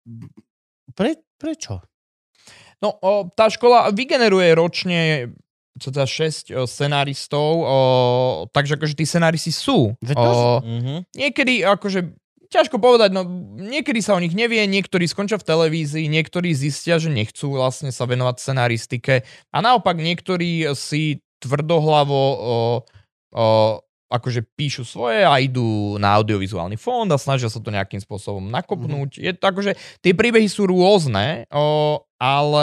prečo? No, tá škola vygeneruje ročne 6 scenaristov, takže akože tí scenáristi sú. Niekedy akože ťažko povedať, no niekedy sa o nich nevie, niektorí skončia v televízii, niektorí zistia, že nechcú vlastne sa venovať scenaristike a naopak niektorí si tvrdohlavo akože píšu svoje a idú na audiovizuálny fond a snažia sa to nejakým spôsobom nakopnúť. Je to akože, tie príbehy sú rôzne, ale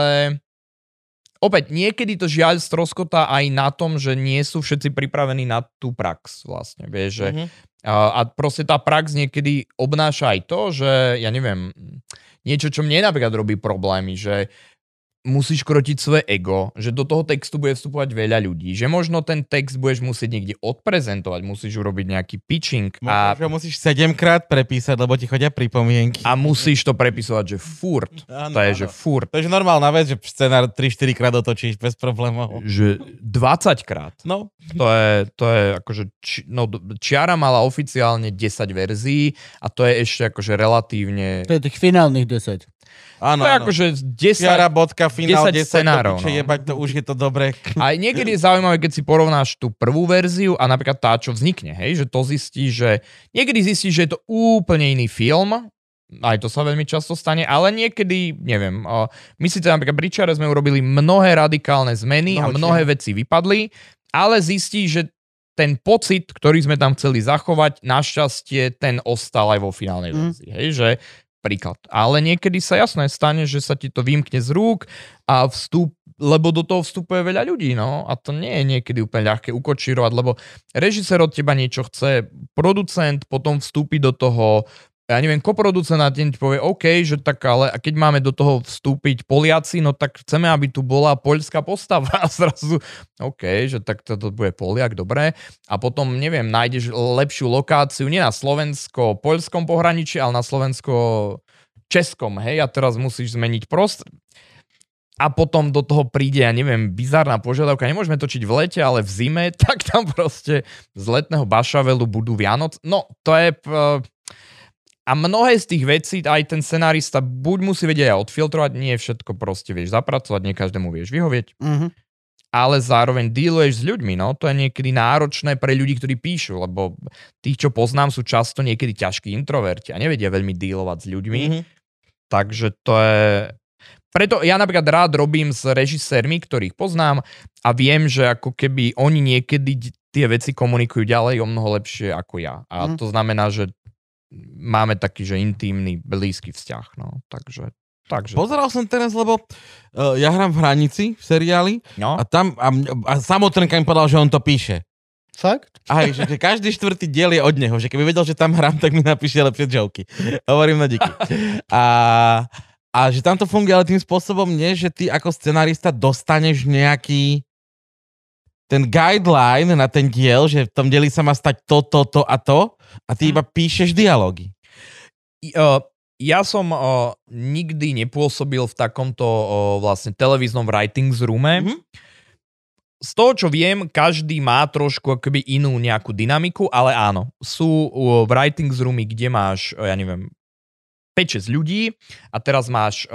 opäť, niekedy to žiaľ stroskotá aj na tom, že nie sú všetci pripravení na tú prax vlastne, vieš, že a proste tá prax niekedy obnáša aj to, že ja neviem, niečo, čo mne napríklad robí problémy, že musíš krotiť svoje ego, že do toho textu bude vstupovať veľa ľudí, že možno ten text budeš musieť niekde odprezentovať, musíš urobiť nejaký pitching. Možno musíš 7-krát prepísať, lebo ti chodia pripomienky. A musíš to prepisovať, že furt. Áno, to je, že furt. To je normálna vec, že scenár 3-4 krát otočíš bez problémov. Že 20 krát. No. To je akože, Čiara mala oficiálne 10 verzií a to je ešte akože relatívne... To je tých finálnych 10. Áno, to je akože 10 scenárov. Jebať, to už je to dobré. A niekedy je zaujímavé, keď si porovnáš tú prvú verziu a napríklad tá, čo vznikne, hej, že to zistíš, že niekedy zistíš, že je to úplne iný film, aj to sa veľmi často stane, ale niekedy, neviem, my si teda napríklad pri Čiare sme urobili mnohé radikálne zmeny a mnohé veci vypadli, ale zistíš, že ten pocit, ktorý sme tam chceli zachovať, našťastie ten ostal aj vo finálnej verzii, hej, že príklad. Ale niekedy sa jasné stane, že sa ti to vymkne z rúk a lebo do toho vstupuje veľa ľudí, no. A to nie je niekedy úplne ľahké ukočírovať, lebo režisér od teba niečo chce, producent potom vstúpi do toho, ja neviem, koproducent a ten ti povie, OK, že tak, ale keď máme do toho vstúpiť Poliaci, no tak chceme, aby tu bola poľská postava a zrazu, OK, že tak to bude Poliak, dobre. A potom, neviem, nájdeš lepšiu lokáciu, nie na slovensko-poľskom pohraničí, ale na slovensko-českom, hej, a teraz musíš zmeniť a potom do toho príde, ja neviem, bizarná požiadavka, nemôžeme točiť v lete, ale v zime, tak tam proste z letného Bašavelu budú Vianoc. No, to je... A mnohé z tých vecí aj ten scenárista buď musí vedieť aj odfiltrovať, nie všetko proste vieš zapracovať, nie každému vieš vyhovieť, ale zároveň dealuješ s ľuďmi, no to je niekedy náročné pre ľudí, ktorí píšu, lebo tých, čo poznám, sú často niekedy ťažkí introverti a nevedia veľmi dealovať s ľuďmi, takže to je... Preto ja napríklad rád robím s režisérmi, ktorých poznám a viem, že ako keby oni niekedy tie veci komunikujú ďalej o mnoho lepšie ako ja. A to znamená, že máme taký, že intímny, blízky vzťah, no, takže. Pozeral som teraz, lebo ja hrám v Hranici, v seriáli, no. A tam, a samotnka mi povedal, že on to píše. Fakt? Aj, že každý 4. diel je od neho, že keby vedel, že tam hrám, tak mi napíše lepšie joky. Hovorím na díky. A že tam to funguje, ale tým spôsobom nie, že ty ako scenarista dostaneš nejaký ten guideline na ten diel, že v tom dieli sa má stať to a to, a ty iba píšeš dialógy. Ja som nikdy nepôsobil v takomto vlastne televíznom writing roome. Z toho, čo viem, každý má trošku akoby inú nejakú dynamiku, ale áno, sú writing roomy, kde máš, ja neviem, 5-6 ľudí a teraz máš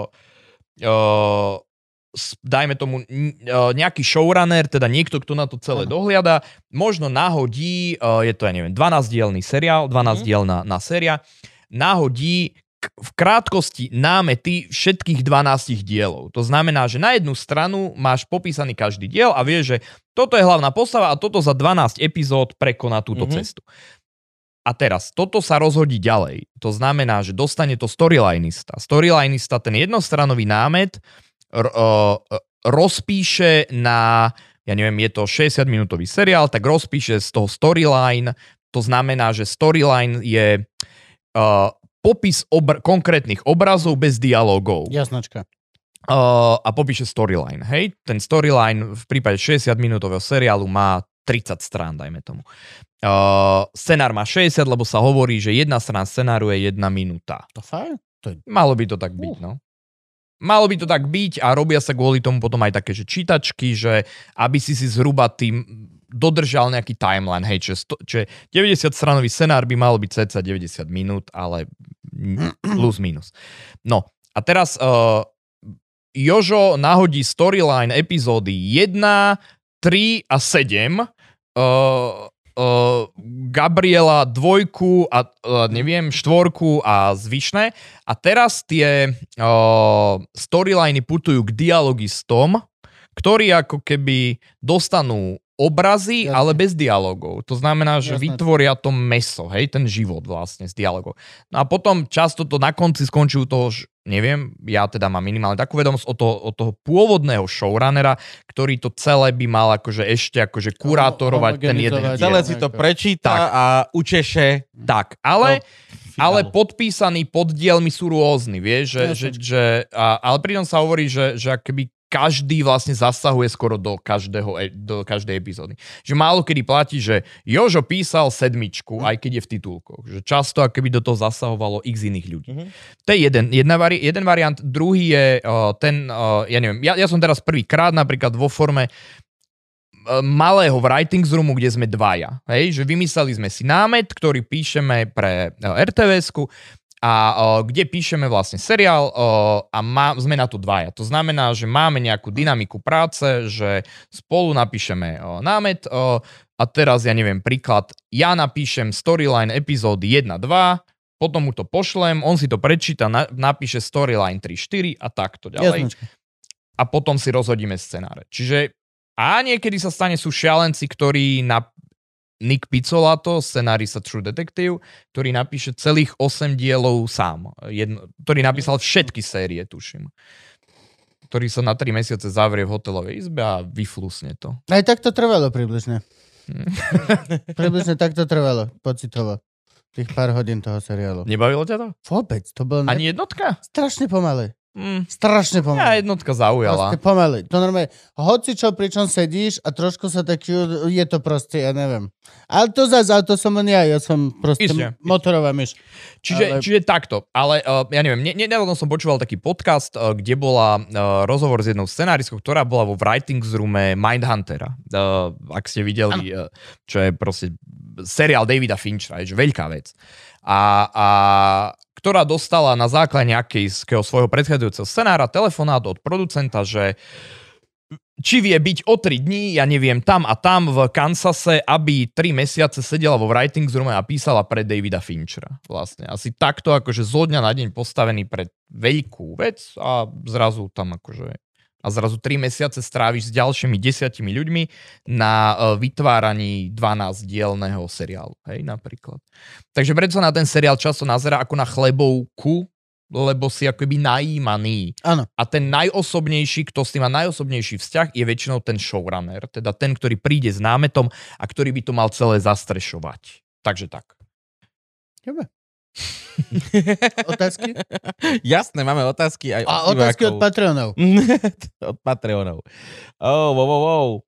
dajme tomu nejaký showrunner, teda niekto, kto na to celé dohliada, možno nahodí, je to, ja neviem, 12-dielný seriál, 12-dielná séria, nahodí v krátkosti námety všetkých 12 dielov. To znamená, že na jednu stranu máš popísaný každý diel a vieš, že toto je hlavná postava a toto za 12 epizód prekoná túto cestu. A teraz, toto sa rozhodí ďalej. To znamená, že dostane to storylinista. Storylinista ten jednostranový námet rozpíše na, ja neviem, je to 60-minútový seriál, tak rozpíše z toho storyline To znamená, že storyline je popis konkrétnych obrazov bez dialogov. Jasnačka. A popíše storyline, hej? Ten storyline v prípade 60-minútového seriálu má 30 strán, dajme tomu. Scenár má 60, lebo sa hovorí, že jedna strana scenáru je 1 minúta. To fajn? Malo by to tak byť, no. Malo by to tak byť a robia sa kvôli tomu potom aj také, že čítačky, že aby si zhruba tým dodržal nejaký timeline, hej, že 90-stranový scenár by mal byť cca 90 minút, ale plus minus. No, a teraz Jožo nahodí storyline epizódy 1, 3 a 7, Gabriela 2 a neviem, 4 a zvyšné. A teraz tie storyliny putujú k dialogistom, ktorí ako keby dostanú obrazy, jasne, ale bez dialogov. To znamená, že jasne, vytvoria to meso, hej, ten život vlastne z dialogov. No a potom často to na konci skončí u toho, neviem, ja teda mám minimálne takú vedomosť od toho pôvodného showrunnera, ktorý to celé by mal akože ešte akože kurátorovať ten jeden diel. Celé si to prečíta tak, a učeše. Tak, ale podpísaní poddielmi sú rôzni, vieš, ale pritom sa hovorí, že akoby každý vlastne zasahuje skoro do každej epizódy. Že málo kedy platí, že Jožo písal 7, aj keď je v titulkoch. Že často akoby do toho zasahovalo x iných ľudí. To je jeden variant. Druhý je ja neviem, ja som teraz prvýkrát napríklad vo forme malého writings roomu, kde sme dvaja. Hej? Že vymysleli sme si námet, ktorý píšeme pre RTVS-ku a kde píšeme vlastne seriál a sme na to dvaja. To znamená, že máme nejakú dynamiku práce, že spolu napíšeme námet a teraz, ja neviem, príklad, ja napíšem storyline epizódy 1, 2, potom mu to pošlem, on si to prečíta, napíše storyline 3, 4 a takto ďalej. Jasnečka. A potom si rozhodíme scenáre. Čiže a niekedy sa stane, sú šialenci, ktorí Nick Pizzolato, scenárista True Detective, ktorý napíše celých 8 dielov sám. Ktorý napísal všetky série, tuším. Ktorý sa na 3 mesiace zavrie v hotelovej izbe a vyflusne to. Aj tak to trvalo približne. Približne tak to trvalo, pocitovo. Tých pár hodín toho seriálu. Nebavilo ťa to? Vôbec. To bol ani jednotka? Strašne pomalé. Strašne pomaly. Ja jednotka zaujala. Proste pomaly. To normálne, hoci čo, pričom sedíš a trošku sa tak, je to proste, ja neviem. Ale to som len ja som proste motorová myš. Čiže takto, ale ja neviem, nedávno som počúval taký podcast, kde bola rozhovor s jednou scenáristkou, ktorá bola vo writings roome Mindhuntera. Ak ste videli, čo je proste seriál Davida Finchera, je veľká vec. A ktorá dostala na základe nejakého svojho predchádzajúceho scenára telefonát od producenta, že či vie byť o 3 dní, ja neviem, tam a tam v Kansase, aby 3 mesiace sedela vo writings roome a písala pre Davida Finchera. Vlastne asi takto akože zo dňa na deň postavený pred veľkú vec a zrazu tam akože a zrazu 3 mesiace stráviš s ďalšími 10 ľuďmi na vytváraní 12-dielného seriálu, hej, napríklad. Takže preto sa na ten seriál často nazerá ako na chlebovku, lebo si akoby najímaný. Áno. A ten najosobnejší, kto s tým má najosobnejší vzťah, je väčšinou ten showrunner, teda ten, ktorý príde s námetom a ktorý by to mal celé zastrešovať. Takže tak. Dobre. Otázky? Jasné, máme otázky aj od otázky od Patreonov. Od Patreonov. Wow.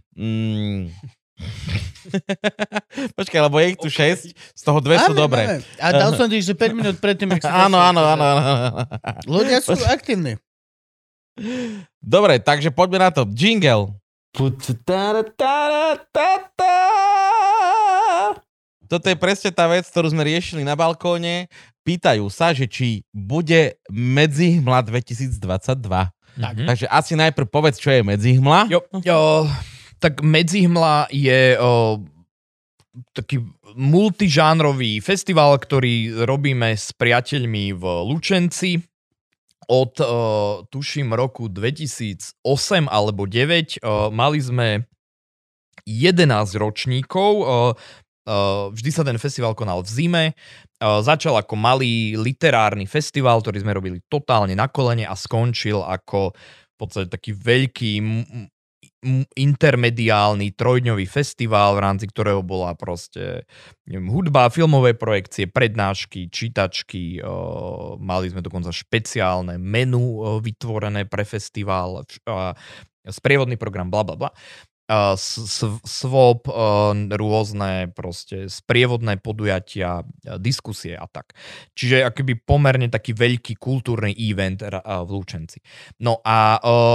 Počkaj, lebo je ich tu 6, z toho 2 sú dobré. A dal som ti, že 5 minút predtým, ak Áno. Ľudia sú aktívni. Dobre, takže poďme na to. Jingle. Toto je presne tá vec, ktorú sme riešili na balkóne. Pýtajú sa, že či bude Medzihmla 2022. Takže asi najprv povedz, čo je Medzihmla. Tak Medzihmla je taký multižánrový festival, ktorý robíme s priateľmi v Lučenci od, tuším, roku 2008 alebo 2009. Mali sme 11 ročníkov. Vždy sa ten festival konal v zime. Začal ako malý literárny festival, ktorý sme robili totálne na kolene a skončil ako v podstate taký veľký intermediálny trojdňový festival, v rámci ktorého bola proste hudba, filmové projekcie, prednášky, čítačky, mali sme dokonca špeciálne menu vytvorené pre festival, sprievodný program, blablabla. Swap, rôzne proste sprievodné podujatia, diskusie a tak. Čiže akoby pomerne taký veľký kultúrny event v Lučenci. No a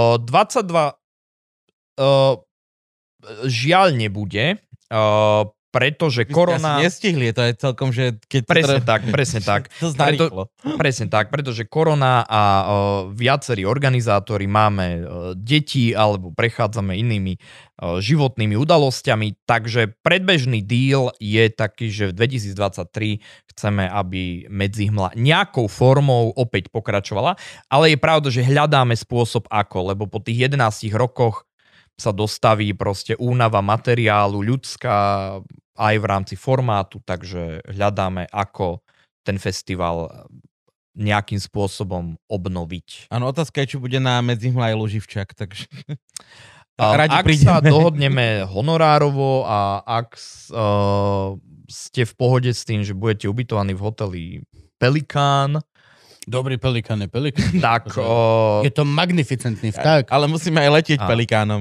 22 žiaľ nebude, pretože korona... Nestihli, to je celkom, že... Presne tak. To znarýchlo. Presne tak, pretože korona a viacerí organizátori máme deti alebo prechádzame inými životnými udalosťami, takže predbežný deal je taký, že v 2023 chceme, aby Medzihmla nejakou formou opäť pokračovala, ale je pravda, že hľadáme spôsob ako, lebo po tých 11 rokoch sa dostaví proste únava materiálu ľudská aj v rámci formátu, takže hľadáme, ako ten festival nejakým spôsobom obnoviť. Áno, otázka je, či bude na Medzihmla aj Luživčak, takže... Ak sa dohodneme honorárovo a ak ste v pohode s tým, že budete ubytovaní v hoteli Pelikán, Dobrý pelikán je pelikán. tak... Je to magnificentný vták. Ale musíme aj letieť pelikánom.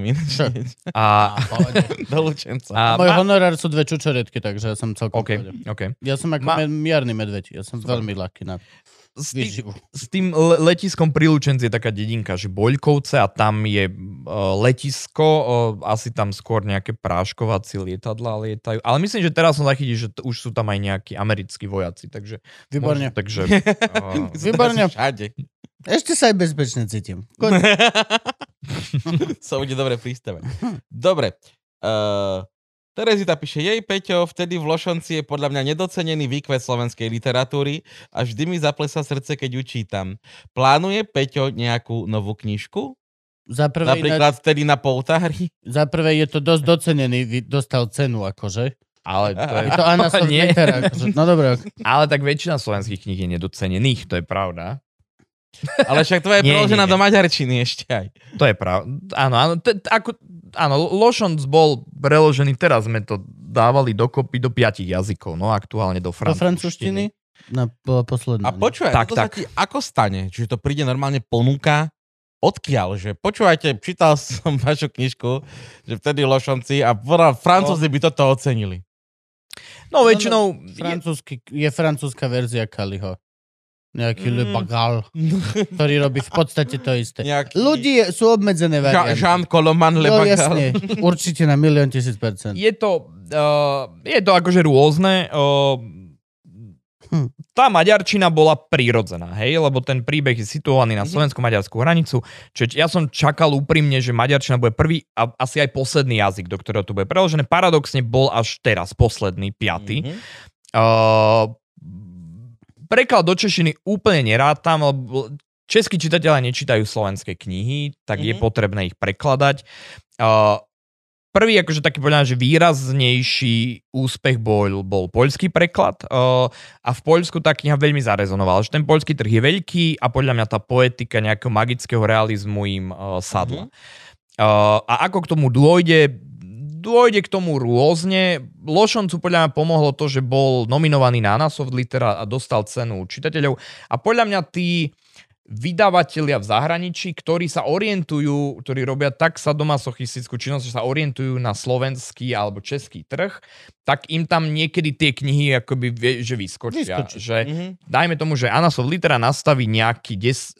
Do Lučenca. Môj honorár sú 2 čučoretky, takže ja som celkom Okay. Ja som ako miarný medveď. Ja som veľmi ľahký na výživu. S tým letiskom pri Lučenci je taká dedinka, že Boľkovce, a tam je letisko, asi tam skôr nejaké práškovacie lietadlá lietajú. Ale myslím, že teraz som zachytil, že už sú tam aj nejakí americkí vojaci, takže... Výborne. Výborne. Všade. Ešte sa aj bezpečne cítim. Sa bude dobre prístavať. Dobre. Terezita píše, jej Peťo, vtedy v Lošonci je podľa mňa nedocenený výkvet slovenskej literatúry a vždy mi zaplesá srdce, keď ju čítam. Plánuje Peťo nejakú novú knižku? Napríklad vtedy na Poltári? Za prvé je to dosť docenený, dostal cenu akože. Ale to je to Anasov litera. Akože. No dobré. Ale tak väčšina slovenských kníh je nedocenených, to je pravda. Ale však to je preložená do maďarčiny ešte aj. To je pravda. Áno, Lošonc bol preložený, teraz sme to dávali dokopy do 5 jazykov, no aktuálne do francúzštiny. Na posledná. A počúvaj, to sa ti ako stane? Čiže to príde normálne ponuka, odkiaľ, že počúvajte, čítal som vašu knižku, že vtedy Lošonci a Francúzi by toto ocenili. No väčšinou... Je francúzska verzia Kaliho. Nejaký Le Bagal, ktorý robí v podstate to isté. Ľudí sú obmedzené varianty. Jean Coloman Le Bagal. Jasne, určite na 1,000,000%. Je to akože rôzne. Tá maďarčina bola prírodzená, hej, lebo ten príbeh je situovaný na slovensko-maďarskú hranicu. Čiže ja som čakal úprimne, že maďarčina bude prvý a asi aj posledný jazyk, do ktorého to bude preložené. Paradoxne bol až teraz posledný, 5. Preklad do češtiny úplne nerátam, lebo českí čitatelia nečítajú slovenské knihy, tak je potrebné ich prekladať. Prvý, akože taký povedané, že výraznejší úspech bol poľský preklad a v Poľsku tá kniha veľmi zarezonovala, že ten poľský trh je veľký a podľa mňa tá poetika nejakého magického realizmu im sadla. A ako k tomu dôjde k tomu rôzne. Lošoncu podľa mňa pomohlo to, že bol nominovaný na Anasov litera a dostal cenu čitateľov. A podľa mňa tí vydavatelia v zahraničí, ktorí sa orientujú, ktorí robia tak sadomasochistickú činnosť, že sa orientujú na slovenský alebo český trh, tak im tam niekedy tie knihy akoby že vyskočia. Že, dajme tomu, že Anasov litera nastaví nejaké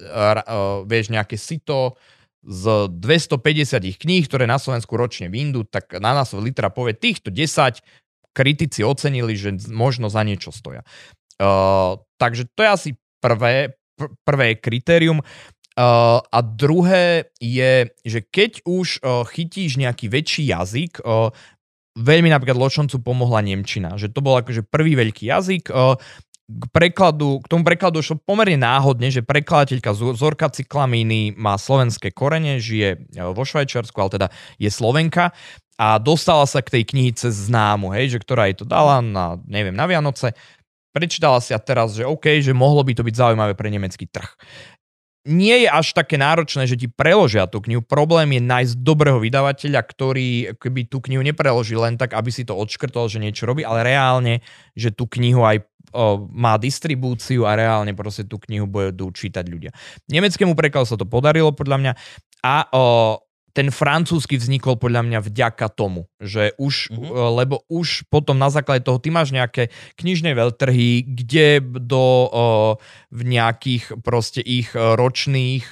sito z 250 kníh, ktoré na Slovensku ročne vyjdú, tak na Anasov litera povie, týchto 10 kritici ocenili, že možno za niečo stoja. Takže to je asi prvé kritérium. A druhé je, že keď už chytíš nejaký väčší jazyk, veľmi napríklad Lošoncu pomohla nemčina, že to bol akože prvý veľký jazyk. K tomu prekladu šlo pomerne náhodne, že prekladateľka Zorka Cyklamíny má slovenské korene, žije vo Švajčiarsku, ale teda je Slovenka a dostala sa k tej knihy cez známu, hej, že ktorá jej to dala na Vianoce. Prečítala si a teraz, že OK, že mohlo by to byť zaujímavé pre nemecký trh. nie je až také náročné, že ti preložia tú knihu. Problém je nájsť dobrého vydavateľa, ktorý keby tú knihu nepreloží len tak, aby si to odškrtol, že niečo robí, ale reálne, že tú knihu aj má distribúciu a reálne proste tú knihu budú čítať ľudia. Nemeckému prekladu sa to podarilo podľa mňa a ten francúzsky vznikol podľa mňa vďaka tomu, že už, lebo už potom na základe toho ty máš nejaké knižné veľtrhy, kde v nejakých proste ich ročných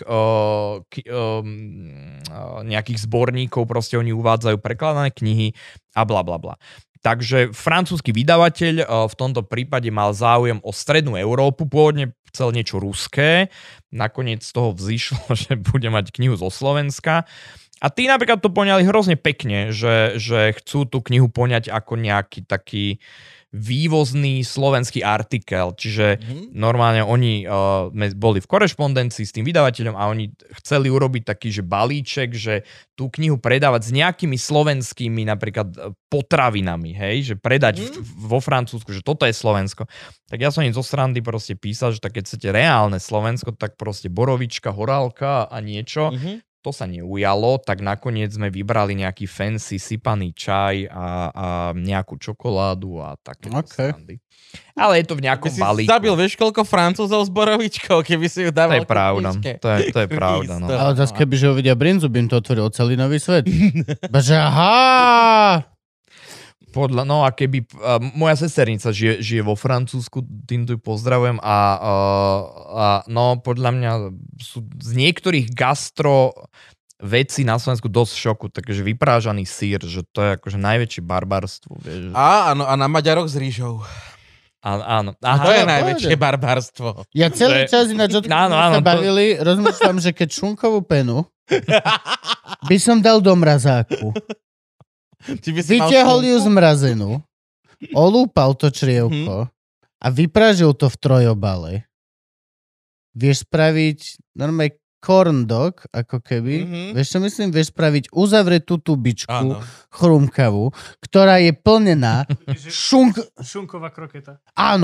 nejakých zborníkov proste oni uvádzajú prekladané knihy a bla bla bla. Takže francúzsky vydavateľ v tomto prípade mal záujem o strednú Európu, pôvodne chcel niečo ruské, nakoniec z toho vzýšlo, že bude mať knihu zo Slovenska. A tí napríklad to poňali hrozne pekne, že chcú tú knihu poňať ako nejaký taký vývozný slovenský artikel. Čiže normálne oni boli v korešpondencii s tým vydavateľom a oni chceli urobiť taký, že balíček, že tú knihu predávať s nejakými slovenskými napríklad potravinami, hej, že predať vo Francúzsku, že toto je Slovensko. Tak ja som im zo srandy proste písal, že tak keď chcete reálne Slovensko, tak proste borovička, horálka a niečo. To sa neujalo, tak nakoniec sme vybrali nejaký fancy sypaný čaj a nejakú čokoládu a také srandy. Ale je to v nejakom balíku. Zabil, vieš, koľko Francúzov s borovičkou, keby si ju dával. To je pravda. To je pravda. No. Ale zase kebyže uvidia brinzu, by im to otvoril celý nový svet. Baže, aha! No a keby moja sesternica žije vo Francúzsku, týmto ju pozdravujem a no podľa mňa sú z niektorých gastro veci na Slovensku dosť šoku, takže vyprážaný sír, že to je akože najväčšie barbarstvo. Vieš. Áno, a na Maďaroch s rýžou. Áno. Aha, to je najväčšie barbarstvo. Ja celý čas ináč sa bavili, rozmýšľam, že keď šunkovú penu by som dal do mrazáku. Vytiahol ju zmrazenú, olúpal to črievko a vypražil to v trojobale. Vieš spraviť normálne corn dog, ako keby. Vieš čo myslím? Vieš spraviť uzavretú tubičku chrumkavú, ktorá je plnená šunková kroketa. Áno.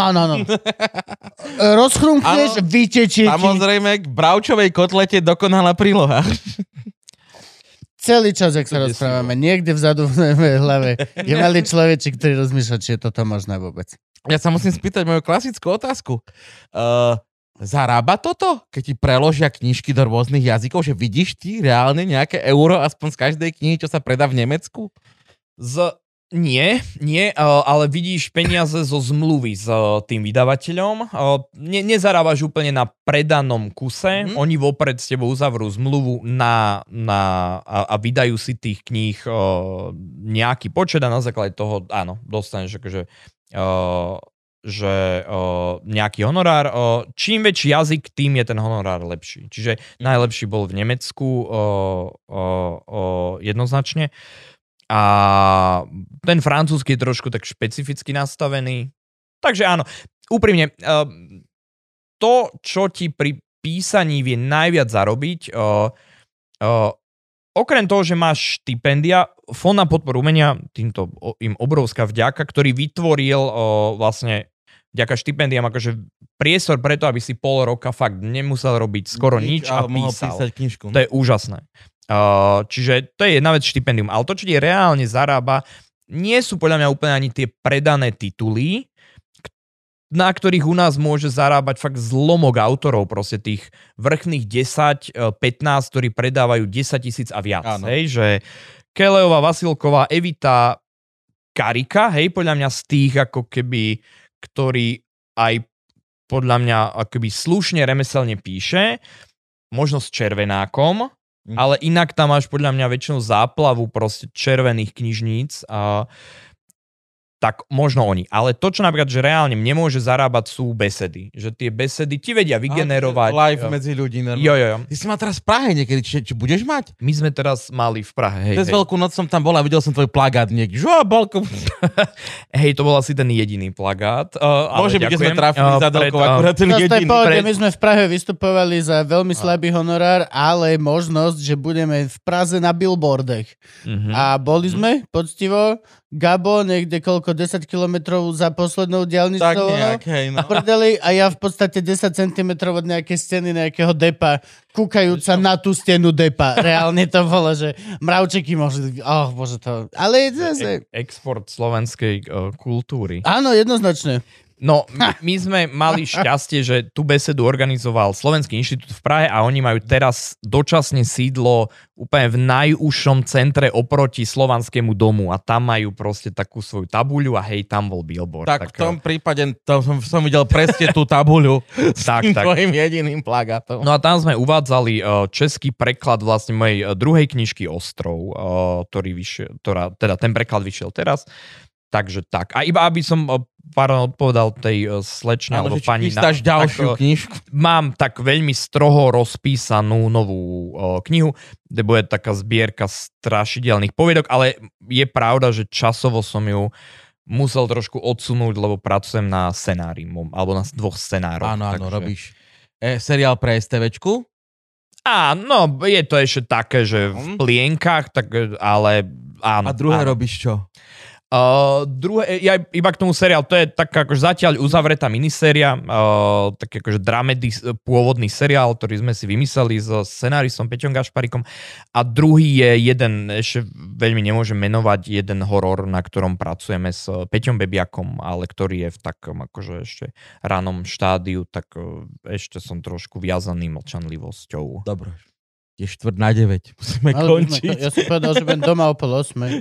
Rozchrumkneš, vytečie ti. Samozrejme, k bravčovej kotlete dokonalá príloha. Celý čas, jak sa rozprávame, niekde vzadu v mojej hlave je malý človečik, ktorý rozmýšľa, či je toto možné vôbec. Ja sa musím spýtať moju klasickú otázku. Zarába toto, keď ti preložia knižky do rôznych jazykov, že vidíš ty reálne nejaké euro aspoň z každej knihy, čo sa predá v Nemecku? Nie, ale vidíš peniaze zo zmluvy s tým vydavateľom. Nezarábaš úplne na predanom kuse. Oni vopred s tebou uzavrú zmluvu a vydajú si tých kníh nejaký počet a na základe toho, áno, dostaneš akože nejaký honorár. Čím väčší jazyk, tým je ten honorár lepší. Čiže najlepší bol v Nemecku jednoznačne. A ten francúzsky je trošku tak špecificky nastavený. Takže áno, úprimne, to, čo ti pri písaní vie najviac zarobiť, okrem toho, že máš štipendia, Fond na podporu umenia, týmto im obrovská vďaka, ktorý vytvoril vlastne vďaka štipendiám akože priestor preto, aby si pol roka fakt nemusel robiť skoro nič a písal. To je úžasné. Čiže to je jedna vec štipendium. Ale to, čo ti reálne zarába, nie sú podľa mňa úplne ani tie predané tituly, na ktorých u nás môže zarábať fakt zlomok autorov, proste tých vrchných 10, 15, ktorí predávajú 10 000 a viac. Hej, že Kelejová, Vasilková, Evita, Karika, hej, podľa mňa z tých ako keby, ktorý aj podľa mňa akoby slušne remeselne píše, možno s Červenákom, ale inak tam máš podľa mňa väčšinou záplavu proste červených knižníc a tak možno oni. Ale to, čo napríklad, že reálne nemôže zarábať, sú besedy. Že tie besedy ti vedia vygenerovať. Live medzi ľudí. Jo. Ty si mal teraz v Prahe niekedy, či budeš mať? My sme teraz mali v Prahe. Cez Veľkú noc som tam bol a videl som tvoj plagát niekde. Hej, to bol asi ten jediný plagát. Môže byť, keď sme trafili Zadelkov akurát ten jediný. My sme v Prahe vystupovali za veľmi slabý honorár, ale možnosť, že budeme v Praze na billboardech. A boli sme poctivo, Gabo niekde koľko, 10 kilometrov za poslednou diaľničkou. Tak nejak, hej, no. Prdeli a ja v podstate 10 cm od nejakej steny nejakého depa, kúkajúca na tú stenu depa. Reálne to bolo, že mravčeky mohli... bože to... Ale zase... Export slovenskej kultúry. Áno, jednoznačne. No, my sme mali šťastie, že tú besedu organizoval Slovenský inštitút v Prahe a oni majú teraz dočasne sídlo úplne v najúžšom centre oproti Slovanskému domu a tam majú proste takú svoju tabuľu a hej, tam bol billboard. Tak v tom prípade som videl presne tú tabuľu s tým tvojim jediným plagátom. No a tam sme uvádzali český preklad vlastne mojej druhej knižky Ostrov, teda ten preklad vyšiel teraz. Takže tak. A iba aby som odpovedal tej slečne alebo pani... Chystáš ďalšiu knižku? Mám tak veľmi stroho rozpísanú novú knihu, kde bude taká zbierka strašidelných poviedok, ale je pravda, že časovo som ju musel trošku odsunúť, lebo pracujem na scenári, alebo na 2 scenároch. Áno, robíš seriál pre STVčku? Áno, je to ešte také, že v plienkach, tak, ale áno. A druhé robíš čo? Ja iba k tomu seriál, to je taká akože zatiaľ uzavretá miniséria, taký akože dramedy, pôvodný seriál, ktorý sme si vymysleli so scenáristom Peťom Gašparikom a druhý je jeden, ešte veľmi nemôžem menovať, jeden horor, na ktorom pracujeme s Peťom Bebiakom, ale ktorý je v takom akože ešte ranom štádiu, tak ešte som trošku viazaný mlčanlivosťou. Dobre. Je 8:45. Musíme končiť. Ja som povedal, že budem doma o 7:30.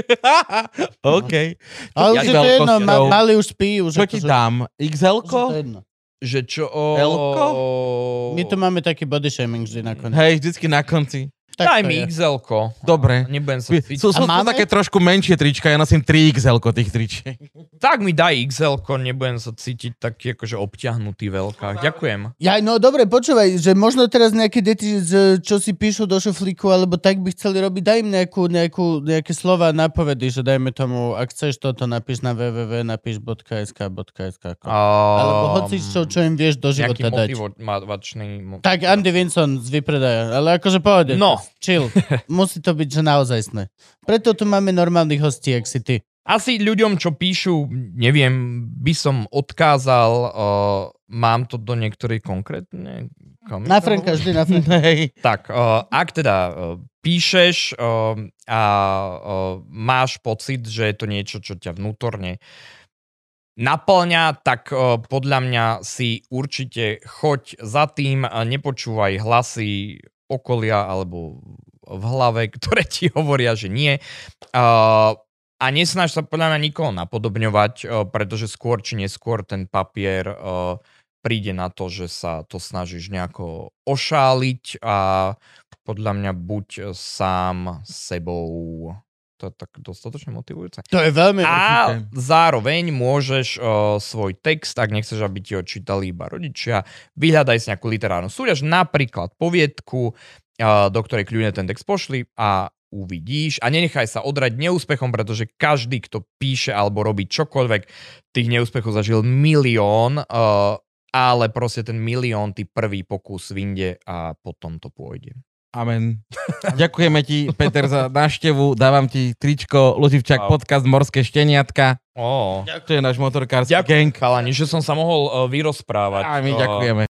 OK. Ale už je to jedno, mali už spí. Čo ti dám? XL-ko? Že čo? L-ko? My tu máme taký body shaming vždy na konci. Hej, vždycky na konci. Tak daj mi XL-ko. Dobre. Nebudem sa cítiť. Sú také trošku menšie trička, ja nosím 3 XL-ko tých tričiek. Tak mi daj XL-ko, nebudem sa cítiť taký akože obťahnutý veľká. Ďakujem. Ja, no dobre, počúvaj, že možno teraz nejaké deti, čo si píšu do šuflíku, alebo tak by chceli robiť, daj im nejaké slova napovedy, že dajme tomu, ak chceš toto, napíš na www.napíš.sk. Alebo hoci čo im vieš do života dať. Nejaký motivačný... Tak Andy Vinson z Vypredaja, ale akože pohode. No. Chill. Musí to byť, že naozajstné. Preto tu máme normálnych hostí, jak si ty. Asi ľuďom, čo píšu, neviem, by som odkázal, mám to do niektorej konkrétne... Na Franka, vždy na Franka. Tak, ak teda píšeš a máš pocit, že je to niečo, čo ťa vnútorne naplňa, tak podľa mňa si určite choď za tým, nepočúvaj hlasy okolia alebo v hlave, ktoré ti hovoria, že nie. A nesnaž sa podľa mňa nikoho napodobňovať, pretože skôr či neskôr ten papier príde na to, že sa to snažíš nejako ošáliť a podľa mňa buď sám sebou. To je tak dostatočne motivujúce. To je veľmi... A zároveň môžeš svoj text, ak nechceš, aby ti ho čítali iba rodičia, vyhľadaj si nejakú literárnu súťaž, napríklad poviedku, do ktorej kľudne ten text pošli a uvidíš. A nenechaj sa odrať neúspechom, pretože každý, kto píše alebo robí čokoľvek, tých neúspechov zažil 1 000 000, ale proste ten 1 000 000, ty prvý pokus vyjde a potom to pôjde. Amen. Ďakujeme ti, Peter, za návštevu. Dávam ti tričko Luživčák podcast Morské šteniatka. To je náš motorkársky gang. Chalani, že som sa mohol vyrozprávať. A my ďakujeme.